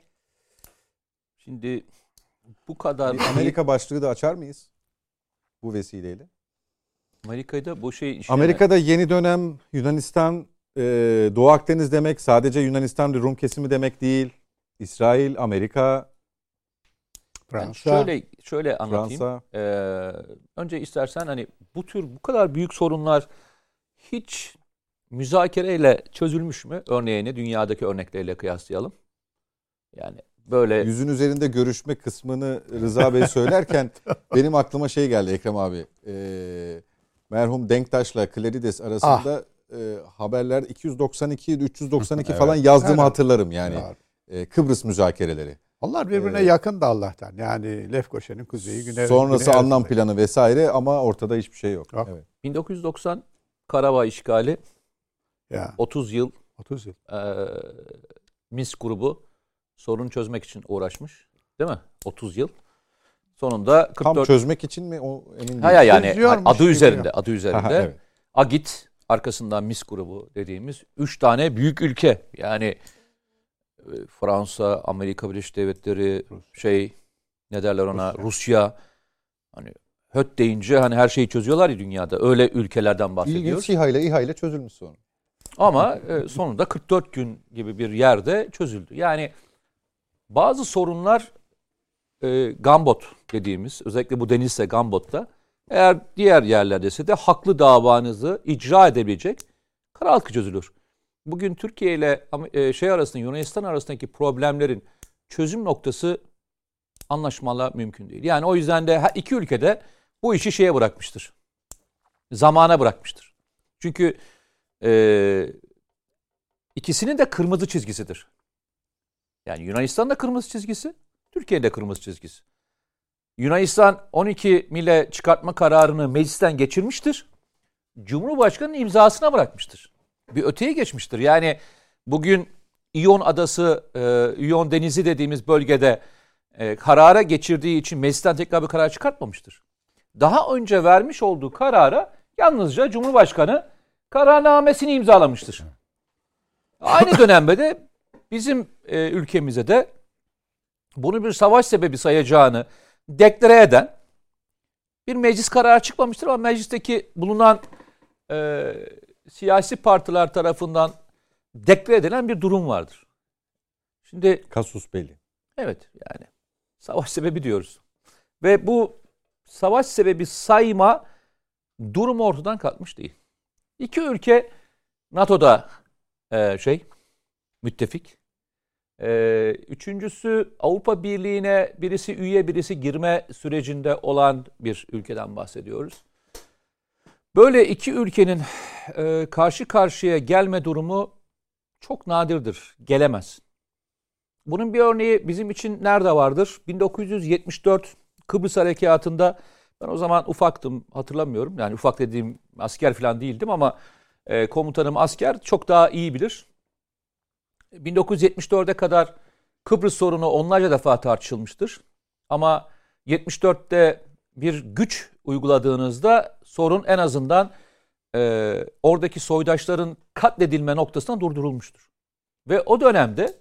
Şimdi bu kadar Bir Amerika başlığı da açar mıyız bu vesileyle? Amerika'da bu şey işleme- Amerika'da yeni dönem Yunanistan, e, Doğu Akdeniz demek sadece Yunanistan Rum kesimi demek değil. İsrail, Amerika, Fransa. Yani şöyle şöyle anlatayım. Fransa. Ee, önce istersen hani bu tür bu kadar büyük sorunlar hiç müzakereyle çözülmüş mü? Örneğini dünyadaki örnekleriyle kıyaslayalım. Yani böyle Yüzün üzerinde görüşme kısmını Rıza Bey söylerken benim aklıma şey geldi Ekrem abi. E, merhum Denktaş'la Klarides arasında e, haberler iki yüz doksan iki üç yüz doksan iki Evet. falan yazdığımı Evet. hatırlarım yani. Var. E, Kıbrıs müzakereleri. Onlar birbirine Ee, yakın da Allah'tan. Yani Lefkoşa'nın kuzeyi, güney. Sonrası güney anlam arasında. planı vesaire ama ortada hiçbir şey yok. Yok. Evet. bin dokuz yüz doksan Karabağ işgali, Ya, otuz yıl otuz yıl. e, Minsk grubu sorun çözmek için uğraşmış. Değil mi? otuz yıl. Sonunda kırk Tam dört çözmek için mi o emin değilim. Hayır yani Çözüyormuş adı gibi üzerinde, ya. adı üzerinde. Aha, evet. Agit, arkasından Minsk grubu dediğimiz üç tane büyük ülke. Yani e, Fransa, Amerika Birleşik Devletleri, şey ne derler ona, Rusya. Rusya. Hani höt deyince hani her şeyi çözüyorlar ya dünyada. Öyle ülkelerden İlginç bahsediyoruz. SİHA ile İHA ile çözülmüş sonra. Ama e, sonunda kırk dört gün gibi bir yerde çözüldü. Yani bazı sorunlar e, gambot dediğimiz, özellikle bu denilse gambotta, eğer diğer yerlerdeyse de haklı davanızı icra edebilecek kara halkı çözülür. bugün Türkiye ile şey arasında, Yunanistan arasındaki problemlerin çözüm noktası anlaşmalar mümkün değil. Yani o yüzden de iki ülke de bu işi şeye bırakmıştır. Zamana bırakmıştır. Çünkü e, ikisinin de kırmızı çizgisidir. Yani Yunanistan da kırmızı çizgisi, Türkiye'nin de kırmızı çizgisi. Yunanistan on iki mile çıkartma kararını meclisten geçirmiştir. Cumhurbaşkanı'nın imzasına bırakmıştır. Bir öteye geçmiştir. Yani bugün İyon Adası, e, İyon Denizi dediğimiz bölgede e, karara geçirdiği için meclisten tekrar bir karar çıkartmamıştır. Daha önce vermiş olduğu karara yalnızca Cumhurbaşkanı kararnamesini imzalamıştır. Aynı dönemde de bizim e, ülkemize de bunu bir savaş sebebi sayacağını deklare eden bir meclis kararı çıkmamıştır ama meclisteki bulunan e, siyasi partiler tarafından deklare edilen bir durum vardır. Şimdi kasus belli. Evet, yani savaş sebebi diyoruz. Ve bu savaş sebebi sayma durumu ortadan kalkmış değil. İki ülke NATO'da e, şey müttefik. E, üçüncüsü Avrupa Birliği'ne birisi üye birisi girme sürecinde olan bir ülkeden bahsediyoruz. Böyle iki ülkenin e, karşı karşıya gelme durumu çok nadirdir. Gelemez. Bunun bir örneği bizim için nerede vardır? bin dokuz yüz yetmiş dört Kıbrıs Harekatı'nda, ben o zaman ufaktım, hatırlamıyorum. Yani ufak dediğim asker falan değildim ama e, komutanım asker, çok daha iyi bilir. bin dokuz yüz yetmiş dörde kadar Kıbrıs sorunu onlarca defa tartışılmıştır. Ama yetmiş dörtte bir güç uyguladığınızda sorun en azından e, oradaki soydaşların katledilme noktasına durdurulmuştur. Ve o dönemde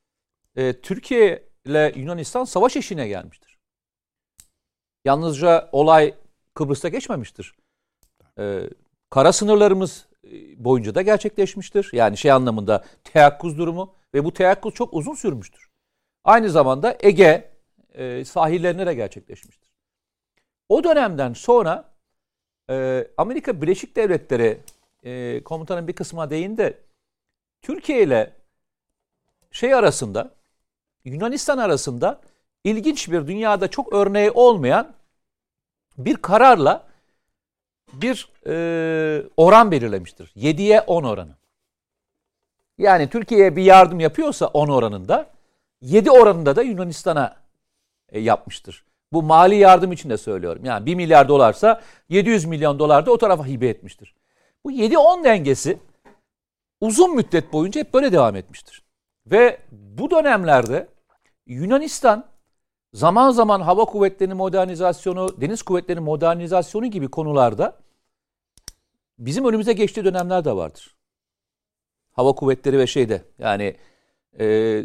e, Türkiye ile Yunanistan savaş eşiğine gelmiştir. Yalnızca olay Kıbrıs'ta geçmemiştir. E, kara sınırlarımız boyunca da gerçekleşmiştir. Yani şey anlamında teyakkuz durumu ve bu teyakkuz çok uzun sürmüştür. Aynı zamanda Ege e, sahillerine de gerçekleşmiştir. O dönemden sonra e, Amerika Birleşik Devletleri e, komutanın bir kısmına değindi. Türkiye ile şey arasında, Yunanistan arasında ilginç bir, dünyada çok örneği olmayan bir kararla bir e, oran belirlemiştir. yediye on oranı. Yani Türkiye'ye bir yardım yapıyorsa on oranında, yedi oranında da Yunanistan'a e, yapmıştır. Bu mali yardım için de söylüyorum. Yani bir milyar dolarsa yedi yüz milyon dolar da o tarafa hibe etmiştir. Bu yedi on dengesi uzun müddet boyunca hep böyle devam etmiştir. Ve bu dönemlerde Yunanistan zaman zaman hava kuvvetlerinin modernizasyonu, deniz kuvvetlerinin modernizasyonu gibi konularda bizim önümüze geçtiği dönemler de vardır. Hava kuvvetleri ve şeyde yani e,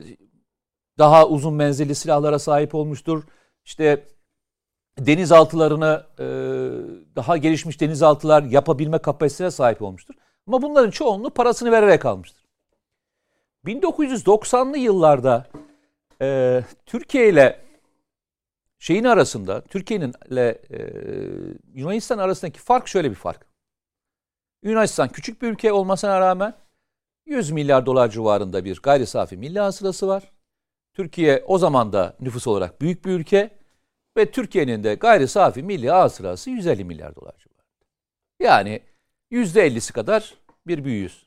daha uzun menzilli silahlara sahip olmuştur. İşte denizaltılarını e, daha gelişmiş denizaltılar yapabilme kapasitesine sahip olmuştur. Ama bunların çoğunluğu parasını vererek almıştır. bin dokuz yüz doksanlı yıllarda e, Türkiye ile şeyin arasında, Türkiye'nin ile e, Yunanistan arasındaki fark şöyle bir fark. Yunanistan küçük bir ülke olmasına rağmen yüz milyar dolar civarında bir gayri safi milli hasılası var. Türkiye o zaman da nüfus olarak büyük bir ülke ve Türkiye'nin de gayri safi milli hasılası yüz elli milyar dolar civarında. Yani yüzde ellisi kadar bir büyüğüz.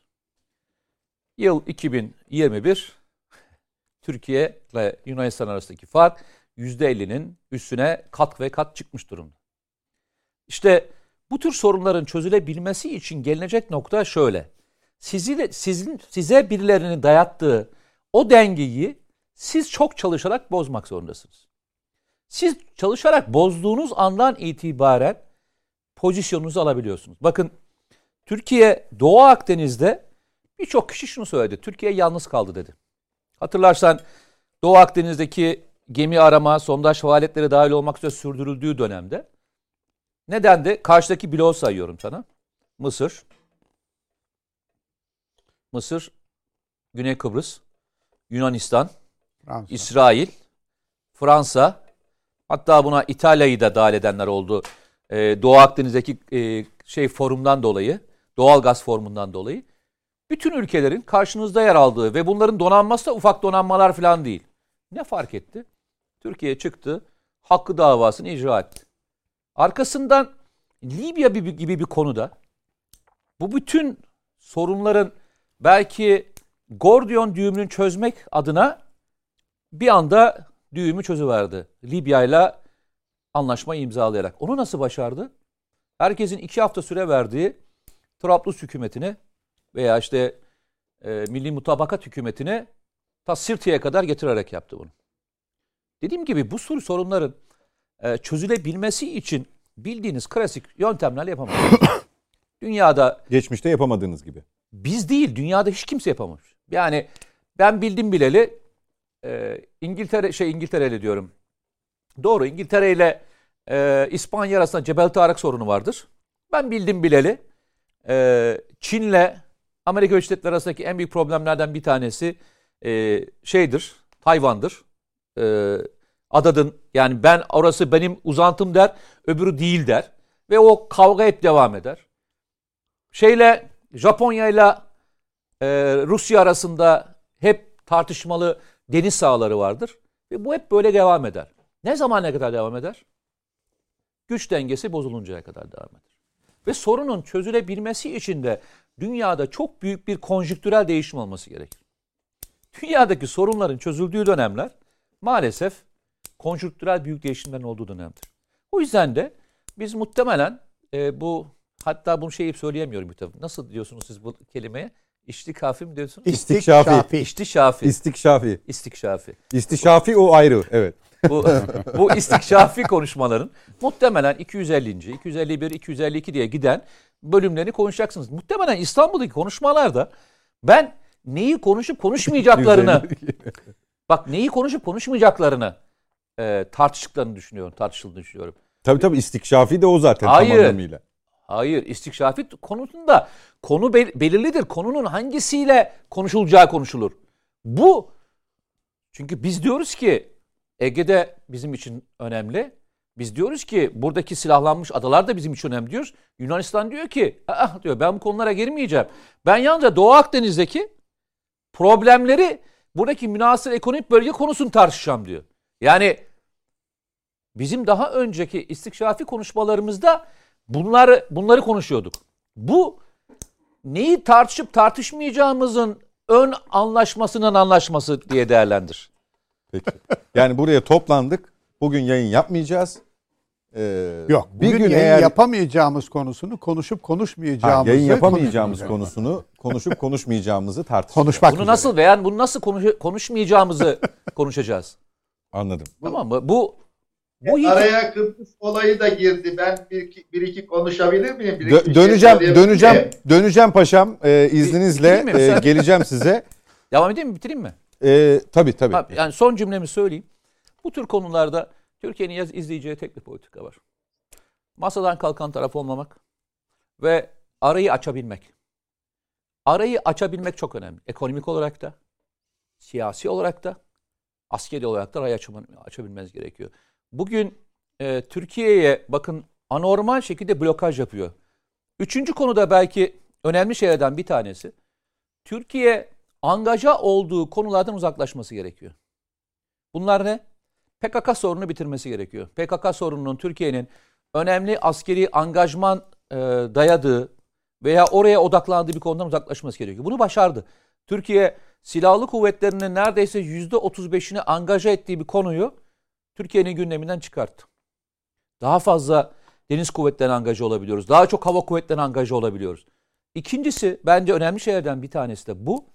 Yıl iki bin yirmi bir, Türkiye ile Yunanistan arasındaki fark yüzde ellinin üstüne kat ve kat çıkmış durumda. İşte bu tür sorunların çözülebilmesi için gelinecek nokta şöyle. Sizi de, sizin size birilerinin dayattığı o dengeyi siz çok çalışarak bozmak zorundasınız. Siz çalışarak bozduğunuz andan itibaren pozisyonunuzu alabiliyorsunuz. Bakın Türkiye Doğu Akdeniz'de birçok kişi şunu söyledi. Türkiye yalnız kaldı dedi. Hatırlarsan Doğu Akdeniz'deki gemi arama, sondaj faaliyetleri dahil olmak üzere sürdürüldüğü dönemde neden de karşıdaki bloğu sayıyorum sana. Mısır, Mısır, Güney Kıbrıs, Yunanistan, Fransa. İsrail, Fransa, hatta buna İtalya'yı da dahil edenler oldu. Ee, Doğu Akdeniz'deki e, şey forumdan dolayı, doğal gaz formundan dolayı. bütün ülkelerin karşınızda yer aldığı ve bunların donanması da ufak donanmalar falan değil. Ne fark etti? Türkiye çıktı, hakkı davasını icra etti. Arkasından Libya gibi bir konuda bu bütün sorunların belki Gordiyon düğümünü çözmek adına bir anda düğümü çözüverdi. Libya'yla anlaşmayı imzalayarak. Onu nasıl başardı? Herkesin iki hafta süre verdiği Trablus hükümetine veya işte e, Milli Mutabakat hükümetine ta Sirti'ye kadar getirerek yaptı bunu. Dediğim gibi bu tür sorunların e, çözülebilmesi için bildiğiniz klasik yöntemlerle yapamayız. Dünyada Geçmişte yapamadığınız gibi. biz değil, dünyada hiç kimse yapamamış. Yani ben bildim bileli e, İngiltere şey İngiltere'yle diyorum. Doğru, İngiltere ile e, İspanya arasında Cebel Tarık sorunu vardır. Ben bildim bileli e, Çin'le Amerika Birleşik Devletleri arasındaki en büyük problemlerden bir tanesi e, şeydir, Tayvan'dır. E, adadın yani ben orası benim uzantım der, öbürü değil der. Ve o kavga hep devam eder. Şeyle Japonya'yla e, Rusya arasında hep tartışmalı deniz sahaları vardır. Ve bu hep böyle devam eder. Ne zamana kadar devam eder? Güç dengesi bozuluncaya kadar devam eder. Ve sorunun çözülebilmesi için de dünyada çok büyük bir konjüktürel değişim olması gerekir. Dünyadaki sorunların çözüldüğü dönemler maalesef konjüktürel büyük değişimlerin olduğu dönemdir. O yüzden de biz muhtemelen e, bu hatta bunu şeyi söyleyemiyorum bir tabii. Nasıl diyorsunuz siz bu kelimeye? İstikafi mi diyorsunuz? İstikşafi. İstişafi. İstikşafi. İstikşafi. İstişafi o ayrı. Evet. Bu, bu istikşafi konuşmaların muhtemelen iki yüz ellinci, iki yüz elli bir, iki yüz elli iki diye giden bölümlerini konuşacaksınız. Muhtemelen İstanbul'daki konuşmalarda ben neyi konuşup konuşmayacaklarını bak neyi konuşup konuşmayacaklarını e, tartıştıklarını düşünüyorum. Tartışıldığını düşünüyorum. Tabii tabii istikşafi de o zaten Hayır. tam anlamıyla. Hayır, istikşafi konusunda konu bel- belirlidir. Konunun hangisiyle konuşulacağı konuşulur. Bu çünkü biz diyoruz ki Ege'de bizim için önemli. Biz diyoruz ki buradaki silahlanmış adalar da bizim için önemli diyoruz. Yunanistan diyor ki ah diyor ben bu konulara girmeyeceğim. Ben yalnızca Doğu Akdeniz'deki problemleri buradaki münhasır ekonomik bölge konusunu tartışacağım diyor. Yani bizim daha önceki istikşafi konuşmalarımızda bunları bunları konuşuyorduk. Bu neyi tartışıp tartışmayacağımızın ön anlaşmasının anlaşması diye değerlendir. Peki. Yani buraya toplandık. Bugün yayın yapmayacağız. Ee, Yok. Bir Bugün gün yayın eğer yapamayacağımız konusunu konuşup ha, konuşmayacağımızı yayın yapamayacağımız konuşmayacağız. konusunu konuşup konuşmayacağımızı tartışacağız. Konuşmak Bunu üzere. nasıl veya bunu nasıl konuş- konuşmayacağımızı konuşacağız. Anladım. Tamam mı? Bu bu hiç- Araya Kıbrıs olayı da girdi. Ben bir iki, bir iki konuşabilir miyim? Bir Dö- iki bir döneceğim, şey söyleyebilir döneceğim, miyim? döneceğim paşam. Ee, izninizle bitireyim mi? e, Müsaade- geleceğim size. devam edeyim mi? Bitireyim mi? Ee, tabii tabii. Ha, yani son cümlemi söyleyeyim. Bu tür konularda Türkiye'nin yaz- izleyeceği tek bir politika var. Masadan kalkan taraf olmamak ve arayı açabilmek. Arayı açabilmek çok önemli. Ekonomik olarak da, siyasi olarak da, askeri olarak da arayı açabilmeniz açabilmeniz gerekiyor. Bugün e, Türkiye'ye bakın anormal şekilde blokaj yapıyor. Üçüncü konuda belki önemli şeylerden bir tanesi. Türkiye angaja olduğu konulardan uzaklaşması gerekiyor. Bunlar ne? P K K sorununu bitirmesi gerekiyor. P K K sorununun Türkiye'nin önemli askeri angajman e, dayadığı veya oraya odaklandığı bir konudan uzaklaşması gerekiyor. Bunu başardı. Türkiye silahlı kuvvetlerinin neredeyse yüzde otuz beşini angaja ettiği bir konuyu Türkiye'nin gündeminden çıkarttı. Daha fazla deniz kuvvetlerine angaja olabiliyoruz. Daha çok hava kuvvetlerine angaja olabiliyoruz. İkincisi bence önemli şeylerden bir tanesi de bu.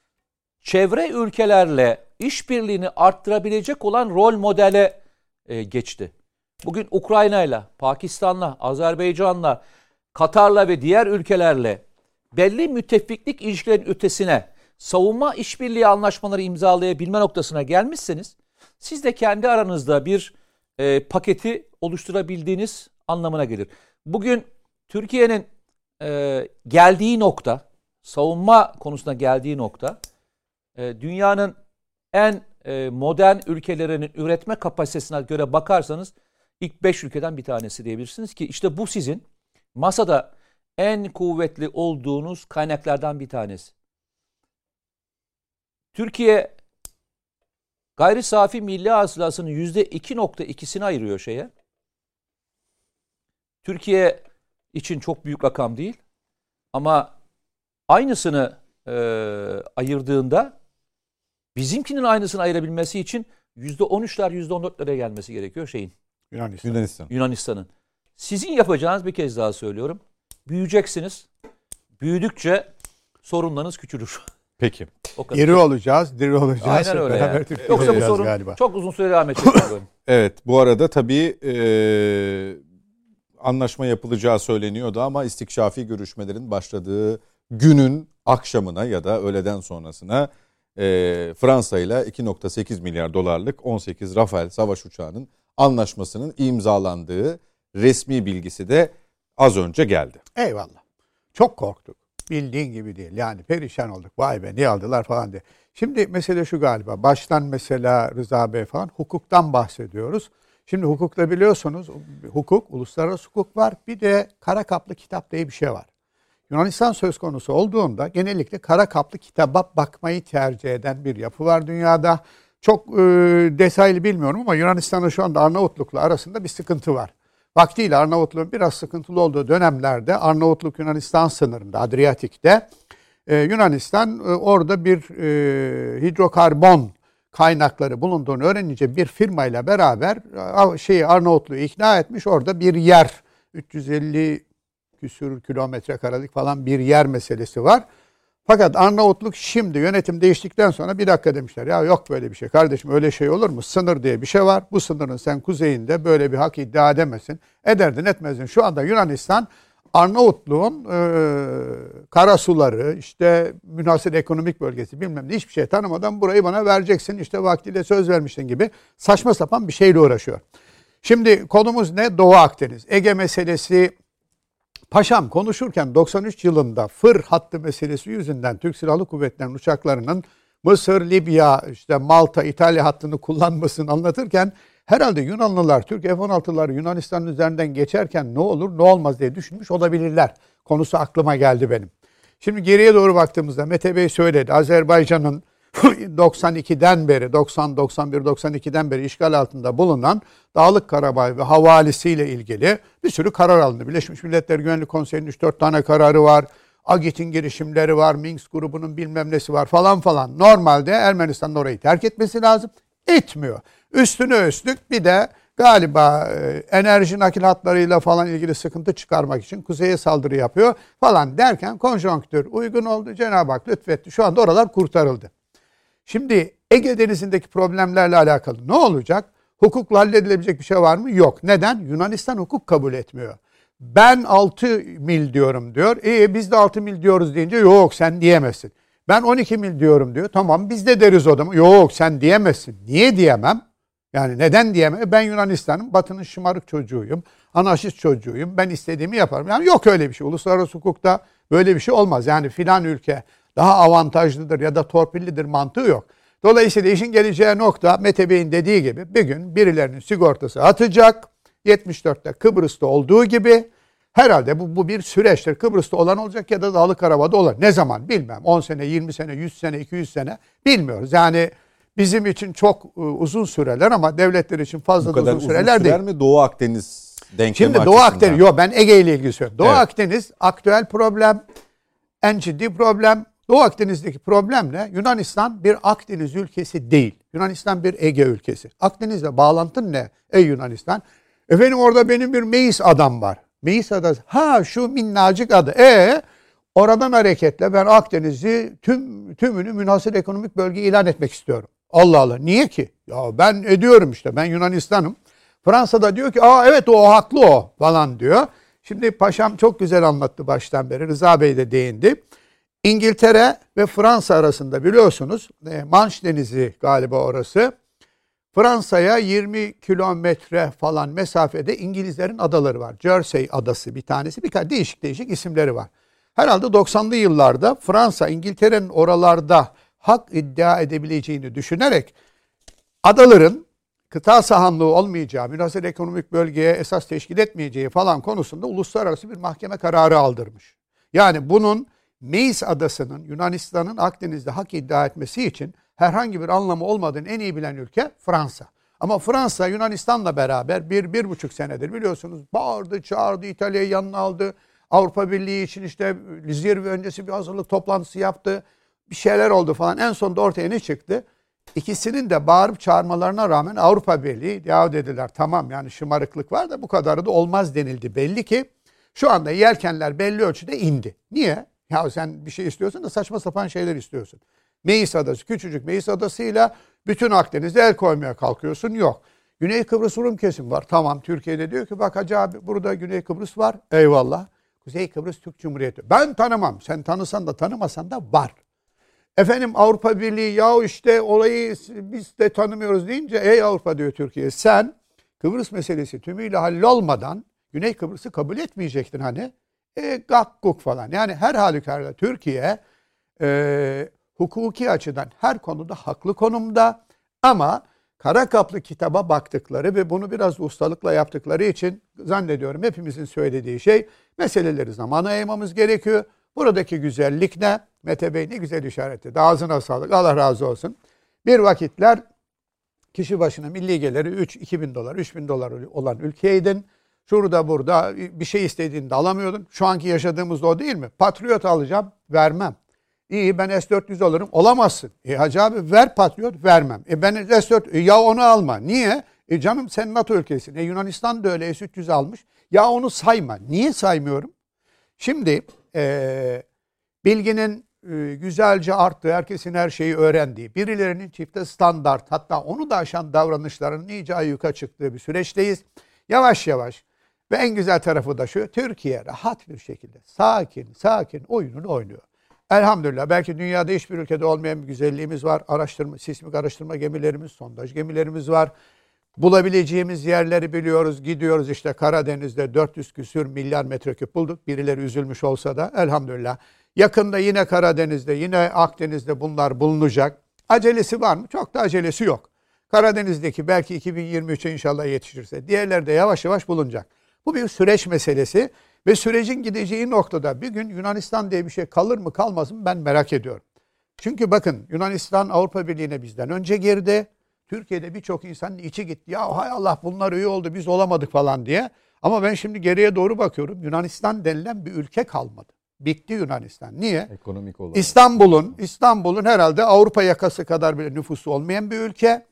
Çevre ülkelerle işbirliğini arttırabilecek olan rol modele e, geçti. Bugün Ukrayna'yla, Pakistan'la, Azerbaycan'la, Katar'la ve diğer ülkelerle belli müttefiklik ilişkilerin ötesine savunma işbirliği anlaşmaları imzalayabilme noktasına gelmişseniz siz de kendi aranızda bir e, paketi oluşturabildiğiniz anlamına gelir. Bugün Türkiye'nin e, geldiği nokta, savunma konusunda geldiği nokta e, dünyanın en e, modern ülkelerinin üretme kapasitesine göre bakarsanız ilk beş ülkeden bir tanesi diyebilirsiniz ki işte bu sizin masada en kuvvetli olduğunuz kaynaklardan bir tanesi. Türkiye gayri safi milli hasılasının yüzde iki nokta ikisini ayırıyor şeye. Türkiye için çok büyük rakam değil. Ama aynısını e, ayırdığında bizimkinin aynısını ayırabilmesi için yüzde on üçler, yüzde on dörtlere gelmesi gerekiyor şeyin. Yunanistan. Yunanistan. Yunanistan'ın. Sizin yapacağınız, bir kez daha söylüyorum, büyüyeceksiniz. Büyüdükçe sorunlarınız küçülür. Peki. O kadar. İri olacağız, diri olacağız. Aynen öyle Beraber yani. Türkiye Yoksa bu olacağız sorun galiba. çok uzun süre devam edecek. Evet, bu arada tabii e, anlaşma yapılacağı söyleniyordu ama istikşafi görüşmelerin başladığı günün akşamına ya da öğleden sonrasına e, Fransa ile iki nokta sekiz milyar dolarlık on sekiz Rafale savaş uçağının anlaşmasının imzalandığı resmi bilgisi de az önce geldi. Eyvallah. Çok korktuk. Bildiğin gibi değil. Yani perişan olduk. Vay be niye aldılar falan diye. Şimdi mesele şu galiba. Baştan mesela Rıza Bey falan hukuktan bahsediyoruz. Şimdi hukukta biliyorsunuz hukuk, uluslararası hukuk var. Bir de kara kaplı kitap diye bir şey var. Yunanistan söz konusu olduğunda genellikle kara kaplı kitaba bakmayı tercih eden bir yapı var dünyada. Çok e, detaylı bilmiyorum ama Yunanistan'ın şu anda Arnavutluk'la arasında bir sıkıntı var. Vaktiyle Arnavutluğun biraz sıkıntılı olduğu dönemlerde Arnavutluk Yunanistan sınırında Adriyatik'te e, Yunanistan e, orada bir e, hidrokarbon kaynakları bulunduğunu öğrenince bir firmayla beraber e, şeyi Arnavutluğu ikna etmiş. Orada bir yer üç yüz elli küsur kilometre karelik falan bir yer meselesi var. Fakat Arnavutluk şimdi yönetim değiştikten sonra bir dakika demişler. Ya yok böyle bir şey kardeşim, öyle şey olur mu? Sınır diye bir şey var. Bu sınırın sen kuzeyinde böyle bir hak iddia edemezsin. Ederdin etmezdin. Şu anda Yunanistan Arnavutluğun e, karasuları, işte münhasır ekonomik bölgesi bilmem ne hiçbir şey tanımadan burayı bana vereceksin. İşte vaktiyle söz vermiştin gibi saçma sapan bir şeyle uğraşıyor. Şimdi konumuz ne? Doğu Akdeniz. Ege meselesi. Paşam konuşurken doksan üç yılında Fır hattı meselesi yüzünden Türk Silahlı Kuvvetleri'nin uçaklarının Mısır, Libya, işte Malta, İtalya hattını kullanmasını anlatırken herhalde Yunanlılar Türk F on altıları Yunanistan'ın üzerinden geçerken ne olur ne olmaz diye düşünmüş olabilirler. Konusu aklıma geldi benim. Şimdi geriye doğru baktığımızda Mete Bey söyledi. Azerbaycan'ın doksan ikiden beri, doksan, doksan bir, doksan ikiden beri işgal altında bulunan Dağlık Karabağ ve havalisiyle ilgili bir sürü karar alındı. Birleşmiş Milletler Güvenlik Konseyi'nin üç dört tane kararı var. AGİT'in girişimleri var. Minsk grubunun bilmem nesi var falan falan. Normalde Ermenistan'ın orayı terk etmesi lazım. Etmiyor. Üstüne üstlük bir de galiba e, enerji nakil hatlarıyla falan ilgili sıkıntı çıkarmak için kuzeye saldırı yapıyor falan derken konjonktür uygun oldu. Cenab-ı Hak lütfetti. Şu anda oralar kurtarıldı. Şimdi Ege Denizi'ndeki problemlerle alakalı ne olacak? Hukukla halledilebilecek bir şey var mı? Yok. Neden? Yunanistan hukuk kabul etmiyor. Ben altı mil diyorum diyor. E biz de altı mil diyoruz deyince yok sen diyemezsin. Ben on iki mil diyorum diyor. Tamam biz de deriz o zaman. Yok sen diyemezsin. Niye diyemem? Yani neden diyemem? Ben Yunanistan'ın batının şımarık çocuğuyum. Anarşist çocuğuyum. Ben istediğimi yaparım. Yani yok öyle bir şey. Uluslararası hukukta böyle bir şey olmaz. Yani filan ülke daha avantajlıdır ya da torpillidir mantığı yok. Dolayısıyla işin geleceği nokta Mete Bey'in dediği gibi bir gün birilerinin sigortası atacak. yetmiş dörtte Kıbrıs'ta olduğu gibi herhalde bu, bu bir süreçtir. Kıbrıs'ta olan olacak ya da Dağlık Karabağ'da olur. Ne zaman bilmem. on sene, yirmi sene, yüz sene, iki yüz sene bilmiyoruz. Yani bizim için çok uzun süreler ama devletler için fazla da uzun, uzun süreler sürer değil. Mi Doğu Akdeniz denklemi Şimdi açısından? Doğu Akdeniz, yok ben Ege ile ilgili söylüyorum. Doğu Evet. Akdeniz aktüel problem, en ciddi problem. Doğu Akdeniz'deki problem ne? Yunanistan bir Akdeniz ülkesi değil. Yunanistan bir Ege ülkesi. Akdeniz'le bağlantın ne ey Yunanistan? Efendim orada benim bir Meis adam var. Meis adası. Ha şu minnacık adı. E oradan hareketle ben Akdeniz'i tüm tümünü münhasır ekonomik bölge ilan etmek istiyorum. Allah Allah. Niye ki? Ya ben ediyorum işte. Ben Yunanistan'ım. Fransa da diyor ki aa evet o haklı o falan diyor. Şimdi paşam çok güzel anlattı baştan beri. Rıza Bey de değindi. İngiltere ve Fransa arasında biliyorsunuz Manş Denizi galiba orası. Fransa'ya yirmi kilometre falan mesafede İngilizlerin adaları var. Jersey adası bir tanesi. Birkaç değişik değişik isimleri var. Herhalde doksanlı yıllarda Fransa İngiltere'nin oralarda hak iddia edebileceğini düşünerek adaların kıta sahanlığı olmayacağı, münhasır ekonomik bölgeye esas teşkil etmeyeceği falan konusunda uluslararası bir mahkeme kararı aldırmış. Yani bunun Meis Adası'nın Yunanistan'ın Akdeniz'de hak iddia etmesi için herhangi bir anlamı olmadığını en iyi bilen ülke Fransa. Ama Fransa Yunanistan'la beraber bir, bir buçuk senedir biliyorsunuz bağırdı, çağırdı, İtalya'yı yanına aldı. Avrupa Birliği için işte zirve öncesi bir hazırlık toplantısı yaptı. Bir şeyler oldu falan. En sonunda ortaya ne çıktı? İkisinin de bağırıp çağırmalarına rağmen Avrupa Birliği ya dediler tamam yani şımarıklık var da bu kadarı da olmaz denildi. Belli ki şu anda yelkenler belli ölçüde indi. Niye? Ya sen bir şey istiyorsun da saçma sapan şeyler istiyorsun. Meis Adası, küçücük Meis Adası'yla bütün Akdeniz'de el koymaya kalkıyorsun. Yok. Güney Kıbrıs Rum kesim var. Tamam Türkiye'de diyor ki bak Hacı abi burada Güney Kıbrıs var. Eyvallah. Kuzey Kıbrıs Türk Cumhuriyeti. Ben tanımam. Sen tanısan da tanımasan da var. Efendim Avrupa Birliği ya işte olayı biz de tanımıyoruz deyince ey Avrupa diyor Türkiye sen Kıbrıs meselesi tümüyle hallolmadan Güney Kıbrıs'ı kabul etmeyecektin hani. E, gakkuk falan. Yani her halükarda Türkiye e, hukuki açıdan her konuda haklı konumda ama kara kaplı kitaba baktıkları ve bunu biraz ustalıkla yaptıkları için zannediyorum hepimizin söylediği şey meseleleri zamana yaymamız gerekiyor. Buradaki güzellik ne? Mete Bey ne güzel işaretledi. Ağzına sağlık. Allah razı olsun. Bir vakitler kişi başına milli geliri üç iki bin dolar, üç bin dolar olan ülkeydin. Şurada burada bir şey istediğinde alamıyordun. Şu anki yaşadığımızda o değil mi? Patriot alacağım, vermem. İyi ben S dört yüz alırım. Olamazsın. E Hacı abi ver Patriot, vermem. E ben S dört, e, ya onu alma. Niye? E canım sen NATO ülkesin. E Yunanistan da öyle S üç yüz almış. Ya onu sayma. Niye saymıyorum? Şimdi e, bilginin e, güzelce arttığı, herkesin her şeyi öğrendiği, birilerinin çifte standart hatta onu da aşan davranışlarının iyice ayyuka çıktığı bir süreçteyiz. Yavaş yavaş ve en güzel tarafı da şu, Türkiye rahat bir şekilde sakin sakin oyununu oynuyor. Elhamdülillah belki dünyada hiçbir ülkede olmayan bir güzelliğimiz var. Araştırma, sismik araştırma gemilerimiz, sondaj gemilerimiz var. Bulabileceğimiz yerleri biliyoruz. Gidiyoruz işte Karadeniz'de dört yüz küsür milyar metreküp bulduk. Birileri üzülmüş olsa da elhamdülillah. Yakında yine Karadeniz'de, yine Akdeniz'de bunlar bulunacak. Acelesi var mı? Çok da acelesi yok. Karadeniz'deki belki iki bin yirmi üçe inşallah yetişirse. Diğerleri de yavaş yavaş bulunacak. Bu bir süreç meselesi. Ve sürecin gideceği noktada bir gün Yunanistan diye bir şey kalır mı kalmaz mı ben merak ediyorum. Çünkü bakın Yunanistan Avrupa Birliği'ne bizden önce girdi. Türkiye'de birçok insanın içi gitti. Ya hay Allah bunlar iyi oldu biz olamadık falan diye. Ama ben şimdi geriye doğru bakıyorum. Yunanistan denilen bir ülke kalmadı. Bitti Yunanistan. Niye? Ekonomik olarak. İstanbul'un İstanbul'un herhalde Avrupa yakası kadar bile nüfusu olmayan bir ülke.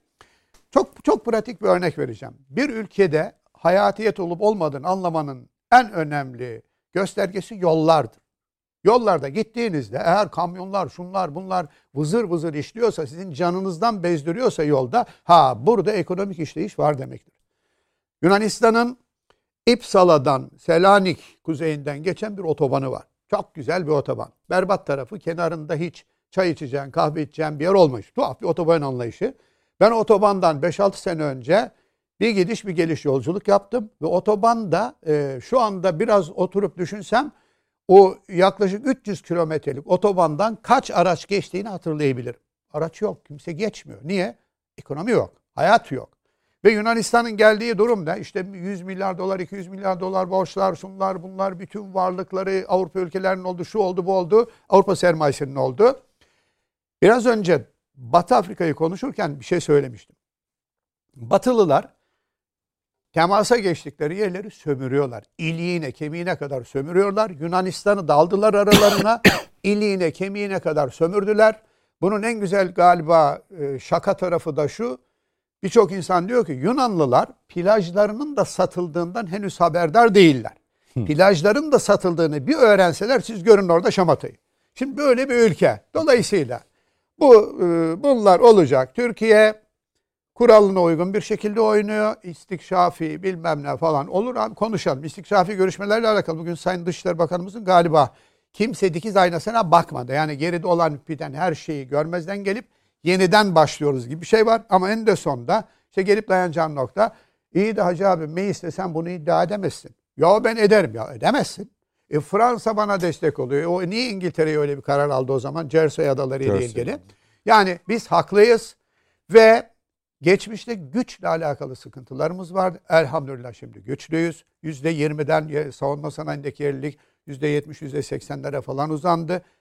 Çok çok pratik bir örnek vereceğim. Bir ülkede hayatiyet olup olmadığını anlamanın en önemli göstergesi yollardır. Yollarda gittiğinizde eğer kamyonlar, şunlar, bunlar vızır vızır işliyorsa, sizin canınızdan bezdiriyorsa yolda, ha burada ekonomik işleyiş var demektir. Yunanistan'ın İpsala'dan Selanik kuzeyinden geçen bir otobanı var. Çok güzel bir otoban. Berbat tarafı kenarında hiç çay içeceğin, kahve içeceğin bir yer olmamış. Tuhaf bir otoban anlayışı. Ben otobandan beş altı sene önce bir gidiş bir geliş yolculuk yaptım ve otobanda e, şu anda biraz oturup düşünsem o yaklaşık üç yüz kilometrelik otobandan kaç araç geçtiğini hatırlayabilirim. Araç yok, kimse geçmiyor. Niye? Ekonomi yok, hayat yok. Ve Yunanistan'ın geldiği durum da işte yüz milyar dolar, iki yüz milyar dolar borçlar, şunlar bunlar, bütün varlıkları Avrupa ülkelerinin oldu, şu oldu, bu oldu, Avrupa sermayesinin oldu. Biraz önce Batı Afrika'yı konuşurken bir şey söylemiştim. Batılılar temasa geçtikleri yerleri sömürüyorlar. İliğine, kemiğine kadar sömürüyorlar. Yunanistan'ı daldılar aralarına. İliğine, kemiğine kadar sömürdüler. Bunun en güzel galiba e, şaka tarafı da şu. Birçok insan diyor ki Yunanlılar plajlarının da satıldığından henüz haberdar değiller. Hı. Plajların da satıldığını bir öğrenseler siz görün orada şamatayı. Şimdi böyle bir ülke. Dolayısıyla bu e, bunlar olacak. Türkiye kuralına uygun bir şekilde oynuyor. İstikşafi bilmem ne falan olur abi konuşalım. İstikşafi görüşmelerle alakalı bugün Sayın Dışişleri Bakanımızın galiba kimse dikiz aynasına bakmadı. Yani geride olan biten her şeyi görmezden gelip yeniden başlıyoruz gibi bir şey var. Ama en de sonunda işte gelip dayanacağın nokta iyi de Hacı abi mecliste sen bunu iddia edemezsin. Ya ben ederim ya edemezsin. E Fransa bana destek oluyor. O niye İngiltere'ye öyle bir karar aldı o zaman? Jersey adaları ile ilgili. Yani biz haklıyız ve geçmişte güçle alakalı sıkıntılarımız vardı. Elhamdülillah şimdi güçlüyüz. yüzde yirmiden savunma sanayindeki yerlilik yüzde yetmiş, yüzde seksenlere falan uzandı.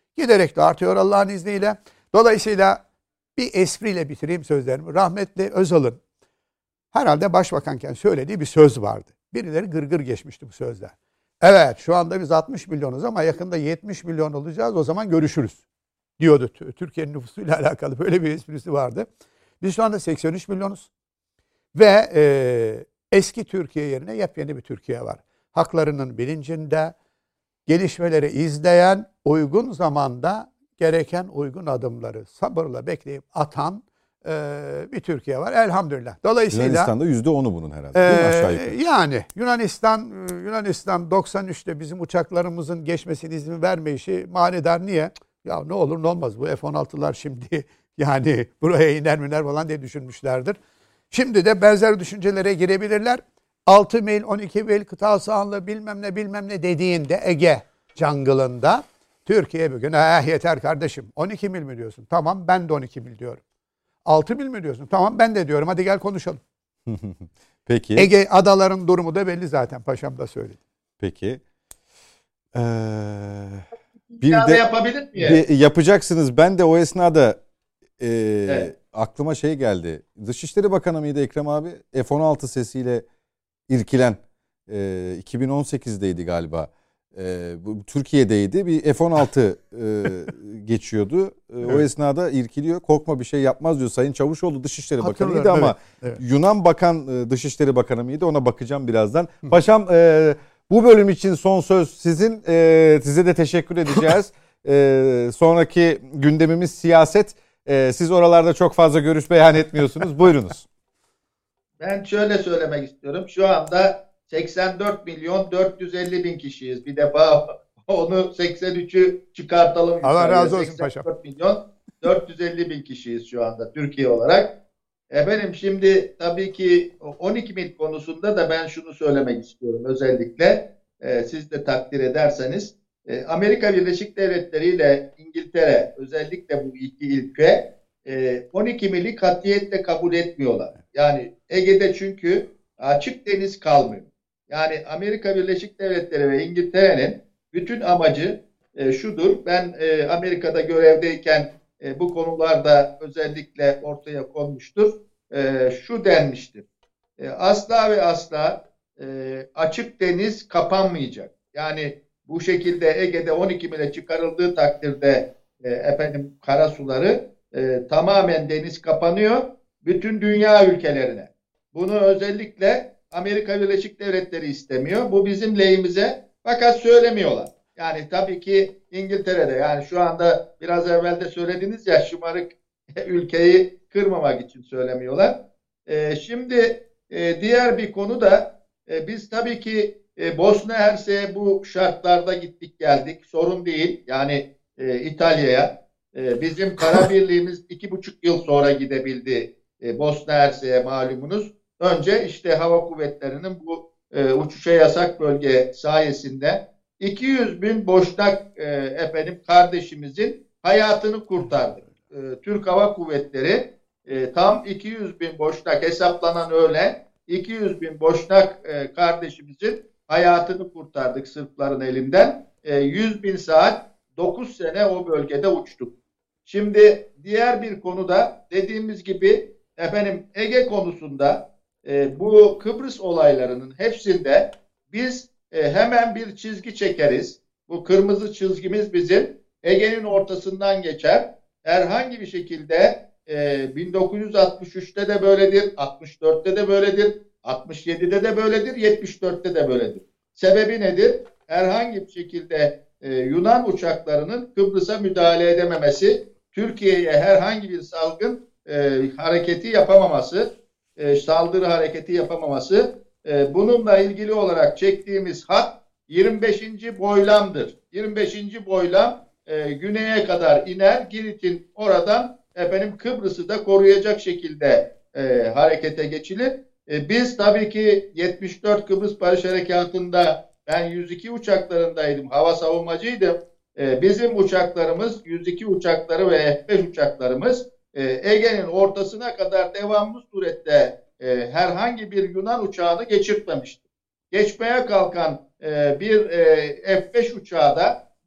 Giderek de artıyor Allah'ın izniyle. Dolayısıyla bir espriyle bitireyim sözlerimi. Rahmetli Özal'ın herhalde başbakanken söylediği bir söz vardı. Birileri gırgır geçmişti bu sözler. Evet, şu anda biz altmış milyonuz ama yakında yetmiş milyon olacağız, o zaman görüşürüz diyordu. Türkiye'nin nüfusuyla alakalı böyle bir esprisi vardı. Biz şu anda seksen üç milyonuz ve e, eski Türkiye yerine yepyeni bir Türkiye var. Haklarının bilincinde, gelişmeleri izleyen, uygun zamanda gereken uygun adımları sabırla bekleyip atan e, bir Türkiye var elhamdülillah. Dolayısıyla Yunanistan'da yüzde onu bunun herhalde. Değil mi? Aşağı yukarı. Yani Yunanistan Yunanistan doksan üçte bizim uçaklarımızın geçmesine izin vermeyişi manidar. Niye? Ya ne olur ne olmaz bu F on altılar şimdi yani buraya iner miner falan diye düşünmüşlerdir. Şimdi de benzer düşüncelere girebilirler. altı mil, on iki mil kıta sahanlığı bilmem ne bilmem ne dediğinde Ege jungle'ında Türkiye bugün eh yeter kardeşim on iki mil mi diyorsun? Tamam ben de on iki mil diyorum. altı mil mi diyorsun? Tamam ben de diyorum. Hadi gel konuşalım. Peki. Ege adaların durumu da belli zaten. Paşam da söyledi. Peki. Ee, bir İlave de yapabilir miyim? bir, yapacaksınız. Ben de o esnada e, Evet. aklıma şey geldi. Dışişleri Bakanı mıydı Ekrem abi? F on altı sesiyle irkilen e, iki bin on sekizdeydi galiba. E, bu Türkiye'deydi. Bir F on altı e, geçiyordu. E, Evet. O esnada irkiliyor. Korkma bir şey yapmaz diyor. Sayın Çavuşoğlu Dışişleri Bakanı'ydı Hatırlıyorum, ama evet, evet. Yunan Bakan e, Dışişleri Bakanı mıydı? Ona bakacağım birazdan. Paşam e, bu bölüm için son söz sizin. E, size de teşekkür edeceğiz. e, sonraki gündemimiz siyaset. E, siz oralarda çok fazla görüş beyan etmiyorsunuz. Buyurunuz. Ben şöyle söylemek istiyorum. Şu anda seksen dört milyon dört yüz elli bin kişiyiz. Bir defa onu seksen üçü çıkartalım. Allah yukarıya. razı olsun paşam. seksen dört milyon dört yüz elli bin kişiyiz şu anda Türkiye olarak. Efendim şimdi tabii ki on iki mil konusunda da ben şunu söylemek istiyorum. Özellikle e, siz de takdir ederseniz e, Amerika Birleşik Devletleri ile İngiltere özellikle bu iki ülke e, on iki mili katiyetle kabul etmiyorlar. Yani Ege'de çünkü açık deniz kalmıyor. Yani Amerika Birleşik Devletleri ve İngiltere'nin bütün amacı e, şudur. Ben e, Amerika'da görevdeyken e, bu konularda özellikle ortaya konmuştur. E, şu denmiştir. E, asla ve asla e, açık deniz kapanmayacak. Yani bu şekilde Ege'de on iki mile çıkarıldığı takdirde e, efendim karasuları e, tamamen deniz kapanıyor. Bütün dünya ülkelerine. Bunu özellikle Amerika Birleşik Devletleri istemiyor. Bu bizim lehimize fakat söylemiyorlar. Yani tabii ki İngiltere'de yani şu anda biraz evvel de söylediniz ya şımarık ülkeyi kırmamak için söylemiyorlar. Ee, şimdi e, diğer bir konu da e, biz tabii ki e, Bosna Hersek'e bu şartlarda gittik geldik. Sorun değil. Yani e, İtalya'ya e, bizim kara birliğimiz iki buçuk yıl sonra gidebildi e, Bosna Hersek'e malumunuz. Önce işte hava kuvvetlerinin bu e, uçuşa yasak bölge sayesinde iki yüz bin Boşnak e, efendim kardeşimizin hayatını kurtardı. E, Türk Hava Kuvvetleri e, tam iki yüz bin Boşnak hesaplanan öyle iki yüz bin Boşnak e, kardeşimizin hayatını kurtardık Sırpların elinden. E, yüz bin saat dokuz sene o bölgede uçtuk. Şimdi diğer bir konuda dediğimiz gibi efendim Ege konusunda e, bu Kıbrıs olaylarının hepsinde biz e, hemen bir çizgi çekeriz. Bu kırmızı çizgimiz bizim Ege'nin ortasından geçer. Herhangi bir şekilde e, bin dokuz yüz altmış üçte de böyledir, altmış dörtte de böyledir, altmış yedide de böyledir, yetmiş dörtte de böyledir. Sebebi nedir? Herhangi bir şekilde e, Yunan uçaklarının Kıbrıs'a müdahale edememesi, Türkiye'ye herhangi bir salgın e, hareketi yapamaması, e, saldırı hareketi yapamaması, e, bununla ilgili olarak çektiğimiz hat yirmi beşinci boylamdır. yirmi beşinci boylam e, güneye kadar iner, Girit'in oradan efendim Kıbrıs'ı da koruyacak şekilde e, harekete geçilir. E, biz tabii ki yetmiş dört Kıbrıs Barış Harekatı'nda ben yüz iki uçaklarındaydım, hava savunmacıydım. E, bizim uçaklarımız, yüz iki uçakları ve F beş uçaklarımız e, Ege'nin ortasına kadar devamlı surette e, herhangi bir Yunan uçağını geçirtmemiştir. Geçmeye kalkan e, bir e, F beş uçağı da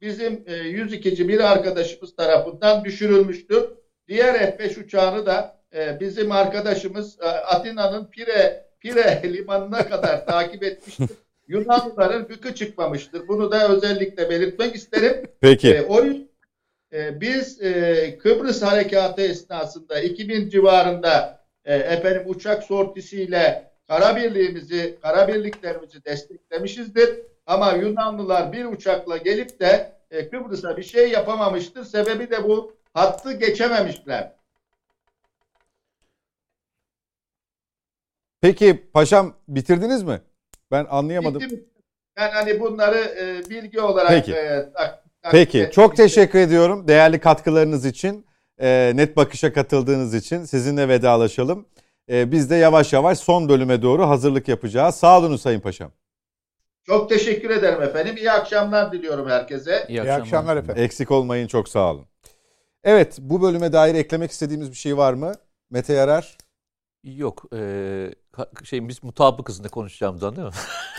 bizim e, yüz ikici bir arkadaşımız tarafından düşürülmüştür. Diğer F beş uçağını da e, bizim arkadaşımız e, Atina'nın Pire Pire limanına kadar takip etmiştir. Yunanlıların gıkı çıkmamıştır. Bunu da özellikle belirtmek isterim. Peki. E, o yüzden e, biz e, Kıbrıs harekatı esnasında iki bin civarında e, efendim uçak sortisiyle kara birliğimizi, kara birliklerimizi desteklemişizdir. Ama Yunanlılar bir uçakla gelip de e, Kıbrıs'a bir şey yapamamıştır. Sebebi de bu. Hattı geçememişler. Peki paşam bitirdiniz mi? Ben anlayamadım. Bitti. Ben hani bunları e, bilgi olarak Peki. e, tak, tak, Peki. tak, Çok tak, teşekkür ediyorum değerli katkılarınız için. E, Net Bakış'a katıldığınız için sizinle vedalaşalım. E, biz de yavaş yavaş son bölüme doğru hazırlık yapacağız. Sağ olun Sayın Paşam. Çok teşekkür ederim efendim. İyi akşamlar diliyorum herkese. İyi İyi akşamlar. akşamlar efendim. Eksik olmayın, çok sağ olun. Evet, bu bölüme dair eklemek istediğimiz bir şey var mı? Mete Yarar? Yok. E, şey biz mutabıkız ne konuşacağımızdan değil mi?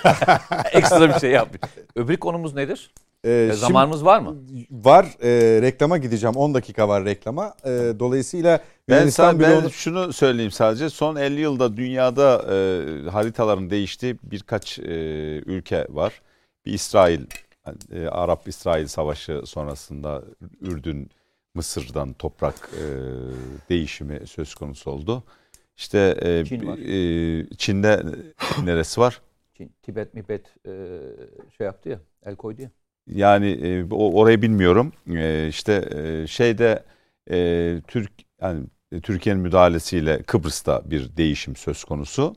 Ekstra bir şey yapmış. Öbür konumuz nedir? Ee, E, şimdi- zamanımız var mı? Var. E, reklama gideceğim. on dakika var reklama. E, dolayısıyla Ben, Yunanistan sa- ben bloğunu- şunu söyleyeyim sadece. Son elli yılda dünyada e, haritaların değiştiği birkaç e, ülke var. Bir İsrail, e, Arap-İsrail Savaşı sonrasında Ürdün, Mısır'dan toprak e, değişimi söz konusu oldu. İşte e, Çin var. e, Çin'de neresi var? Çin, Tibet, Mibet e, şey yaptı ya, el koydu ya. Yani e, o- orayı bilmiyorum. E, işte e, şeyde e, Türk yani e, Türkiye'nin müdahalesiyle Kıbrıs'ta bir değişim söz konusu.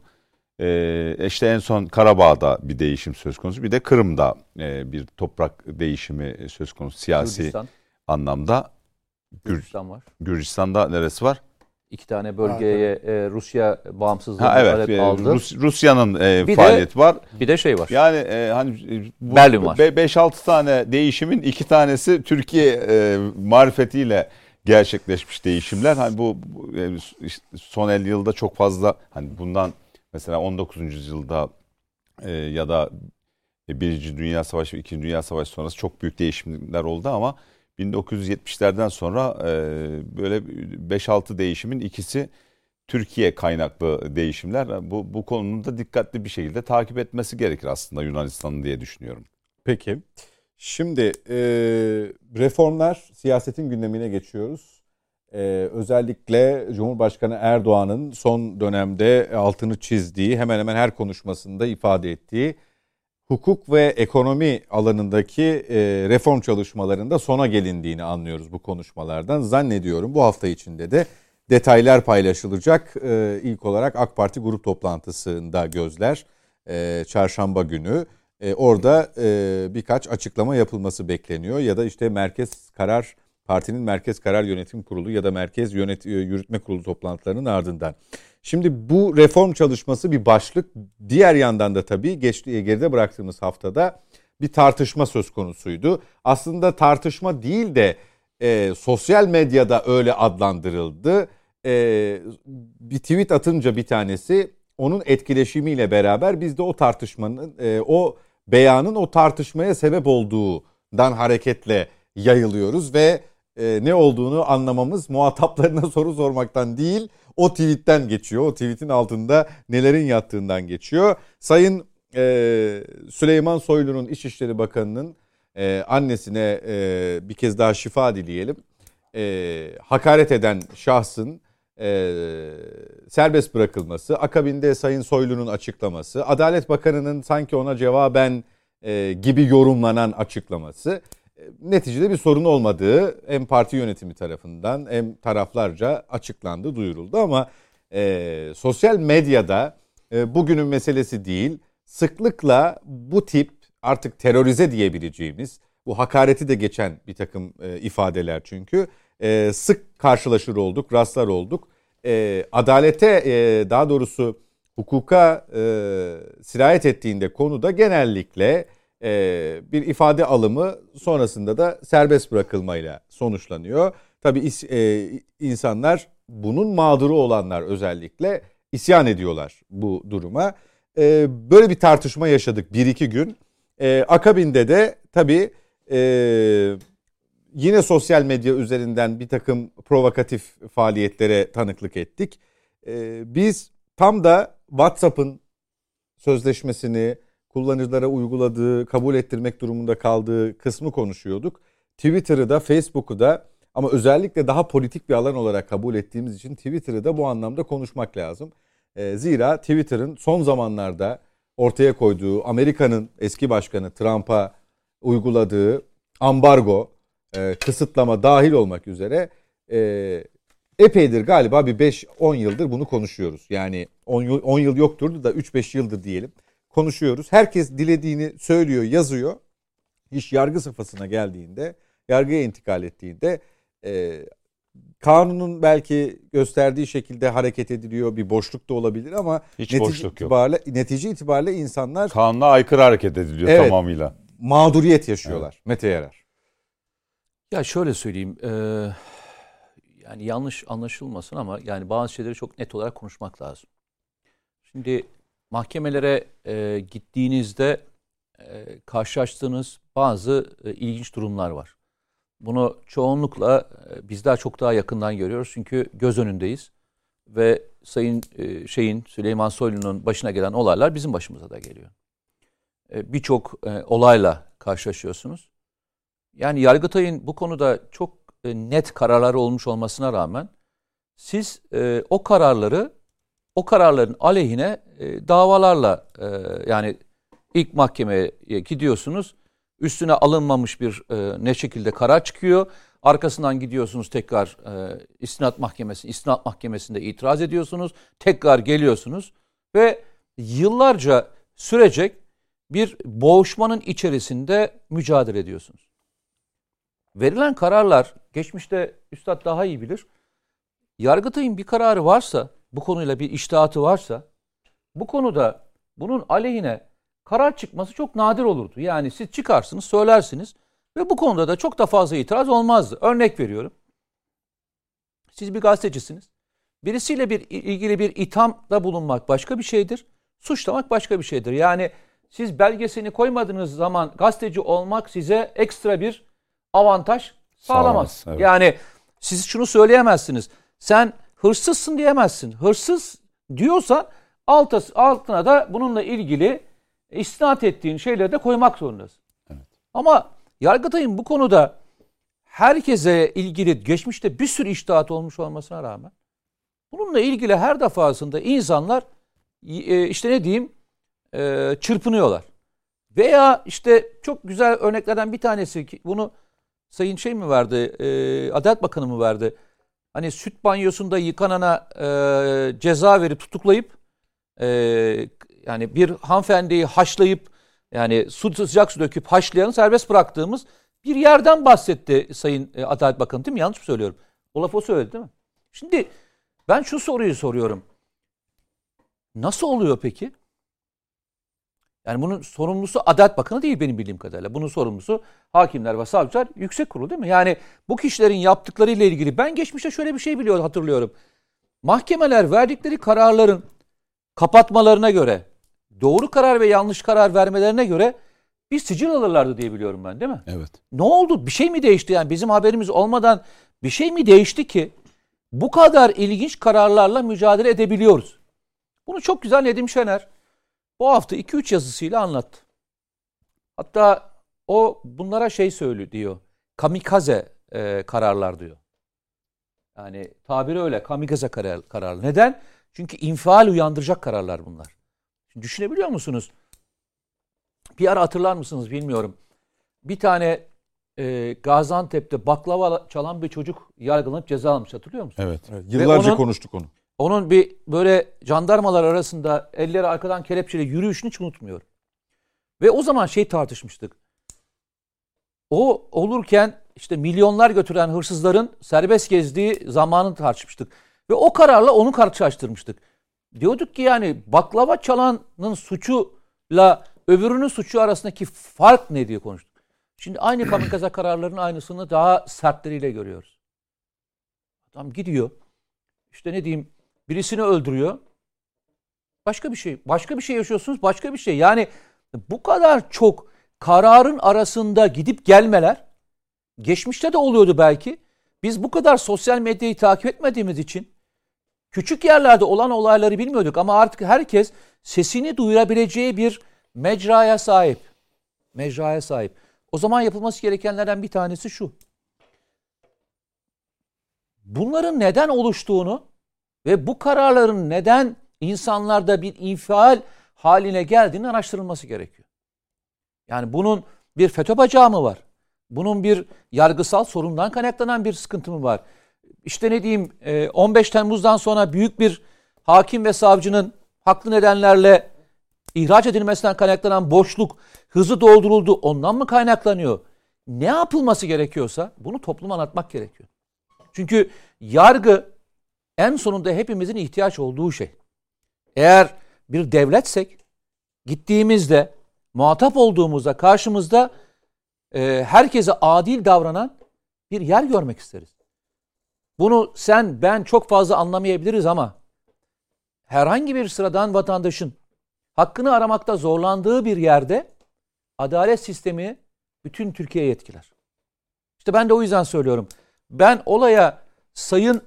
E, işte en son Karabağ'da bir değişim söz konusu. Bir de Kırım'da e, bir toprak değişimi söz konusu siyasi Gürcistan, anlamda. Gür- Gürcistan var. Gürcistan'da neresi var? İki tane bölgeye e, Rusya bağımsızlığını Ha evet. alet e, aldı. Rus- Rusya'nın e, Bir de- faaliyeti var. Bir de şey var. Yani e, hani e, bu Berlin var. beş altı tane değişimin iki tanesi Türkiye e, marifetiyle gerçekleşmiş değişimler. Hani bu, bu e, işte son elli yılda çok fazla hani bundan mesela on dokuzuncu yüzyılda e, ya da Birinci Dünya Savaşı ve İkinci Dünya Savaşı sonrası çok büyük değişimler oldu ama bin dokuz yüz yetmişlerden sonra e, böyle beş altı değişimin ikisi Türkiye kaynaklı değişimler. Bu, bu konunun da dikkatli bir şekilde takip etmesi gerekir aslında Yunanistan'ın diye düşünüyorum. Peki. Şimdi e, reformlar siyasetin gündemine geçiyoruz. E, özellikle Cumhurbaşkanı Erdoğan'ın son dönemde altını çizdiği, hemen hemen her konuşmasında ifade ettiği hukuk ve ekonomi alanındaki e, reform çalışmalarında sona gelindiğini anlıyoruz bu konuşmalardan. Zannediyorum bu hafta içinde de detaylar paylaşılacak. E, ilk olarak AK Parti grup toplantısında gözler e, çarşamba günü. E, orada e, birkaç açıklama yapılması bekleniyor ya da işte Merkez Karar Parti'nin Merkez Karar Yönetim Kurulu ya da Merkez Yönet Yürütme Kurulu toplantılarının ardından. Şimdi bu reform çalışması bir başlık. Diğer yandan da tabii geçtiği geride bıraktığımız haftada bir tartışma söz konusuydu. Aslında tartışma değil de e, sosyal medyada öyle adlandırıldı. E, bir tweet atınca bir tanesi onun etkileşimiyle beraber biz de o tartışmanın, e, o beyanın o tartışmaya sebep olduğundan hareketle yayılıyoruz ve e, ne olduğunu anlamamız muhataplarına soru sormaktan değil, o tweetten geçiyor. O tweetin altında nelerin yattığından geçiyor. Sayın e, Süleyman Soylu'nun İçişleri Bakanı'nın e, annesine e, bir kez daha şifa dileyelim. E, hakaret eden şahsın e, serbest bırakılması, akabinde Sayın Soylu'nun açıklaması, Adalet Bakanı'nın sanki ona cevaben e, gibi yorumlanan açıklaması, e, neticede bir sorun olmadığı hem parti yönetimi tarafından hem taraflarca açıklandı, duyuruldu ama e, sosyal medyada e, bugünün meselesi değil, sıklıkla bu tip artık terörize diyebileceğimiz, bu hakareti de geçen bir takım e, ifadeler çünkü e, sık karşılaşır olduk, rastlar olduk. E, adalete e, daha doğrusu hukuka e, sirayet ettiğinde konuda genellikle e, bir ifade alımı sonrasında da serbest bırakılmayla sonuçlanıyor. Tabii e, insanlar, bunun mağduru olanlar özellikle isyan ediyorlar bu duruma. E, böyle bir tartışma yaşadık bir iki gün. E, akabinde de tabii Ee, yine sosyal medya üzerinden bir takım provokatif faaliyetlere tanıklık ettik. Ee, biz tam da WhatsApp'ın sözleşmesini kullanıcılara uyguladığı, kabul ettirmek durumunda kaldığı kısmı konuşuyorduk. Twitter'ı da, Facebook'u da ama özellikle daha politik bir alan olarak kabul ettiğimiz için Twitter'ı da bu anlamda konuşmak lazım. Ee, zira Twitter'ın son zamanlarda ortaya koyduğu, Amerika'nın eski başkanı Trump'a uyguladığı ambargo, e, kısıtlama dahil olmak üzere e, epeydir galiba bir beş on yıldır bunu konuşuyoruz. Yani on yıl, on yıl yoktur da üç beş yıldır diyelim konuşuyoruz. Herkes dilediğini söylüyor, yazıyor. İş yargı safhasına geldiğinde, yargıya intikal ettiğinde e, kanunun belki gösterdiği şekilde hareket ediliyor. Bir boşluk da olabilir ama hiç netice boşluk itibariyle, yok. Netice itibariyle insanlar Kanuna aykırı hareket ediliyor evet, tamamıyla. Mağduriyet yaşıyorlar. Evet. Mete Yarar. Ya şöyle söyleyeyim. E, yani yanlış anlaşılmasın ama yani bazı şeyleri çok net olarak konuşmak lazım. Şimdi mahkemelere e, gittiğinizde e, karşılaştığınız bazı e, ilginç durumlar var. Bunu çoğunlukla e, bizler çok daha yakından görüyoruz çünkü göz önündeyiz ve Sayın e, şeyin Süleyman Soylu'nun başına gelen olaylar bizim başımıza da geliyor. E, Birçok e, olayla karşılaşıyorsunuz. Yani Yargıtay'ın bu konuda çok e, net kararları olmuş olmasına rağmen siz e, o kararları o kararların aleyhine e, davalarla e, yani ilk mahkemeye gidiyorsunuz. Üstüne alınmamış bir e, ne şekilde karar çıkıyor. Arkasından gidiyorsunuz tekrar e, istinat mahkemesi, istinat mahkemesinde itiraz ediyorsunuz. Tekrar geliyorsunuz ve yıllarca sürecek bir boğuşmanın içerisinde mücadele ediyorsunuz. Verilen kararlar, geçmişte Üstad daha iyi bilir. Yargıtay'ın bir kararı varsa, bu konuyla bir içtihatı varsa, bu konuda bunun aleyhine karar çıkması çok nadir olurdu. Yani siz çıkarsınız, söylersiniz ve bu konuda da çok da fazla itiraz olmazdı. Örnek veriyorum. Siz bir gazetecisiniz. Birisiyle bir ilgili bir ithamda bulunmak başka bir şeydir. Suçlamak başka bir şeydir. Yani siz belgesini koymadığınız zaman gazeteci olmak size ekstra bir avantaj sağlamaz. Sağlamaz, evet. Yani siz şunu söyleyemezsiniz. Sen hırsızsın diyemezsin. Hırsız diyorsan altına da bununla ilgili istinat ettiğin şeyleri de koymak zorundasın. Evet. Ama Yargıtay'ın bu konuda herkese ilgili geçmişte bir sürü içtihat olmuş olmasına rağmen bununla ilgili her defasında insanlar işte ne diyeyim çırpınıyorlar. Veya işte çok güzel örneklerden bir tanesi ki bunu Sayın şey mi verdi, Adalet Bakanı mı verdi? Hani süt banyosunda yıkanana ceza verip tutuklayıp yani bir hanımefendiyi haşlayıp yani su, sıcak su döküp haşlayanı serbest bıraktığımız bir yerden bahsetti Sayın Adalet Bakanı, değil mi? Yanlış mı söylüyorum? O lafı o söyledi değil mi? Şimdi ben şu soruyu soruyorum. Nasıl oluyor peki? Yani bunun sorumlusu Adalet Bakanı değil benim bildiğim kadarıyla. Bunun sorumlusu hakimler ve savcılar yüksek kurulu değil mi? Yani bu kişilerin yaptıklarıyla ilgili ben geçmişte şöyle bir şey biliyorum, hatırlıyorum. Mahkemeler verdikleri kararların kapatmalarına göre, doğru karar ve yanlış karar vermelerine göre bir sicil alırlardı diye biliyorum ben, değil mi? Evet. Ne oldu? Bir şey mi değişti? Yani bizim haberimiz olmadan bir şey mi değişti ki bu kadar ilginç kararlarla mücadele edebiliyoruz? Bunu çok güzel Nedim Şener bu hafta iki üç yazısıyla anlattı. Hatta o bunlara şey söylüyor diyor. Kamikaze e, kararlar diyor. Yani tabiri öyle, kamikaze karar, kararlar. Neden? Çünkü infial uyandıracak kararlar bunlar. Şimdi düşünebiliyor musunuz? Bir ara hatırlar mısınız bilmiyorum. Bir tane e, Gaziantep'te baklava çalan bir çocuk yargılanıp ceza almış, hatırlıyor musunuz? Evet. Evet, yıllarca onun, konuştuk onu. Onun bir böyle jandarmalar arasında elleri arkadan kelepçeyle yürüyüşünü hiç unutmuyorum. Ve o zaman şey tartışmıştık. O olurken işte milyonlar götüren hırsızların serbest gezdiği zamanını tartışmıştık. Ve o kararla onu karşılaştırmıştık. Diyorduk ki yani baklava çalanın suçuyla öbürünün suçu arasındaki fark ne diye konuştuk. Şimdi aynı kamikaze kararlarının aynısını daha sertleriyle görüyoruz. Adam gidiyor. İşte ne diyeyim, birisini öldürüyor. Başka bir şey. Başka bir şey yaşıyorsunuz. Başka bir şey. Yani bu kadar çok kararın arasında gidip gelmeler geçmişte de oluyordu belki. Biz bu kadar sosyal medyayı takip etmediğimiz için küçük yerlerde olan olayları bilmiyorduk ama artık herkes sesini duyurabileceği bir mecraya sahip. Mecraya sahip. O zaman yapılması gerekenlerden bir tanesi şu. Bunların neden oluştuğunu ve bu kararların neden insanlarda bir infial haline geldiğini araştırılması gerekiyor. Yani bunun bir FETÖ bacağı mı var? Bunun bir yargısal sorundan kaynaklanan bir sıkıntı mı var? İşte ne diyeyim, on beş Temmuz'dan sonra büyük bir hakim ve savcının haklı nedenlerle ihraç edilmesinden kaynaklanan boşluk hızlı dolduruldu. Ondan mı kaynaklanıyor? Ne yapılması gerekiyorsa bunu topluma anlatmak gerekiyor. Çünkü yargı en sonunda hepimizin ihtiyaç olduğu şey. Eğer bir devletsek gittiğimizde, muhatap olduğumuzda karşımızda e, herkese adil davranan bir yer görmek isteriz. Bunu sen, ben çok fazla anlamayabiliriz ama herhangi bir sıradan vatandaşın hakkını aramakta zorlandığı bir yerde adalet sistemi bütün Türkiye'yi etkiler. İşte ben de o yüzden söylüyorum. Ben olaya Sayın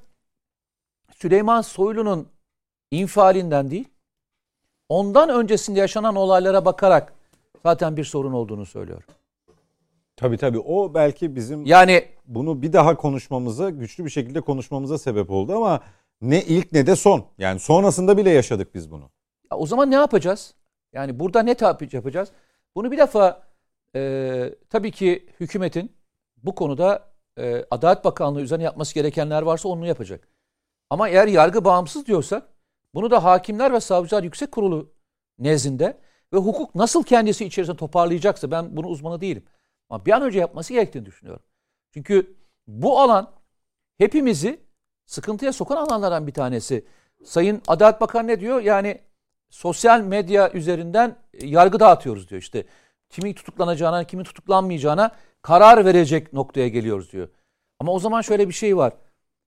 Süleyman Soylu'nun infialinden değil, ondan öncesinde yaşanan olaylara bakarak zaten bir sorun olduğunu söylüyorum. Tabii tabii o belki bizim yani bunu bir daha konuşmamıza, güçlü bir şekilde konuşmamıza sebep oldu ama ne ilk ne de son. Yani sonrasında bile yaşadık biz bunu. Ya o zaman ne yapacağız? Yani burada ne yapacağız? Bunu bir defa e, tabii ki hükümetin bu konuda e, Adalet Bakanlığı üzerine yapması gerekenler varsa onu yapacak. Ama eğer yargı bağımsız diyorsak bunu da Hakimler ve Savcılar Yüksek Kurulu nezdinde ve hukuk nasıl kendisi içerisinde toparlayacaksa, ben bunun uzmanı değilim. Ama bir an önce yapması gerektiğini düşünüyorum. Çünkü bu alan hepimizi sıkıntıya sokan alanlardan bir tanesi. Sayın Adalet Bakanı ne diyor? Yani sosyal medya üzerinden yargı dağıtıyoruz diyor. İşte kimin tutuklanacağına, kimin tutuklanmayacağına karar verecek noktaya geliyoruz diyor. Ama o zaman şöyle bir şey var.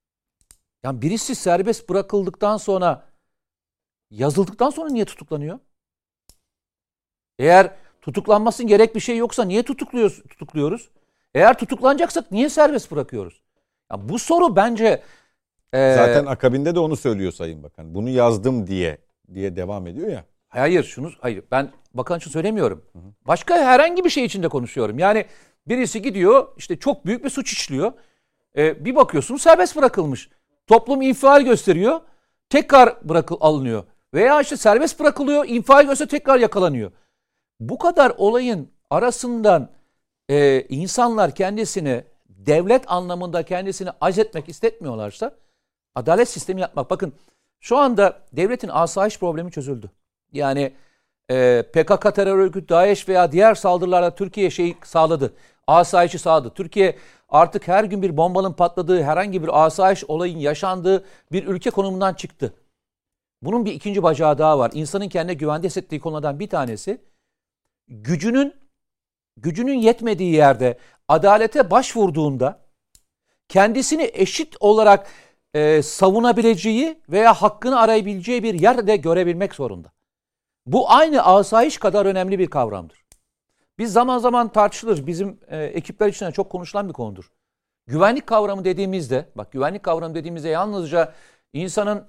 Yani birisi serbest bırakıldıktan sonra, yazıldıktan sonra niye tutuklanıyor? Eğer tutuklanmasın gerek bir şey yoksa niye tutukluyoruz, tutukluyoruz? Eğer tutuklanacaksak niye serbest bırakıyoruz? Ya bu soru bence... E, Zaten akabinde de onu söylüyor Sayın Bakan. Bunu yazdım diye diye devam ediyor ya. Hayır, şunu hayır ben bakan için söylemiyorum. Hı hı. Başka herhangi bir şey için de konuşuyorum. Yani birisi gidiyor, işte çok büyük bir suç işliyor. E, bir bakıyorsun serbest bırakılmış. Toplum infial gösteriyor. Tekrar bırakıl alınıyor. Veya işte serbest bırakılıyor, infial gösteriyor, tekrar yakalanıyor. Bu kadar olayın arasından e, insanlar kendisini devlet anlamında kendisini azetmek istetmiyorlarsa adalet sistemi yapmak. Bakın şu anda devletin asayiş problemi çözüldü. Yani e, P K K terör örgütü, DAEŞ veya diğer saldırılarla Türkiye şeyi sağladı. Asayişi sağladı. Türkiye artık her gün bir bombanın patladığı, herhangi bir asayiş olayın yaşandığı bir ülke konumundan çıktı. Bunun bir ikinci bacağı daha var. İnsanın kendine güvende hissettiği konulardan bir tanesi, gücünün gücünün yetmediği yerde adalete başvurduğunda kendisini eşit olarak e, savunabileceği veya hakkını arayabileceği bir yerde görebilmek zorunda. Bu aynı asayiş kadar önemli bir kavramdır. Biz zaman zaman tartışılır. Bizim e, ekipler içinde çok konuşulan bir konudur. Güvenlik kavramı dediğimizde, bak güvenlik kavramı dediğimizde yalnızca insanın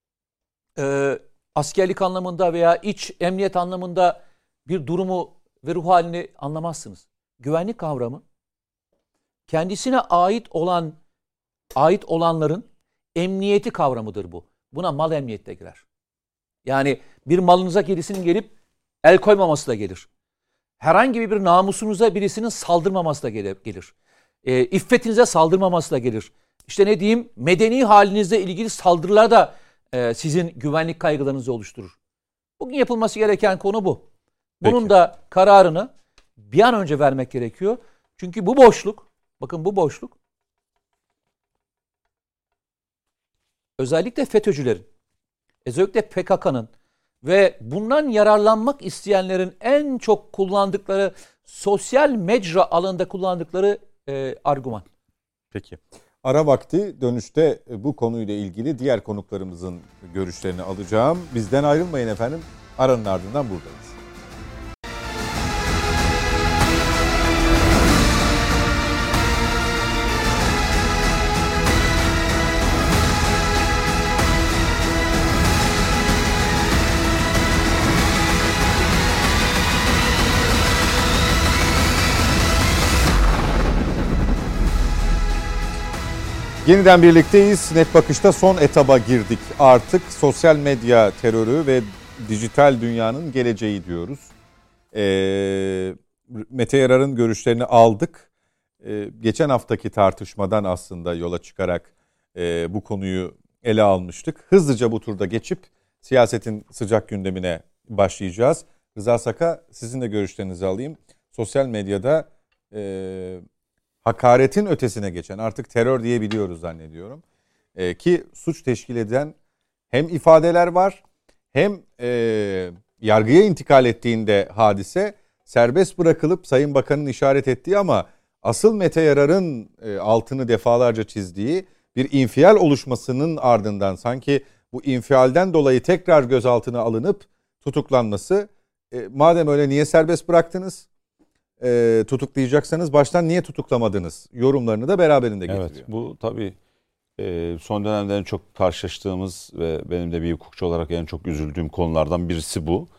e, askerlik anlamında veya iç emniyet anlamında bir durumu ve ruh halini anlamazsınız. Güvenlik kavramı kendisine ait olan ait olanların emniyeti kavramıdır bu. Buna mal emniyeti de girer. Yani bir malınıza birisinin gelip el koymaması da gelir. Herhangi bir namusunuza birisinin saldırmaması da gelir. E, iffetinize saldırmaması da gelir. İşte ne diyeyim, medeni halinizle ilgili saldırılar da e, sizin güvenlik kaygılarınızı oluşturur. Bugün yapılması gereken konu bu. Bunun Peki. da kararını bir an önce vermek gerekiyor. Çünkü bu boşluk, bakın bu boşluk özellikle FETÖ'cülerin, özellikle P K K'nın ve bundan yararlanmak isteyenlerin en çok kullandıkları sosyal mecra alanında kullandıkları e, argüman. Peki. Ara vakti, dönüşte bu konuyla ilgili diğer konuklarımızın görüşlerini alacağım. Bizden ayrılmayın efendim. Aranın ardından buradayız. Yeniden birlikteyiz. Net Bakış'ta son etaba girdik. Artık sosyal medya terörü ve dijital dünyanın geleceği diyoruz. Ee, Mete Yarar'ın görüşlerini aldık. Ee, geçen haftaki tartışmadan aslında yola çıkarak e, bu konuyu ele almıştık. Hızlıca bu turda geçip siyasetin sıcak gündemine başlayacağız. Rıza Saka, sizin de görüşlerinizi alayım. Sosyal medyada e, hakaretin ötesine geçen, artık terör diyebiliyoruz zannediyorum. E, ki suç teşkil eden hem ifadeler var, hem e, yargıya intikal ettiğinde hadise serbest bırakılıp Sayın Bakan'ın işaret ettiği ama asıl Mete Yarar'ın e, altını defalarca çizdiği bir infial oluşmasının ardından sanki bu infialden dolayı tekrar gözaltına alınıp tutuklanması. E, madem öyle niye serbest bıraktınız? E, tutuklayacaksanız baştan niye tutuklamadınız? Yorumlarını da beraberinde getiriyor. Evet, bu tabii e, son dönemde en çok karşılaştığımız ve benim de bir hukukçu olarak en çok üzüldüğüm konulardan birisi bu.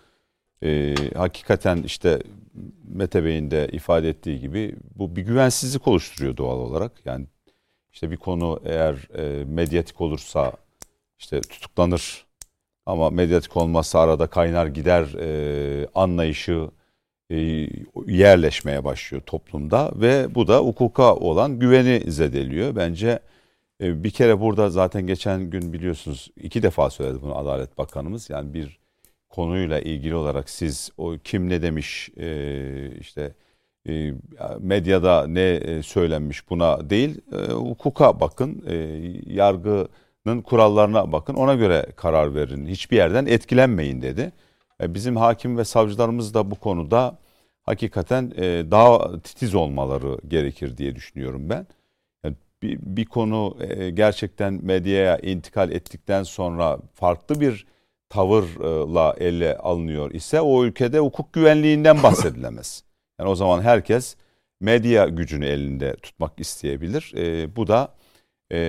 E, hakikaten işte Mete Bey'in de ifade ettiği gibi bu bir güvensizlik oluşturuyor doğal olarak. Yani işte bir konu eğer e, medyatik olursa işte tutuklanır ama medyatik olmazsa arada kaynar gider e, anlayışı e, yerleşmeye başlıyor toplumda ve bu da hukuka olan güveni zedeliyor. Bence e, bir kere burada zaten geçen gün biliyorsunuz iki defa söyledi bunu Adalet Bakanımız. Yani bir konuyla ilgili olarak siz o kim ne demiş e, işte e, medyada ne e, söylenmiş buna değil e, hukuka bakın, e, yargının kurallarına bakın, ona göre karar verin, hiçbir yerden etkilenmeyin dedi. E, bizim hakim ve savcılarımız da bu konuda hakikaten e, daha titiz olmaları gerekir diye düşünüyorum ben. Yani bir, bir konu e, gerçekten medyaya intikal ettikten sonra farklı bir tavırla ele alınıyor ise o ülkede hukuk güvenliğinden bahsedilemez. Yani o zaman herkes medya gücünü elinde tutmak isteyebilir. E, bu da e,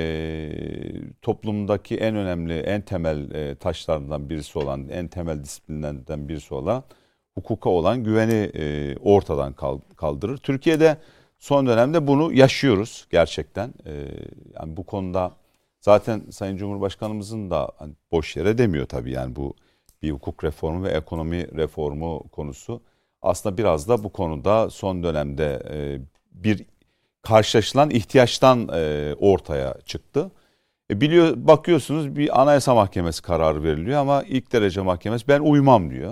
toplumdaki en önemli, en temel e, taşlarından birisi olan, en temel disiplinlerden birisi olan hukuka olan güveni e, ortadan kaldırır. Türkiye'de son dönemde bunu yaşıyoruz gerçekten. E, yani bu konuda zaten Sayın Cumhurbaşkanımızın da hani boş yere demiyor tabii, yani bu bir hukuk reformu ve ekonomi reformu konusu. Aslında biraz da bu konuda son dönemde e, bir karşılaşılan ihtiyaçtan e, ortaya çıktı. E, biliyor, bakıyorsunuz bir Anayasa Mahkemesi kararı veriliyor ama ilk derece mahkemesi ben uymam diyor.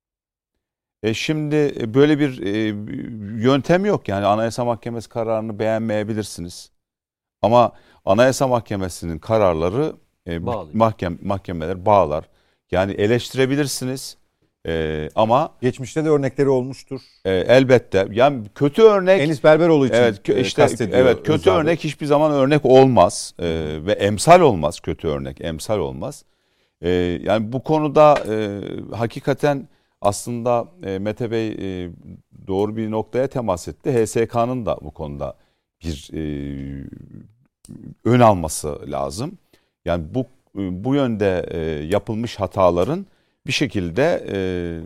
E şimdi böyle bir e, yöntem yok, yani Anayasa Mahkemesi kararını beğenmeyebilirsiniz. Ama Anayasa Mahkemesi'nin kararları e, mahkem, mahkemeler bağlar. Yani eleştirebilirsiniz e, ama geçmişte de örnekleri olmuştur. E, elbette. Yani kötü örnek Enis Berberoğlu için evet, işte, kastediyor. Evet, kötü örnek hiçbir zaman örnek olmaz e, ve emsal olmaz. Kötü örnek emsal olmaz. E, yani bu konuda e, hakikaten aslında e, Mete Bey e, doğru bir noktaya temas etti. H S K'nın da bu konuda bir e, ön alması lazım. Yani bu bu yönde e, yapılmış hataların bir şekilde e,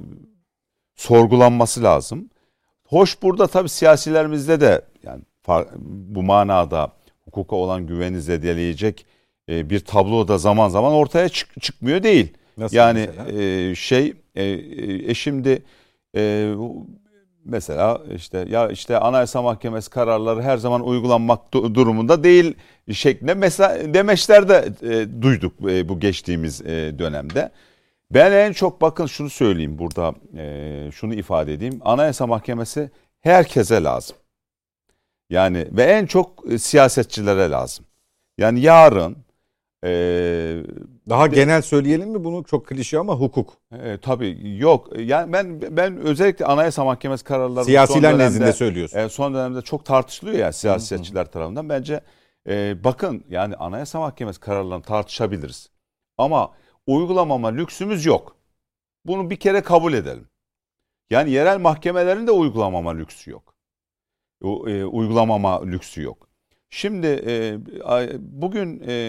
sorgulanması lazım. Hoş, burada tabii siyasilerimizde de yani bu manada hukuka olan güveni zedeleyecek e, bir tablo da zaman zaman ortaya çık, çıkmıyor değil. Nasıl yani e, şey e, e, şimdi e, mesela işte ya işte Anayasa Mahkemesi kararları her zaman uygulanmak durumunda değil şeklinde mesela demeçler de e, duyduk e, bu geçtiğimiz e, dönemde. Ben en çok bakın şunu söyleyeyim burada, e, şunu ifade edeyim. Anayasa Mahkemesi herkese lazım. Yani ve en çok e, siyasetçilere lazım. Yani yarın e, daha de, genel söyleyelim mi bunu, çok klişe ama hukuk. E, tabii yok. Yani ben ben özellikle Anayasa Mahkemesi kararları siyasiler nezdinde söylüyorsun. E, son dönemde çok tartışılıyor ya siyasetçiler tarafından. Bence e, bakın yani Anayasa Mahkemesi kararlarını tartışabiliriz. Ama uygulamama lüksümüz yok. Bunu bir kere kabul edelim. Yani yerel mahkemelerin de uygulamama lüksü yok. O, e, uygulamama lüksü yok. Şimdi e, bugün e,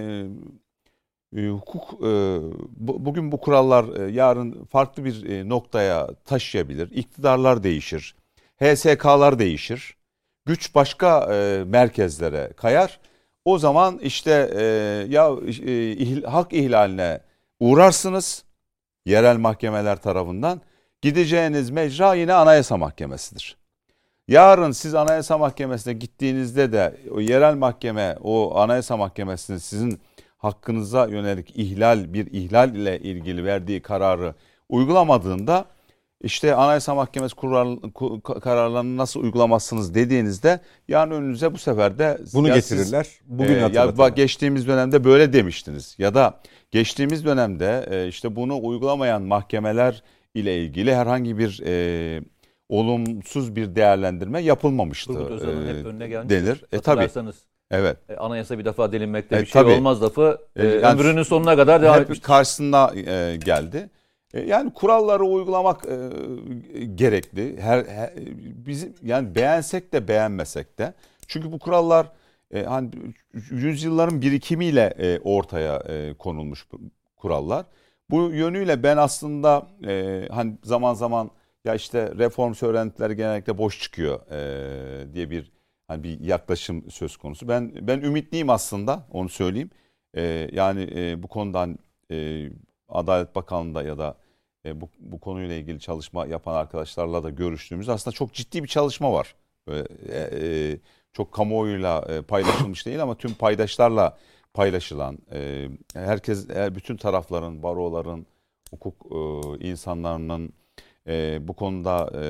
e, hukuk e, bu, bugün bu kurallar e, yarın farklı bir e, noktaya taşıyabilir. İktidarlar değişir. H S K'lar değişir. Güç başka e, merkezlere kayar. O zaman işte e, ya e, ihl, hak ihlaline uğrarsınız yerel mahkemeler tarafından. Gideceğiniz mecra yine Anayasa Mahkemesi'dir. Yarın siz Anayasa Mahkemesi'ne gittiğinizde de o yerel mahkeme, o Anayasa Mahkemesi'nin sizin hakkınıza yönelik ihlal, bir ihlal ile ilgili verdiği kararı uygulamadığında işte Anayasa Mahkemesi kurar, kararlarını nasıl uygulamazsınız dediğinizde yarın önünüze bu sefer de bunu ya getirirler. Siz, Bugün e, hatırlatırlar. ya geçtiğimiz dönemde böyle demiştiniz ya da geçtiğimiz dönemde e, işte bunu uygulamayan mahkemeler ile ilgili herhangi bir e, olumsuz bir değerlendirme yapılmamıştı. Turgut Özal'ın e, hep önüne gelmiş. denir. E tabii. Evet. E, anayasa bir defa delinmekte E, bir şey tabii. olmaz lafı e, E, yani ömrünün sonuna kadar devam hep etmiştir. karşısına e, geldi. E, yani kuralları uygulamak e, gerekli. Her, her bizim yani beğensek de beğenmesek de. Çünkü bu kurallar e, hani yüzyılların birikimiyle e, ortaya e, konulmuş kurallar. Bu yönüyle ben aslında e, hani zaman zaman ya işte reform söylentileri genellikle boş çıkıyor e, diye bir hani bir yaklaşım söz konusu. Ben ben ümitliyim aslında, onu söyleyeyim. E, yani e, bu konudan e, Adalet Bakanlığı'nda ya da e, bu, bu konuyla ilgili çalışma yapan arkadaşlarla da görüştüğümüz aslında çok ciddi bir çalışma var. Böyle, e, e, çok kamuoyuyla e, paylaşılmış değil ama tüm paydaşlarla paylaşılan, e, herkes, bütün tarafların, baroların, hukuk e, insanlarının e, bu konuda e,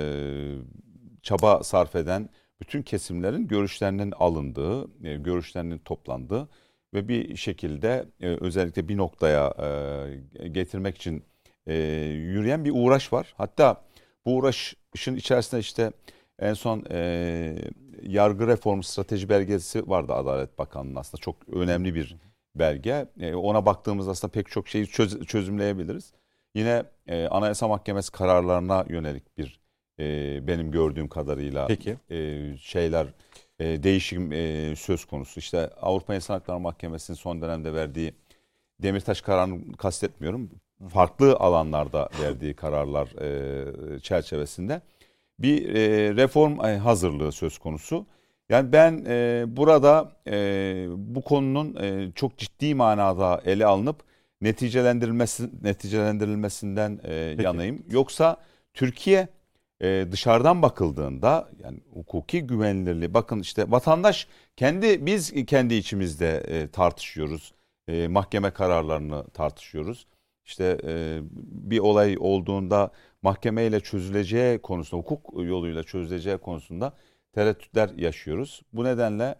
çaba sarf eden bütün kesimlerin görüşlerinin alındığı, e, görüşlerinin toplandığı ve bir şekilde e, özellikle bir noktaya e, getirmek için e, yürüyen bir uğraş var. Hatta bu uğraşın içerisinde işte en son e, yargı reformu strateji belgesi vardı Adalet Bakanlığı'nın, aslında çok önemli bir belge. E, ona baktığımızda aslında pek çok şeyi çöz, çözümleyebiliriz. Yine e, Anayasa Mahkemesi kararlarına yönelik bir e, benim gördüğüm kadarıyla Peki. e, şeyler e, değişim e, söz konusu. İşte Avrupa İnsan Hakları Mahkemesi'nin son dönemde verdiği Demirtaş kararını kastetmiyorum. Farklı alanlarda verdiği kararlar e, çerçevesinde bir e, reform hazırlığı söz konusu. Yani ben e, burada e, bu konunun e, çok ciddi manada ele alınıp neticelendirilmesi neticelendirilmesinden e, yanayım. Yoksa Türkiye e, dışarıdan bakıldığında yani hukuki güvenilirliği, bakın işte vatandaş kendi biz kendi içimizde e, tartışıyoruz. E, mahkeme kararlarını tartışıyoruz. İşte e, bir olay olduğunda mahkemeyle çözüleceği konusunda, hukuk yoluyla çözüleceği konusunda tereddütler yaşıyoruz. Bu nedenle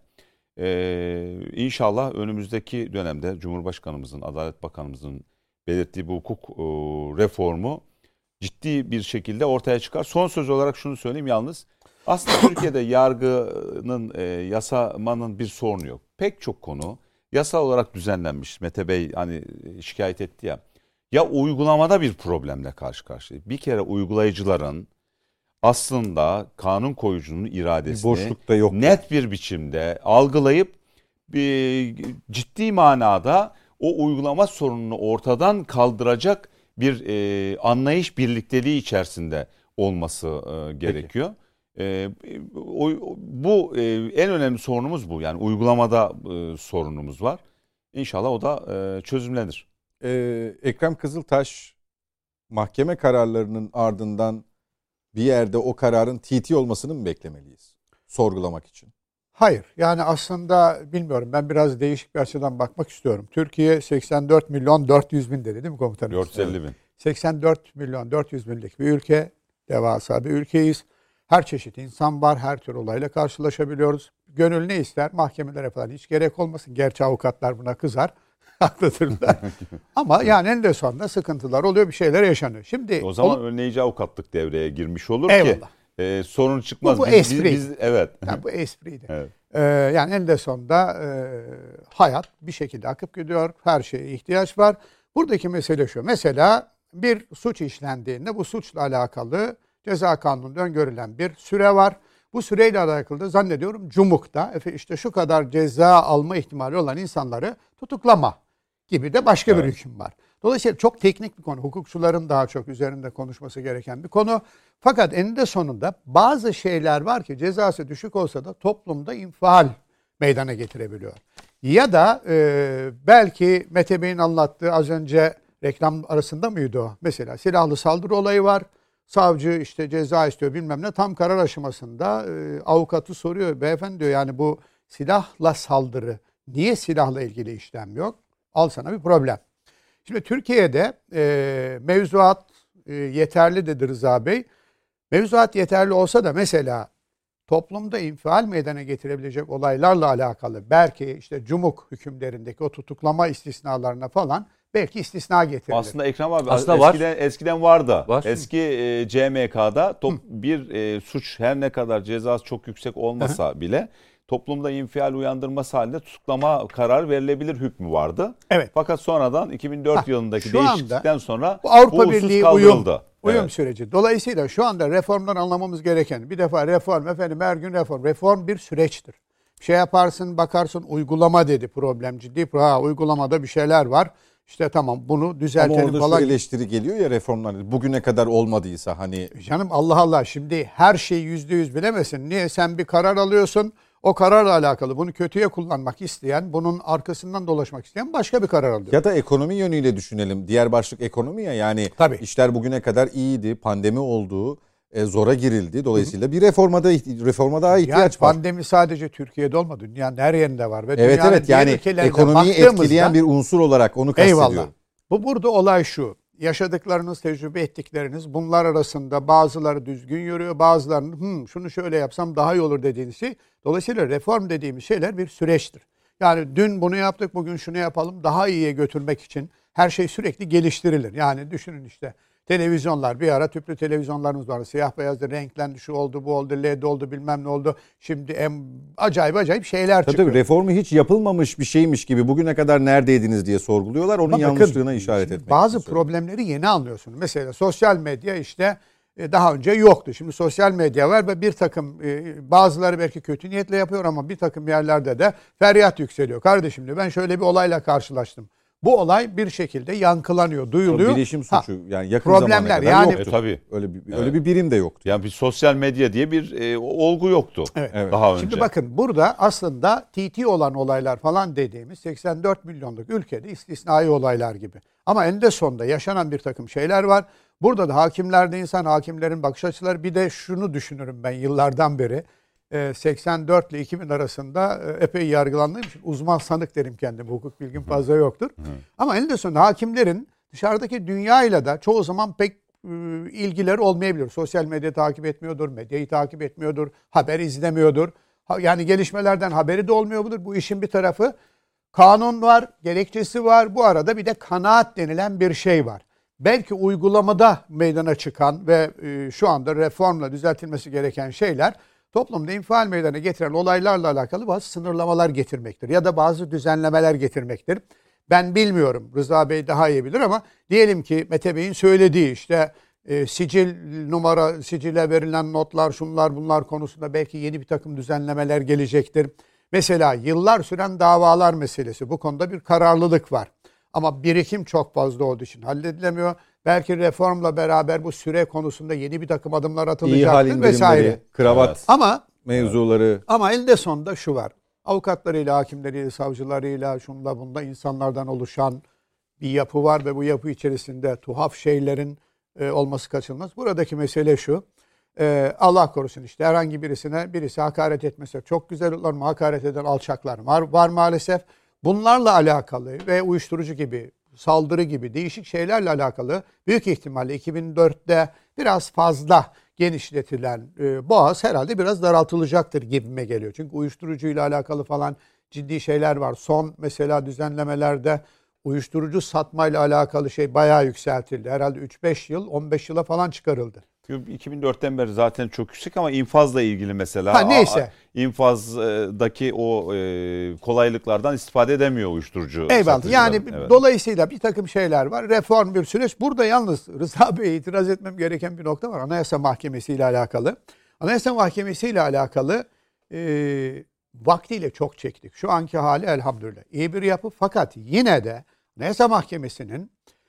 e, inşallah önümüzdeki dönemde Cumhurbaşkanımızın, Adalet Bakanımızın belirttiği bu hukuk e, reformu ciddi bir şekilde ortaya çıkar. Son söz olarak şunu söyleyeyim yalnız. Aslında Türkiye'de yargının, e, yasamanın bir sorunu yok. Pek çok konu yasal olarak düzenlenmiş. Mete Bey hani şikayet etti ya. Ya uygulamada bir problemle karşı karşıya. Bir kere uygulayıcıların aslında kanun koyucunun iradesini boşlukta yok. net bir biçimde algılayıp bir ciddi manada o uygulama sorununu ortadan kaldıracak bir e, anlayış birlikteliği içerisinde olması e, gerekiyor. E, o, bu e, en önemli sorunumuz bu. Yani uygulamada e, sorunumuz var. İnşallah o da e, çözümlenir. Ee, Ekrem Kızıltaş mahkeme kararlarının ardından bir yerde o kararın T T olmasını mı beklemeliyiz sorgulamak için? Hayır. Yani aslında bilmiyorum. Ben biraz değişik bir açıdan bakmak istiyorum. Türkiye seksen dört milyon dört yüz bin dedi değil mi komutanım? dört yüz elli bin. seksen dört milyon dört yüz binlik bir ülke. Devasa bir ülkeyiz. Her çeşit insan var. Her tür olayla karşılaşabiliyoruz. Gönül ne ister? Mahkemelere falan hiç gerek olmasın. Gerçi avukatlar buna kızar. Haklıdırlar. Ama yani en de sonunda sıkıntılar oluyor. Bir şeyler yaşanıyor. Şimdi o zaman ol- önleyici avukatlık devreye girmiş olur Eyvallah. ki e, sorun çıkmaz. Bu, bu biz, espri. Biz, biz, evet. Yani bu espriydi. Evet. Ee, yani en de sonunda e, hayat bir şekilde akıp gidiyor. Her şeye ihtiyaç var. Buradaki mesele şu. Mesela bir suç işlendiğinde bu suçla alakalı ceza kanununda öngörülen bir süre var. Bu süreyle alakalı da zannediyorum Cumhur'da işte şu kadar ceza alma ihtimali olan insanları tutuklama gibi de başka evet. bir hüküm var. Dolayısıyla çok teknik bir konu. Hukukçuların daha çok üzerinde konuşması gereken bir konu. Fakat eninde sonunda bazı şeyler var ki cezası düşük olsa da toplumda infial meydana getirebiliyor. Ya da e, belki Mete Bey'in anlattığı az önce reklam arasında mıydı o? Mesela silahlı saldırı olayı var. Savcı işte ceza istiyor bilmem ne. Tam karar aşamasında e, avukatı soruyor. Beyefendi diyor yani bu silahla saldırı. Niye silahla ilgili işlem yok? Al sana bir problem. Şimdi Türkiye'de e, mevzuat e, yeterli dedi Rıza Bey. Mevzuat yeterli olsa da mesela toplumda infial meydana getirebilecek olaylarla alakalı belki işte cumhuk hükümlerindeki o tutuklama istisnalarına falan belki istisna getirilir. Aslında Ekrem abi Aslında eskiden, var. eskiden vardı. Var. Eski e, C M K'da top, bir e, suç her ne kadar cezası çok yüksek olmasa Hı. bile toplumda infial uyandırması halinde tutuklama karar verilebilir hükmü vardı. Evet. Fakat sonradan iki bin dört ha, yılındaki değişiklikten sonra bu Avrupa bu Birliği kaldırıldı. Uyum, uyum evet. süreci. Dolayısıyla şu anda reformdan anlamamız gereken bir defa reform efendim her gün reform. Reform bir süreçtir. Bir şey yaparsın bakarsın uygulama dedi problem ciddi. Ha uygulamada bir şeyler var. İşte tamam bunu düzeltelim falan. Ama orada falan. şu eleştiri geliyor ya reformlar bugüne kadar olmadıysa hani. Canım Allah Allah şimdi her şeyi yüzde yüz bilemesin. Niye sen bir karar alıyorsun? O kararla alakalı bunu kötüye kullanmak isteyen, bunun arkasından dolaşmak isteyen başka bir karar alıyor. Ya da ekonomi yönüyle düşünelim. Diğer başlık ekonomi ya yani Tabii. işler bugüne kadar iyiydi, pandemi oldu, e, zora girildi. Dolayısıyla Hı-hı. bir reformada reforma daha ihtiyaç yani var. Pandemi sadece Türkiye'de olmadı. Dünyanın her yerinde var. Ve evet evet yani ekonomiyi etkileyen bir unsur olarak onu kastediyorum. Eyvallah. Bu burada olay şu. Yaşadıklarınız, tecrübe ettikleriniz bunlar arasında bazıları düzgün yürüyor, bazılarının Hı, şunu şöyle yapsam daha iyi olur dediğiniz şey. Dolayısıyla reform dediğimiz şeyler bir süreçtir. Yani dün bunu yaptık, bugün şunu yapalım daha iyiye götürmek için her şey sürekli geliştirilir. Yani düşünün işte televizyonlar bir ara tüplü televizyonlarımız vardı. Siyah beyazdı, renklendi, şu oldu, bu oldu, L E D oldu bilmem ne oldu. Şimdi em, acayip acayip şeyler tabii çıkıyor. Tabii reformu hiç yapılmamış bir şeymiş gibi bugüne kadar neredeydiniz diye sorguluyorlar. Onun Ama yanlışlığına bakın, işaret etmek bazı problemleri yeni anlıyorsunuz. Mesela sosyal medya işte daha önce yoktu. Şimdi sosyal medya var ve bir takım bazıları belki kötü niyetle yapıyor ama bir takım yerlerde de feryat yükseliyor. Kardeşim diyor ben şöyle bir olayla karşılaştım. Bu olay bir şekilde yankılanıyor, duyuluyor. O bilişim suçu ha, yani yakın problemler, zamana kadar yani, yoktu. E, tabii. Öyle bir evet. öyle bir birim de yoktu. Yani bir sosyal medya diye bir e, olgu yoktu evet. Evet. daha önce. Şimdi bakın burada aslında T T olan olaylar falan dediğimiz seksen dört milyonluk ülkede istisnai olaylar gibi. Ama eninde sonunda yaşanan bir takım şeyler var. Burada da hakimlerde insan hakimlerin bakış açıları bir de şunu düşünürüm ben yıllardan beri. seksen dört ile iki bin arasında epey yargılandığım için uzman sanık derim kendim. Hukuk bilgim fazla yoktur. Hı. Ama eninde sonunda hakimlerin dışarıdaki dünyayla da çoğu zaman pek ilgileri olmayabilir. Sosyal medya takip etmiyordur, medyayı takip etmiyordur, haber izlemiyordur. Yani gelişmelerden haberi de olmuyordur. Bu işin bir tarafı. Kanun var, gerekçesi var. Bu arada bir de kanaat denilen bir şey var. Belki uygulamada meydana çıkan ve şu anda reformla düzeltilmesi gereken şeyler toplumda infial meydana getiren olaylarla alakalı bazı sınırlamalar getirmektir. Ya da bazı düzenlemeler getirmektir. Ben bilmiyorum. Rıza Bey daha iyi bilir ama diyelim ki Mete Bey'in söylediği işte e, sicil numara, sicile verilen notlar, şunlar bunlar konusunda belki yeni bir takım düzenlemeler gelecektir. Mesela yıllar süren davalar meselesi. Bu konuda bir kararlılık var. Ama birikim çok fazla olduğu için halledilemiyor. Belki reformla beraber bu süre konusunda yeni bir takım adımlar atılacaktır vesaire. Kravat evet. ama mevzuları. Ama elinde sonunda şu var. Avukatlarıyla, hakimleriyle, savcılarıyla, şunla bunda insanlardan oluşan bir yapı var ve bu yapı içerisinde tuhaf şeylerin e, olması kaçınılmaz. Buradaki mesele şu. E, Allah korusun işte herhangi birisine birisi hakaret etmese çok güzel olur mu? Hakaret eden alçaklar var, var maalesef. Bunlarla alakalı ve uyuşturucu gibi, saldırı gibi değişik şeylerle alakalı büyük ihtimalle iki bin dörtte biraz fazla genişletilen e, boğaz herhalde biraz daraltılacaktır gibime geliyor. Çünkü uyuşturucuyla alakalı falan ciddi şeyler var. Son mesela düzenlemelerde uyuşturucu satmayla alakalı şey bayağı yükseltildi. Herhalde üç beş yıl, on beş yıla falan çıkarıldı. iki bin dörtten beri zaten çok yüksek ama infazla ilgili mesela. Ha neyse. İnfazdaki o e, kolaylıklardan istifade edemiyor uyuşturucu. Eyvallah. Yani evet. Dolayısıyla bir takım şeyler var. Reform bir süreç. Burada yalnız Rıza Bey'e itiraz etmem gereken bir nokta var. Anayasa Mahkemesi ile alakalı. Anayasa Mahkemesi ile alakalı e, vaktiyle çok çektik. Şu anki hali elhamdülillah iyi bir yapı. Fakat yine de Anayasa Mahkemesi'nin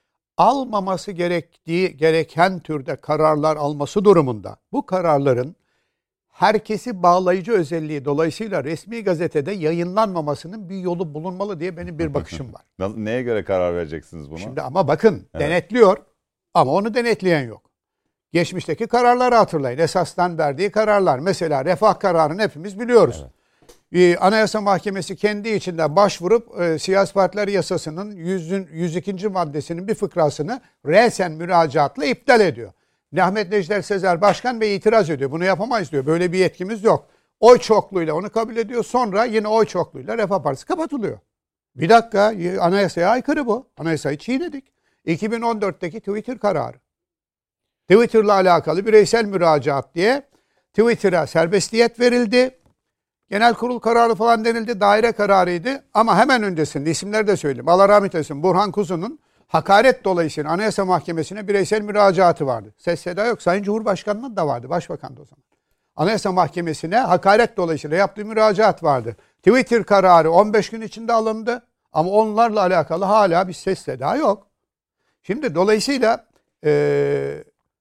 almaması gerektiği gereken türde kararlar alması durumunda bu kararların herkesi bağlayıcı özelliği dolayısıyla resmi gazetede yayınlanmamasının bir yolu bulunmalı diye benim bir bakışım var. Neye göre karar vereceksiniz buna? Şimdi ama bakın Evet. denetliyor ama onu denetleyen yok. Geçmişteki kararları hatırlayın. Esastan verdiği kararlar. Mesela refah kararını hepimiz biliyoruz. Evet. Ee, Anayasa Mahkemesi kendi içinde başvurup e, siyasi partiler yasasının yüz ikinci maddesinin bir fıkrasını resen müracaatla iptal ediyor. Ahmet Necder Sezer Başkan Bey itiraz ediyor. Bunu yapamayız diyor. Böyle bir yetkimiz yok. Oy çokluğuyla onu kabul ediyor. Sonra yine oy çokluğuyla Refah Partisi kapatılıyor. Bir dakika, anayasaya aykırı bu. Anayasayı çiğnedik. iki bin on dörtteki Twitter kararı. Twitter'la alakalı bireysel müracaat diye Twitter'a serbestiyet verildi. Genel kurul kararı falan denildi. Daire kararıydı. Ama hemen öncesinde isimleri de söyleyeyim. Allah rahmet eylesin. Burhan Kuzu'nun hakaret dolayısıyla Anayasa Mahkemesi'ne bireysel müracaatı vardı. Ses seda yok. Sayın Cumhurbaşkanı'nın da vardı. Başbakan da o zaman. Anayasa Mahkemesi'ne hakaret dolayısıyla yaptığı müracaat vardı. Twitter kararı on beş gün içinde alındı. Ama onlarla alakalı hala bir ses seda yok. Şimdi dolayısıyla e,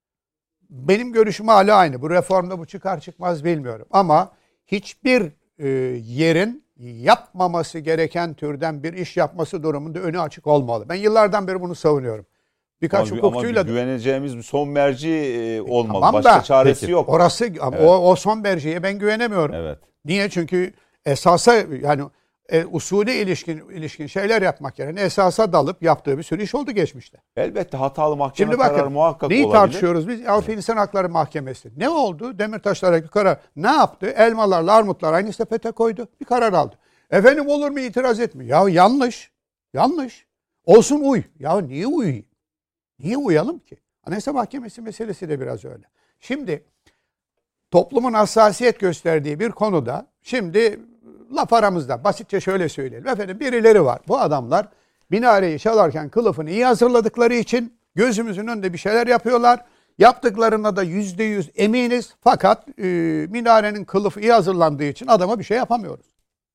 benim görüşüm hala aynı. Bu reformda bu çıkar çıkmaz bilmiyorum. Ama hiçbir e, yerin yapmaması gereken türden bir iş yapması durumunda önü açık olmalı. Ben yıllardan beri bunu savunuyorum. Birkaç ama, hukukçuyla... ama güveneceğimiz bir son merci e, olmalı. Tamam Başka da, çaresi peki, yok. Orası, ama Evet. o, o son merciye ben güvenemiyorum. Evet. Niye? Çünkü esasa yani e, usulü ilişkin ilişkin şeyler yapmak yerine esasa dalıp yaptığı bir sürü iş oldu geçmişte. Elbette hatalı mahkeme Şimdi kararı bakın muhakkak neyi olabilir. tartışıyoruz biz? Avrupa İnsan Hakları Mahkemesi. Ne oldu? Demirtaş'la karar. Ne yaptı? Elmalarla armutlar aynı sepete koydu. Bir karar aldı. Efendim olur mu itiraz etmiyor? Ya yanlış. Yanlış. Olsun uy. Ya niye uyuyayım? Niye uyalım ki? Anayasa Mahkemesi meselesi de biraz öyle. Şimdi toplumun hassasiyet gösterdiği bir konuda şimdi laf aramızda basitçe şöyle söyleyelim. Efendim birileri var. Bu adamlar minareyi çalarken kılıfını iyi hazırladıkları için gözümüzün önünde bir şeyler yapıyorlar. Yaptıklarına da yüzde yüz eminiz. Fakat e, minarenin kılıfı iyi hazırlandığı için adama bir şey yapamıyoruz.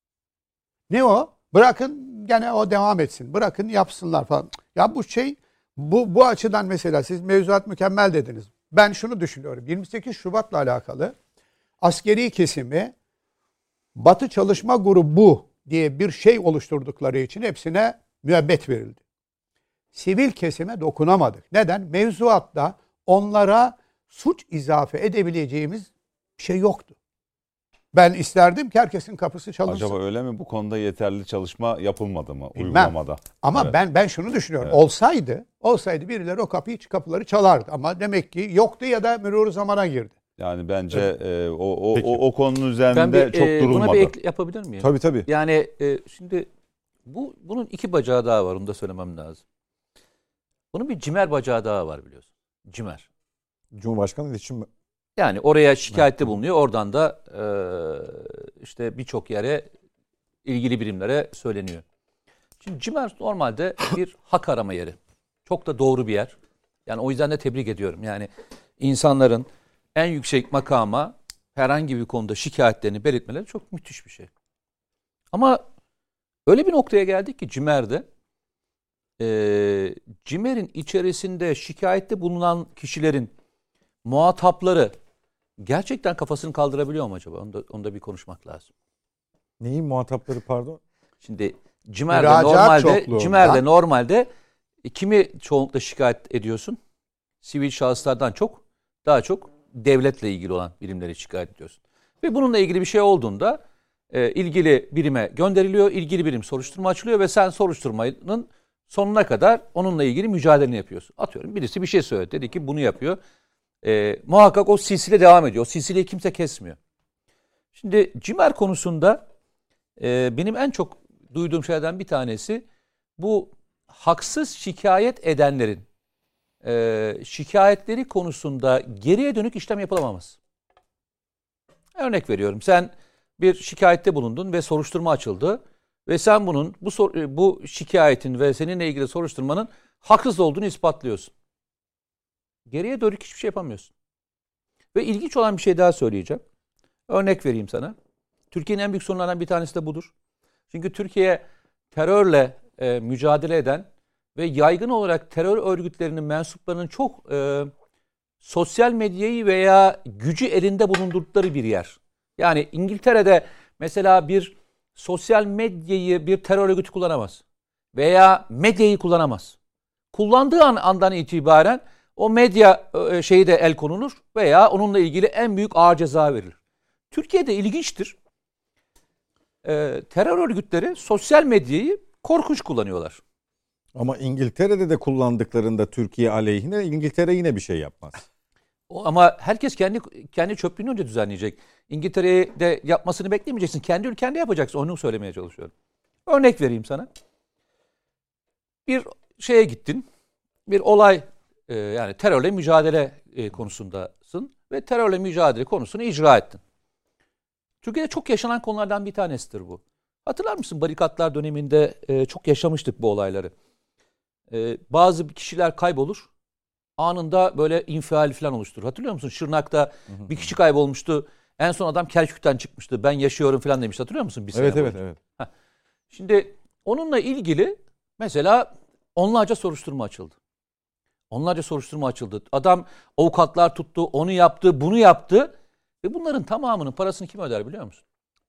Ne o? Bırakın gene o devam etsin. Bırakın yapsınlar falan. Ya bu şey bu bu açıdan mesela siz mevzuat mükemmel dediniz. Ben şunu düşünüyorum. yirmi sekiz Şubat'la alakalı askeri kesimi Batı Çalışma Grubu diye bir şey oluşturdukları için hepsine müebbet verildi. Sivil kesime dokunamadık. Neden? Mevzuatta onlara suç izafe edebileceğimiz bir şey yoktu. Ben isterdim ki herkesin kapısı çalınsın. Acaba öyle mi? Bu konuda yeterli çalışma yapılmadı mı Bilmem. uygulamada? Ama Evet. ben ben şunu düşünüyorum. Evet. Olsaydı, olsaydı birileri o kapıyı kapıları çalardı ama demek ki yoktu ya da mürûr zamana girdi. Yani bence e, o, o, Peki. o, o konunun üzerinde Ben bir, çok e, durulmadı. buna bir ek yapabilir miyim? Tabii tabii. Yani e, şimdi bu bunun iki bacağı daha var. Onu da söylemem lazım. Bunun bir cimer bacağı daha var biliyorsun. Cimer. Cumhurbaşkanı iletişim Yani oraya şikayette bulunuyor. Oradan da e, işte birçok yere ilgili birimlere söyleniyor. Şimdi cimer normalde bir hak arama yeri. Çok da doğru bir yer. Yani o yüzden de tebrik ediyorum. Yani insanların en yüksek makama herhangi bir konuda şikayetlerini belirtmeleri çok müthiş bir şey. Ama öyle bir noktaya geldik ki cimer'de e, cimer'in içerisinde şikayette bulunan kişilerin muhatapları gerçekten kafasını kaldırabiliyor mu acaba? Onu da, onu da bir konuşmak lazım. neyin muhatapları pardon? Şimdi cimer'de Müracaat normalde çokluğundan. cimer'de normalde kimi çoğunlukla şikayet ediyorsun? Sivil şahıslardan çok, daha çok devletle ilgili olan birimleri şikayet ediyorsun. Ve bununla ilgili bir şey olduğunda e, ilgili birime gönderiliyor, ilgili birim soruşturma açılıyor ve sen soruşturmanın sonuna kadar onunla ilgili mücadeleni yapıyorsun. Atıyorum birisi bir şey söyledi, dedi ki bunu yapıyor. E, muhakkak o silsile devam ediyor. O silsileyi kimse kesmiyor. Şimdi cimer konusunda e, benim en çok duyduğum şeylerden bir tanesi bu haksız şikayet edenlerin e, şikayetleri konusunda geriye dönük işlem yapılamaması. Örnek veriyorum. Sen bir şikayette bulundun ve soruşturma açıldı ve sen bunun bu sor, bu şikayetin ve seninle ilgili soruşturmanın haksız olduğunu ispatlıyorsun. Geriye dönük hiçbir şey yapamıyorsun. Ve ilginç olan bir şey daha söyleyeceğim. Örnek vereyim sana. Türkiye'nin en büyük sorunlarından bir tanesi de budur. Çünkü Türkiye terörle e, mücadele eden ve yaygın olarak terör örgütlerinin mensuplarının çok e, sosyal medyayı veya gücü elinde bulundurdukları bir yer. Yani İngiltere'de mesela bir sosyal medyayı bir terör örgütü kullanamaz. Veya medyayı kullanamaz. Kullandığı an, andan itibaren o medya şeyi de el konulur veya onunla ilgili en büyük ağır ceza verilir. Türkiye'de ilginçtir. Ee, terör örgütleri sosyal medyayı korkunç kullanıyorlar. Ama İngiltere'de de kullandıklarında Türkiye aleyhine İngiltere yine bir şey yapmaz. O, ama herkes kendi kendi çöplüğünü önce düzenleyecek. İngiltere'de yapmasını beklemeyeceksin. Kendi ülkende yapacaksın. Onu söylemeye çalışıyorum. Örnek vereyim sana. Bir şeye gittin. Bir olay e, yani terörle mücadele e, konusundasın ve terörle mücadele konusunu icra ettin. Türkiye'de çok yaşanan konulardan bir tanesidir bu. Hatırlar mısın barikatlar döneminde e, çok yaşamıştık bu olayları. E, bazı kişiler kaybolur. Anında böyle infial falan oluşturur. Hatırlıyor musun? Şırnak'ta bir kişi kaybolmuştu. En son adam Kerkük'ten çıkmıştı. Ben yaşıyorum falan demişti. Hatırlıyor musun? Bir evet sene evet boyunca. evet. Heh. Şimdi onunla ilgili mesela onlarca soruşturma açıldı. Onlarca soruşturma açıldı. Adam avukatlar tuttu, onu yaptı, bunu yaptı. Ve bunların tamamının parasını kim öder biliyor musun?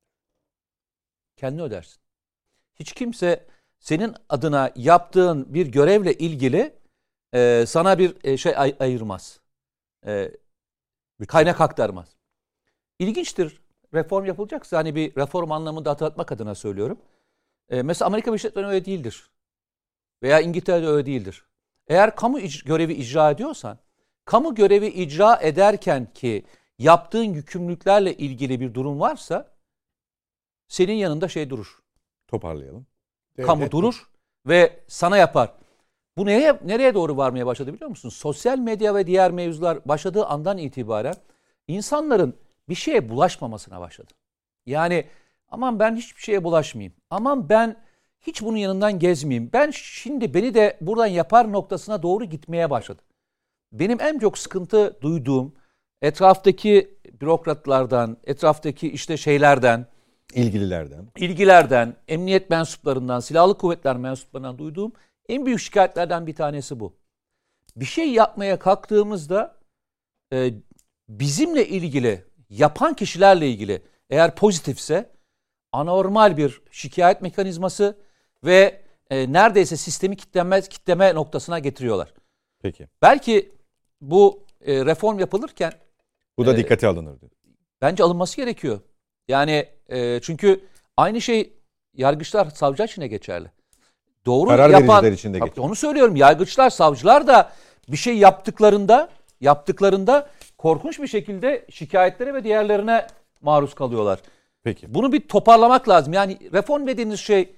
Kendin ödersin. Hiç kimse senin adına yaptığın bir görevle ilgili e, sana bir e, şey ay- ayırmaz. E, kaynak aktarmaz. İlginçtir. Reform yapılacaksa hani bir reform anlamında hatırlatmak adına söylüyorum. E, mesela Amerika Birleşik Devletleri öyle değildir. Veya İngiltere'de öyle değildir. Eğer kamu ic- görevi icra ediyorsan, kamu görevi icra ederken ki yaptığın yükümlülüklerle ilgili bir durum varsa senin yanında şey durur. Toparlayalım. Devlet Kamu durur ve sana yapar. Bu nereye nereye doğru varmaya başladı biliyor musun? Sosyal medya ve diğer mevzular başladığı andan itibaren insanların bir şeye bulaşmamasına başladı. Yani aman ben hiçbir şeye bulaşmayayım. Aman ben hiç bunun yanından gezmeyeyim. Ben şimdi beni de buradan yapar noktasına doğru gitmeye başladı. Benim en çok sıkıntı duyduğum etraftaki bürokratlardan, etraftaki işte şeylerden, İlgililerden. ilgilerden, emniyet mensuplarından, silahlı kuvvetler mensuplarından duyduğum en büyük şikayetlerden bir tanesi bu. Bir şey yapmaya kalktığımızda e, bizimle ilgili, yapan kişilerle ilgili eğer pozitifse anormal bir şikayet mekanizması ve e, neredeyse sistemi kitleme, kitleme noktasına getiriyorlar. Peki. Belki bu e, reform yapılırken Bu da e, dikkate alınır diyor. bence alınması gerekiyor. Yani e, çünkü aynı şey yargıçlar, savcılar için de geçerli. Doğru Karar yapan, vericiler için de Tabii geçerli. onu söylüyorum. Yargıçlar, savcılar da bir şey yaptıklarında, yaptıklarında korkunç bir şekilde şikayetlere ve diğerlerine maruz kalıyorlar. Peki. Bunu bir toparlamak lazım. Yani reform dediğiniz şey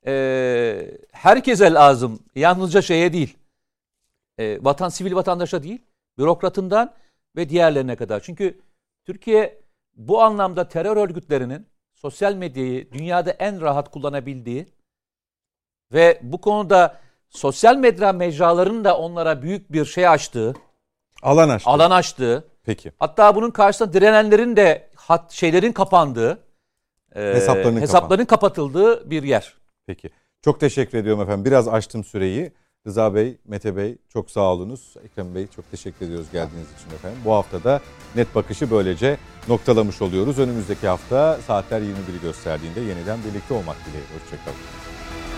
e, herkese lazım. Yalnızca şeye değil. E, vatan, sivil vatandaşa değil. Bürokratından ve diğerlerine kadar. Çünkü Türkiye bu anlamda terör örgütlerinin sosyal medyayı dünyada en rahat kullanabildiği ve bu konuda sosyal medya mecralarının da onlara büyük bir şey açtığı, Alan açtı. alan açtığı, Peki. hatta bunun karşısında direnenlerin de hat, şeylerin kapandığı, e, Hesaplarının hesapların kapatıldığı bir yer. Peki. Çok teşekkür ediyorum efendim. Biraz açtım süreyi. Rıza Bey, Mete Bey çok sağ olunuz. Ekrem Bey çok teşekkür ediyoruz geldiğiniz için efendim. Bu hafta da Net Bakış'ı böylece noktalamış oluyoruz. Önümüzdeki hafta saatler yirmi biri gösterdiğinde yeniden birlikte olmak dileğiyle. Hoşçakalın.